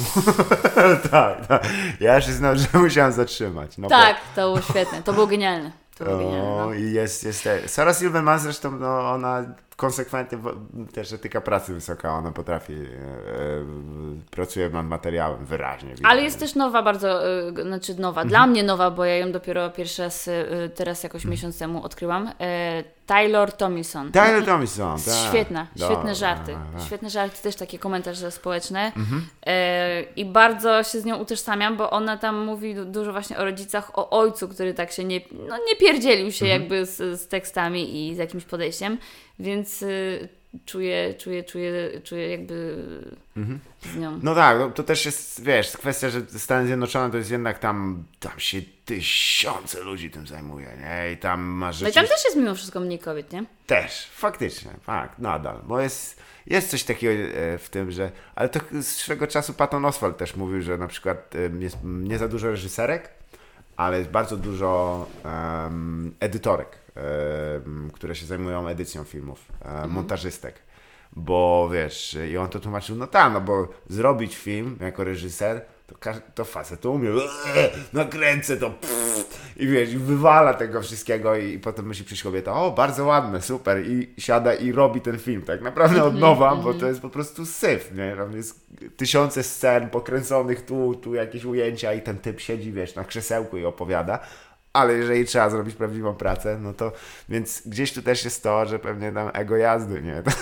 Speaker 1: tak, tak. Ja się znam, że musiałem zatrzymać. No,
Speaker 2: tak, to było świetne. To było genialne. To było
Speaker 1: o,
Speaker 2: genialne no.
Speaker 1: I jest, jest te... Sarah Silverman zresztą, no, ona konsekwentnie, też etyka pracy wysoka, ona potrafi, e, e, pracuje nad materiałem wyraźnie. Widać.
Speaker 2: Ale jest też nowa bardzo, y, znaczy nowa, mhm. dla mnie nowa, bo ja ją dopiero pierwszy raz y, teraz jakoś mhm. miesiąc temu odkryłam. Y, Taylor Tomlinson.
Speaker 1: Taylor Tomlinson, tak.
Speaker 2: Świetna,
Speaker 1: Do,
Speaker 2: świetne żarty.
Speaker 1: a, a.
Speaker 2: Świetne żarty, też takie komentarze społeczne.
Speaker 1: Mhm.
Speaker 2: Y, I bardzo się z nią utożsamiam, bo ona tam mówi dużo właśnie o rodzicach, o ojcu, który tak się nie, no, nie pierdzielił się mhm. jakby z, z tekstami i z jakimś podejściem. Więc y, czuję, czuję, czuję, czuję jakby mhm. z nią.
Speaker 1: No tak, no, to też jest, wiesz, kwestia, że Stany Zjednoczone to jest jednak tam, tam się tysiące ludzi tym zajmuje, nie? I tam masz rzeczy...
Speaker 2: No i tam też jest mimo wszystko mniej kobiet, nie?
Speaker 1: Też, faktycznie, tak, nadal, bo jest, jest coś takiego w tym, że... Ale to swego czasu Patton Oswalt też mówił, że na przykład jest nie za dużo reżyserek, ale jest bardzo dużo um, edytorek, um, które się zajmują edycją filmów, um, mm. montażystek. Bo wiesz, i on to tłumaczył, no tak, no bo zrobić film jako reżyser, to, to facet to umie, eee, nakręcę to, pff, i wiesz, i wywala tego wszystkiego i, i potem musi przyjść kobieta, o, bardzo ładne, super, i siada i robi ten film, tak naprawdę od nowa, bo to jest po prostu syf, nie, tam jest tysiące scen pokręconych, tu, tu jakieś ujęcia i ten typ siedzi, wiesz, na krzesełku i opowiada, ale jeżeli trzeba zrobić prawdziwą pracę, no to, więc gdzieś tu też jest to, że pewnie tam ego jazdy, nie, to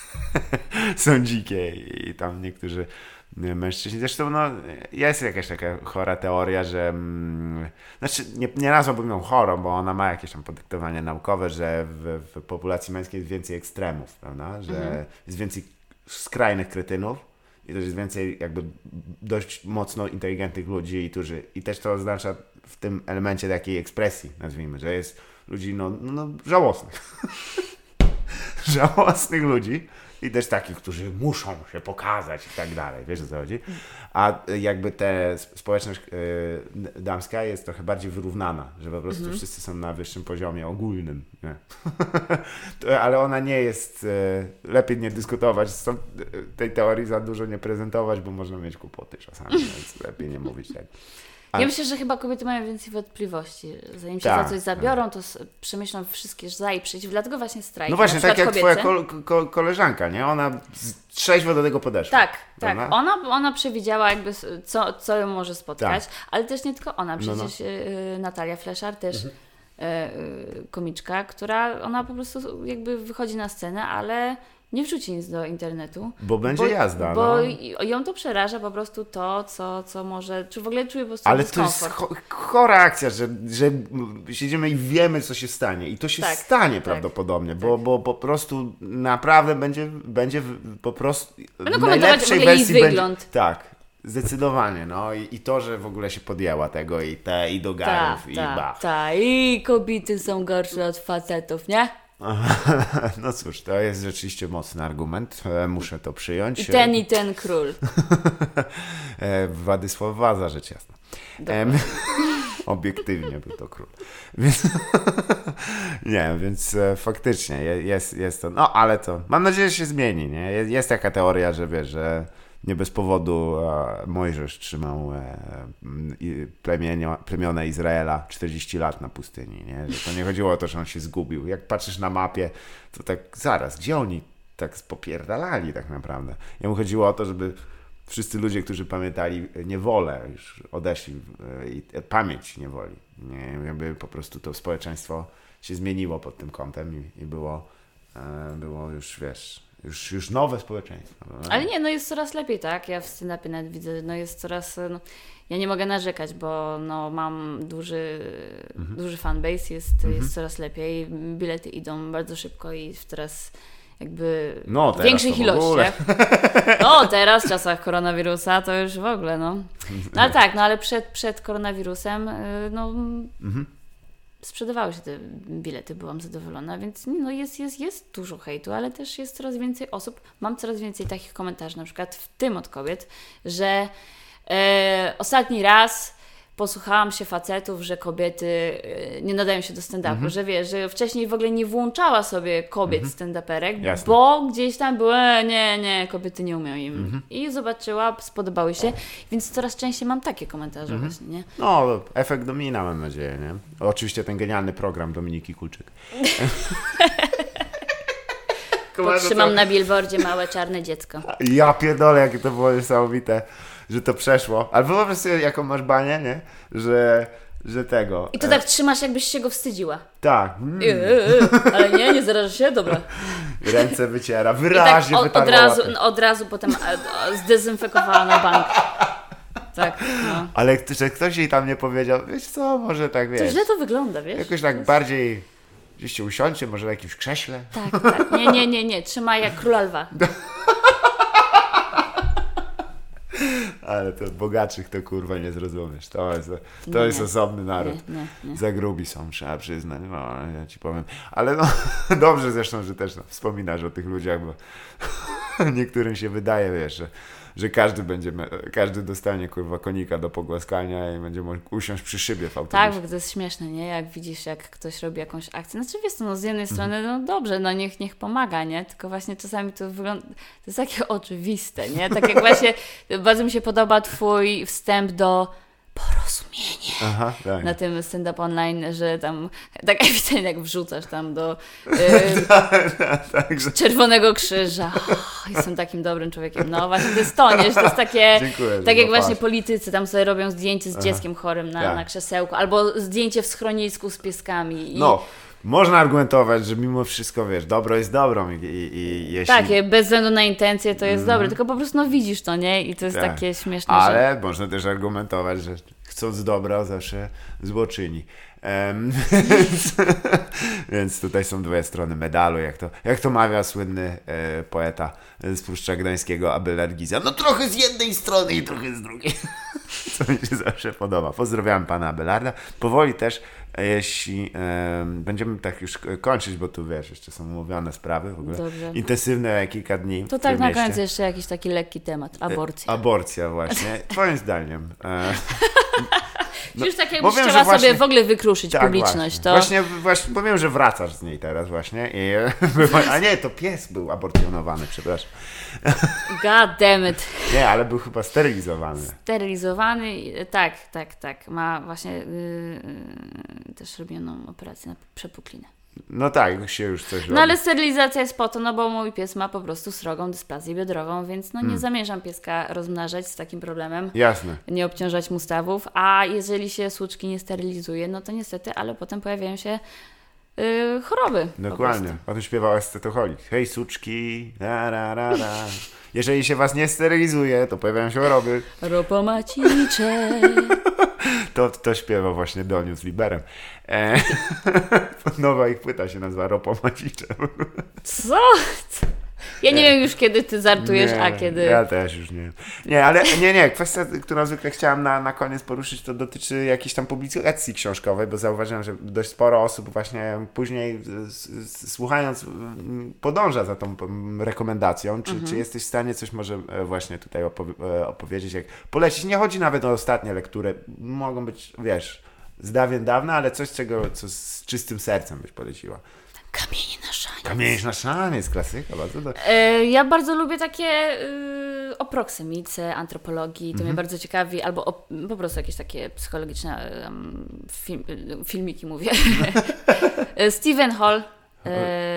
Speaker 1: są dzikie i tam niektórzy mężczyźni. Zresztą no, jest jakaś taka chora teoria, że mm, znaczy nie, nie nazwałbym ją chorą, bo ona ma jakieś tam podyktowanie naukowe, że w, w populacji męskiej jest więcej ekstremów, prawda? Że mhm. jest więcej skrajnych kretynów i też jest więcej jakby dość mocno inteligentnych ludzi, którzy, i też to oznacza w tym elemencie takiej ekspresji, nazwijmy, że jest ludzi no, no, no żałosnych. żałosnych ludzi i też takich, którzy muszą się pokazać i tak dalej, wiesz o co chodzi? A jakby te społeczność y, damska jest trochę bardziej wyrównana, że po prostu mhm. wszyscy są na wyższym poziomie ogólnym, nie? to, ale ona nie jest, y, lepiej nie dyskutować, stąd, y, tej teorii za dużo nie prezentować, bo można mieć kłopoty czasami, więc lepiej nie mówić tak. Ale...
Speaker 2: Ja myślę, że chyba kobiety mają więcej wątpliwości. Zanim się
Speaker 1: tak,
Speaker 2: za coś zabiorą, to przemyślą wszystkie za i przeciw. Dlatego właśnie strajk.
Speaker 1: No właśnie, tak jak
Speaker 2: kobiety.
Speaker 1: twoja kol- ko- koleżanka, nie? Ona trzeźwo do tego podeszła.
Speaker 2: Tak, tak.
Speaker 1: Prawda?
Speaker 2: Ona, ona przewidziała jakby co, co ją może spotkać,
Speaker 1: Tak.
Speaker 2: ale też nie tylko ona.
Speaker 1: No, no.
Speaker 2: Przecież y, Natalia Fleszar też
Speaker 1: Mhm.
Speaker 2: y, y, komiczka, która ona po prostu jakby wychodzi na scenę, ale nie wrzuci nic do internetu.
Speaker 1: Bo będzie
Speaker 2: bo,
Speaker 1: jazda,
Speaker 2: Bo
Speaker 1: no.
Speaker 2: ją to przeraża po prostu to, co, co może, czy w ogóle czuje po prostu
Speaker 1: Ale to jest
Speaker 2: dyskomfort.
Speaker 1: cho- chora akcja, że, że siedzimy i wiemy, co się stanie. I to się
Speaker 2: Tak,
Speaker 1: stanie
Speaker 2: tak,
Speaker 1: prawdopodobnie,
Speaker 2: tak.
Speaker 1: Bo, bo po prostu naprawdę będzie, będzie w- po prostu
Speaker 2: Będą
Speaker 1: w
Speaker 2: komentować
Speaker 1: najlepszej
Speaker 2: w ogóle jej
Speaker 1: wersji będzie-
Speaker 2: wygląd.
Speaker 1: Tak, zdecydowanie. No i, i to, że w ogóle się podjęła tego i te, i do garów,
Speaker 2: Tak,
Speaker 1: i
Speaker 2: tak,
Speaker 1: ba.
Speaker 2: tak. I kobiety są gorsze od facetów, nie?
Speaker 1: No cóż, to jest rzeczywiście mocny argument. E, Muszę to przyjąć.
Speaker 2: I ten, i ten król.
Speaker 1: E, Władysław Waza, rzecz jasna. Em, obiektywnie był to król. Więc, nie, więc e, faktycznie je- jest, jest to. No ale to. Mam nadzieję, że się zmieni. Nie? Jest, jest taka teoria, że wiesz, że nie bez powodu e, Mojżesz trzymał e, i- plemienia, plemiona Izraela czterdzieści lat na pustyni. Nie? Że to nie chodziło o to, że on się zgubił. Jak patrzysz na mapie, to tak zaraz, gdzie oni tak popierdalali tak naprawdę? Jemu chodziło o to, żeby wszyscy ludzie, którzy pamiętali niewolę, już odeszli e, i e, pamięć niewoli. Nie, jakby po prostu to społeczeństwo się zmieniło pod tym kątem i, i było, e, było już, wiesz, już, już nowe społeczeństwo. No.
Speaker 2: Ale nie, no jest coraz lepiej, tak? Ja w stand-upie nawet widzę, no jest coraz... No, ja nie mogę narzekać, bo no, mam duży,
Speaker 1: Mhm.
Speaker 2: duży fanbase, jest, jest coraz lepiej, bilety idą bardzo szybko i teraz jakby
Speaker 1: No,
Speaker 2: w
Speaker 1: teraz
Speaker 2: większych
Speaker 1: to w ogóle.
Speaker 2: ilościach. No teraz w czasach koronawirusa to już w ogóle, no. No ale tak, no ale przed, przed koronawirusem, y, no...
Speaker 1: Mhm.
Speaker 2: Sprzedawały się te bilety, byłam zadowolona, więc no jest, jest, jest dużo hejtu, ale też jest coraz więcej osób. Mam coraz więcej takich komentarzy, na przykład w tym od kobiet, że e, ostatni raz posłuchałam się facetów, że kobiety e, nie nadają się do stand-upu,
Speaker 1: Mhm.
Speaker 2: że wiesz, że wcześniej w ogóle nie włączała sobie kobiet stand-uperek,
Speaker 1: Jasne.
Speaker 2: bo gdzieś tam było, e, nie, nie, kobiety nie umieją im.
Speaker 1: Mhm.
Speaker 2: I zobaczyła, spodobały się, więc coraz częściej mam takie komentarze
Speaker 1: Mhm.
Speaker 2: właśnie, nie?
Speaker 1: No, efekt domina, mam nadzieję, nie? Oczywiście ten genialny program Dominiki Kulczyk.
Speaker 2: Podtrzymam na billboardzie małe czarne dziecko.
Speaker 1: Ja pierdolę, jakie to było niesamowite, że to przeszło. Ale wyobraź sobie, jaką masz banię, nie? Że, że tego...
Speaker 2: I to
Speaker 1: e,
Speaker 2: tak trzymasz, jakbyś się go wstydziła.
Speaker 1: Tak. Mm,
Speaker 2: Yy, yy, ale nie, nie zarażasz się? Dobra.
Speaker 1: ręce wyciera,
Speaker 2: I tak
Speaker 1: wyraźnie
Speaker 2: od, od,
Speaker 1: wytarła
Speaker 2: razu,
Speaker 1: łapy.
Speaker 2: od razu potem a, a, zdezynfekowała na bank. Tak, no.
Speaker 1: Ale k- że ktoś jej tam nie powiedział, wiesz co, może tak,
Speaker 2: To
Speaker 1: wiesz,
Speaker 2: źle to wygląda, wiesz?
Speaker 1: jakoś tak bardziej gdzieś się usiądźcie, może na jakimś krześle.
Speaker 2: Tak, tak. Nie, nie, nie, nie. Trzymaj jak króla lwa.
Speaker 1: Ale to bogatszych to kurwa nie zrozumiesz. To jest, to
Speaker 2: Nie,
Speaker 1: jest
Speaker 2: nie.
Speaker 1: osobny naród.
Speaker 2: Nie, nie, nie.
Speaker 1: Za grubi są, trzeba przyznać. No, ja ci powiem. Ale no, dobrze zresztą, że też no, wspominasz o tych ludziach, bo niektórym się wydaje, wiesz, że, że każdy będzie, każdy dostanie kurwa konika do pogłaskania i będzie mógł usiąść przy szybie w autobusie.
Speaker 2: Tak, bo to jest śmieszne, nie? Jak widzisz, jak ktoś robi jakąś akcję. Znaczy wiesz, no z jednej strony, no dobrze, no niech, niech pomaga, nie? Tylko właśnie czasami to wygląda, to jest takie oczywiste, nie? Tak jak właśnie, bardzo mi się podoba twój wstęp do Porozumienie
Speaker 1: Aha, tak.
Speaker 2: na tym stand-up online, że tam tak ewidentnie jak wrzucasz tam do y,
Speaker 1: Także
Speaker 2: Czerwonego Krzyża. Oh, jestem takim dobrym człowiekiem. No właśnie to jest to, nie? Że to jest takie,
Speaker 1: Dziękuję, że
Speaker 2: tak jak
Speaker 1: złapałaś.
Speaker 2: właśnie politycy tam sobie robią zdjęcie z dzieckiem chorym na,
Speaker 1: Tak.
Speaker 2: na krzesełku, albo zdjęcie w schronisku z pieskami. I,
Speaker 1: No, można argumentować, że mimo wszystko, wiesz, dobro jest dobrą i, i, i jeśli...
Speaker 2: tak, bez względu na intencje to jest dobre, tylko po prostu no widzisz to, nie? I to jest
Speaker 1: Tak.
Speaker 2: takie śmieszne, że...
Speaker 1: Ale można też argumentować, że chcąc dobra zawsze złoczyni. Em, więc, więc tutaj są dwie strony medalu, jak to, jak to mawia słynny e, poeta z Puszcza Gdańskiego, Abelard Giza. No trochę z jednej strony i trochę z drugiej. Co mi się zawsze podoba. Pozdrawiam pana Abelarda. Powoli też, e, jeśli e, będziemy tak już kończyć, bo tu wiesz, jeszcze są umówione sprawy w ogóle.
Speaker 2: Dobrze.
Speaker 1: Intensywne kilka dni.
Speaker 2: To
Speaker 1: w
Speaker 2: tak
Speaker 1: tym
Speaker 2: na
Speaker 1: mieście.
Speaker 2: koniec jeszcze jakiś taki lekki temat. Aborcja.
Speaker 1: Aborcja właśnie. Twoim zdaniem. E,
Speaker 2: No, już tak jakbyś
Speaker 1: powiem,
Speaker 2: chciała
Speaker 1: właśnie,
Speaker 2: sobie w ogóle wykruszyć
Speaker 1: tak,
Speaker 2: publiczność.
Speaker 1: Właśnie.
Speaker 2: To...
Speaker 1: Właśnie, właśnie powiem, że wracasz z niej teraz właśnie. I, a nie, to pies był aborcjonowany, przepraszam.
Speaker 2: God damn it.
Speaker 1: Nie, ale był chyba sterylizowany.
Speaker 2: Sterylizowany, tak, tak, tak. Ma właśnie yy, yy, też robioną operację na przepuklinę.
Speaker 1: No tak, się już coś robi.
Speaker 2: No ale sterylizacja jest po to, no bo mój pies ma po prostu srogą dysplazję biodrową, więc no nie hmm. zamierzam pieska rozmnażać z takim problemem.
Speaker 1: Jasne.
Speaker 2: Nie obciążać mu stawów, a jeżeli się słuczki nie sterylizuje, no to niestety, ale potem pojawiają się yy, choroby.
Speaker 1: Dokładnie. O tym śpiewał ascetoholik. Hej suczki, ra, ra, ra, ra. Jeżeli się was nie sterylizuje, to pojawiają się choroby.
Speaker 2: Ropomacicze.
Speaker 1: To, to śpiewa właśnie Doniu z Liberem. E, nowa ich płyta się nazywa Ropomacicze.
Speaker 2: Co? Ja nie, nie wiem już kiedy ty żartujesz,
Speaker 1: nie,
Speaker 2: a kiedy...
Speaker 1: Ja też już nie. Nie, ale nie, nie. Kwestia, którą zwykle chciałam na, na koniec poruszyć, to dotyczy jakiejś tam publikacji książkowej, bo zauważyłem, że dość sporo osób właśnie później s, s, słuchając podąża za tą rekomendacją. Czy, mhm. czy jesteś w stanie coś może właśnie tutaj opowie- opowiedzieć, jak polecić? Nie chodzi nawet o ostatnie lektury. Mogą być, wiesz, z dawien dawna, ale coś, czego co z czystym sercem byś poleciła.
Speaker 2: Kamienie na szaniec.
Speaker 1: Kamienie na szaniec, klasyka, bardzo dobrze.
Speaker 2: E, ja bardzo lubię takie y, o proksemice, antropologii, to
Speaker 1: mhm.
Speaker 2: mnie bardzo ciekawi, albo o, po prostu jakieś takie psychologiczne um, film, filmiki mówię. Stephen Hall, y,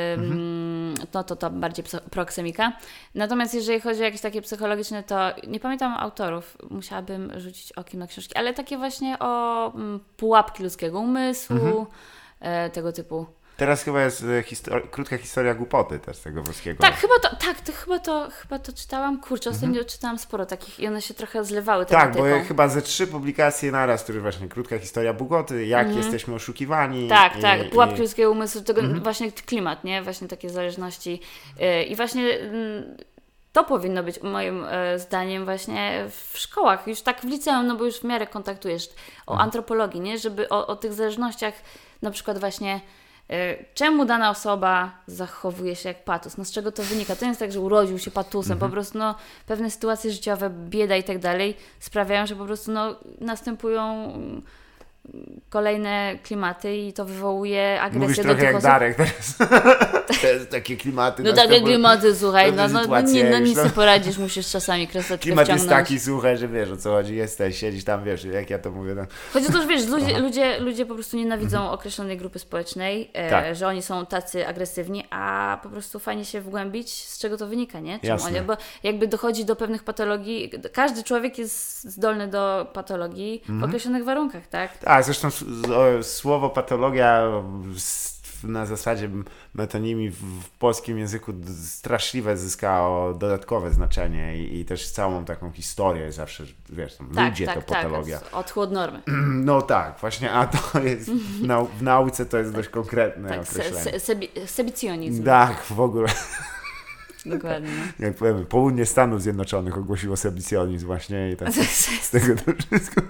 Speaker 2: mhm. no to to bardziej proksemika. Natomiast jeżeli chodzi o jakieś takie psychologiczne, to nie pamiętam autorów, musiałabym rzucić okiem na książki, ale takie właśnie o um, pułapki ludzkiego umysłu, mhm. e, tego typu.
Speaker 1: Teraz chyba jest histori- krótka historia głupoty też tego włoskiego.
Speaker 2: Tak, chyba to, tak, to chyba to, chyba to czytałam. Kurczę, ostatnio mm-hmm. czytałam sporo takich i one się trochę zlewały
Speaker 1: tematyką. Tak,
Speaker 2: bo
Speaker 1: bo chyba ze trzy publikacje naraz, które właśnie krótka historia głupoty, jak mm-hmm. jesteśmy oszukiwani.
Speaker 2: Tak,
Speaker 1: i,
Speaker 2: tak,
Speaker 1: i...
Speaker 2: pułapki ludzkiego umysłu, tego
Speaker 1: mm-hmm.
Speaker 2: właśnie klimat, nie? Właśnie takie zależności. Yy, I właśnie yy, to powinno być moim yy, zdaniem właśnie w szkołach, już tak w liceum, no bo już w miarę kontaktujesz o mm-hmm. antropologii, nie? Żeby o, o tych zależnościach na przykład właśnie czemu dana osoba zachowuje się jak patus? No z czego to wynika? To nie jest tak, że urodził się patusem, mhm. po prostu no, pewne sytuacje życiowe, bieda i tak dalej sprawiają, że po prostu no, następują kolejne klimaty i to wywołuje agresję
Speaker 1: Mówisz
Speaker 2: do
Speaker 1: trochę
Speaker 2: tych
Speaker 1: jak
Speaker 2: osób.
Speaker 1: Darek teraz. Takie klimaty.
Speaker 2: No takie klimaty, słuchaj, no, no, no, nie, no nic nie poradzisz, musisz czasami kreseczkę
Speaker 1: klimat
Speaker 2: wciągnąć.
Speaker 1: Klimat jest taki, słuchaj, że wiesz o co chodzi, jesteś, siedzisz tam, wiesz, jak ja to mówię. No.
Speaker 2: Chodzi o to, że wiesz, ludzie, ludzie, ludzie po prostu nienawidzą mhm. określonej grupy społecznej, e,
Speaker 1: tak. że
Speaker 2: oni są tacy agresywni, a po prostu fajnie się wgłębić, z czego to wynika, nie? Czemu
Speaker 1: Jasne.
Speaker 2: oni, bo jakby dochodzi do pewnych patologii, każdy człowiek jest zdolny do patologii mhm. w określonych warunkach, tak?
Speaker 1: Tak, zresztą słowo patologia na zasadzie metonimii w polskim języku straszliwe zyskało dodatkowe znaczenie i, i też całą taką historię zawsze, wiesz, tam
Speaker 2: tak,
Speaker 1: ludzie
Speaker 2: tak,
Speaker 1: to patologia.
Speaker 2: Tak, odchód normy.
Speaker 1: No tak, właśnie, a to jest, w, nau- w nauce to jest dość konkretne
Speaker 2: tak,
Speaker 1: określenie.
Speaker 2: Se, se, sebi- sebicjonizm.
Speaker 1: Tak, w ogóle.
Speaker 2: Dokładnie.
Speaker 1: Jak powiemy, południe Stanów Zjednoczonych ogłosiło sebicjonizm właśnie i tak z tego to wszystko.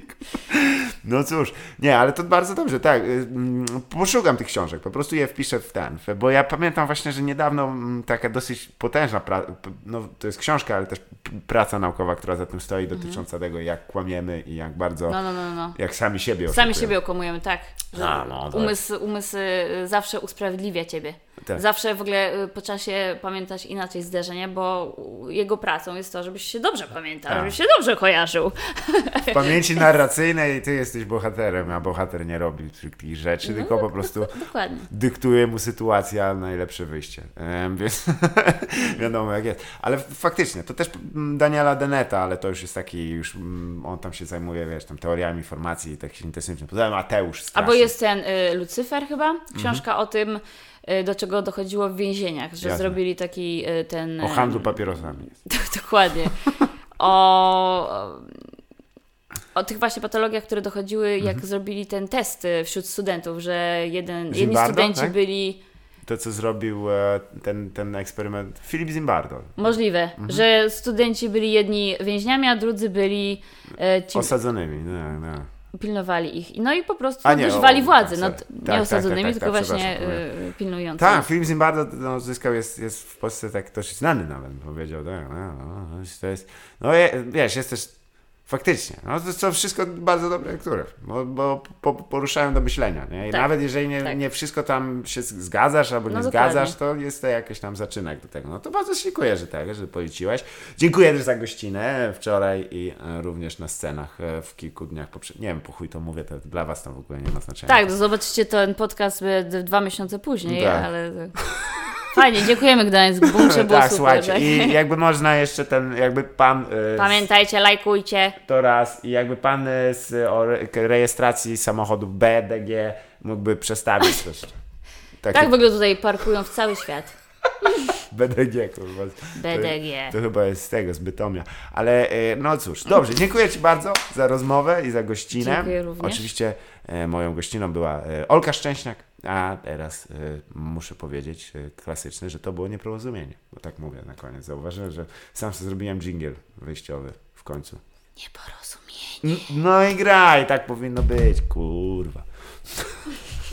Speaker 1: No cóż, nie, ale to bardzo dobrze, tak, poszukam tych książek, po prostu je wpiszę w ten, bo ja pamiętam właśnie, że niedawno taka dosyć potężna, pra- no to jest książka, ale też praca naukowa, która za tym stoi, dotycząca mm. tego, jak kłamiemy i jak bardzo,
Speaker 2: no, no, no, no.
Speaker 1: jak sami siebie
Speaker 2: oszukujemy. Sami siebie okłamujemy, tak, że
Speaker 1: A, no,
Speaker 2: umysł, umysł zawsze usprawiedliwia ciebie.
Speaker 1: Tak.
Speaker 2: Zawsze w ogóle po czasie pamiętać inaczej zderzenie, bo jego pracą jest to, żebyś się dobrze pamiętał, żebyś się dobrze kojarzył.
Speaker 1: W pamięci narracyjnej ty jesteś bohaterem, a bohater nie robi takich rzeczy, no, tylko po prostu
Speaker 2: dokładnie.
Speaker 1: dyktuje mu sytuacja najlepsze wyjście. Ehm, więc wiadomo jak jest. Ale faktycznie, to też Daniela Deneta, ale to już jest taki, już on tam się zajmuje, wiesz, tam teoriami informacji, tak intensywnie. Poza Mateusz strasznie.
Speaker 2: Albo jest ten y, Lucyfer chyba, książka mhm. o tym, do czego dochodziło w więzieniach, że Jasne. zrobili taki ten...
Speaker 1: O handlu papierosami.
Speaker 2: Dokładnie. O, o tych właśnie patologiach, które dochodziły, jak mhm. zrobili ten test wśród studentów, że jeden, jedni studenci tak? byli...
Speaker 1: To, co zrobił ten, ten eksperyment Filip Zimbardo.
Speaker 2: Możliwe, mhm. że studenci byli jedni więźniami, a drudzy byli... Ci...
Speaker 1: Osadzonymi, no, no.
Speaker 2: Pilnowali ich. No i po prostu
Speaker 1: A nie,
Speaker 2: używali
Speaker 1: o,
Speaker 2: władzy.
Speaker 1: tak,
Speaker 2: No,
Speaker 1: tak,
Speaker 2: nie osadzonymi,
Speaker 1: tak, tak,
Speaker 2: tylko
Speaker 1: tak,
Speaker 2: właśnie y, pilnującymi.
Speaker 1: Tak, Filip Zimbardo no, zyskał, jest, jest w Polsce tak dość znany nawet, powiedział. Tak, no, no, to jest, no wiesz, jest też Faktycznie. No to są wszystko bardzo dobre lektury, bo, bo po, poruszają do myślenia, nie? I
Speaker 2: tak,
Speaker 1: nawet jeżeli nie,
Speaker 2: tak.
Speaker 1: nie wszystko tam się zgadzasz albo nie
Speaker 2: no
Speaker 1: zgadzasz, to jest to jakiś tam zaczynek do tego. No to bardzo dziękuję, że tak, że poleciłeś. Dziękuję też za gościnę wczoraj i e, również na scenach e, w kilku dniach poprzednich. Nie wiem, po chuj to mówię, to dla was to w ogóle nie ma znaczenia.
Speaker 2: Tak, to zobaczycie ten podcast dwa miesiące później,
Speaker 1: tak.
Speaker 2: ale... Fajnie, dziękujemy Gdańsk, bunkrze było
Speaker 1: tak,
Speaker 2: super.
Speaker 1: słuchajcie,
Speaker 2: Tak?
Speaker 1: i jakby można jeszcze ten, jakby pan... E,
Speaker 2: Pamiętajcie, lajkujcie.
Speaker 1: To raz. I jakby pan e, z o, re, rejestracji samochodu B D G mógłby przestawić też. Takie...
Speaker 2: Tak w ogóle tutaj parkują w cały świat.
Speaker 1: B D G, kurwa.
Speaker 2: B D G.
Speaker 1: To, to chyba jest z tego, z Bytomia. Ale e, no cóż, dobrze, dziękuję Ci bardzo za rozmowę i za gościnę.
Speaker 2: Dziękuję również.
Speaker 1: Oczywiście e, moją gościną była e, Olka Szczęśniak, a teraz e, muszę powiedzieć e, klasyczny, że to było nieporozumienie. Bo tak mówię na koniec. Zauważyłem, że sam sobie zrobiłem dżingiel wyjściowy w końcu.
Speaker 2: Nieporozumienie.
Speaker 1: No i graj, tak powinno być, kurwa.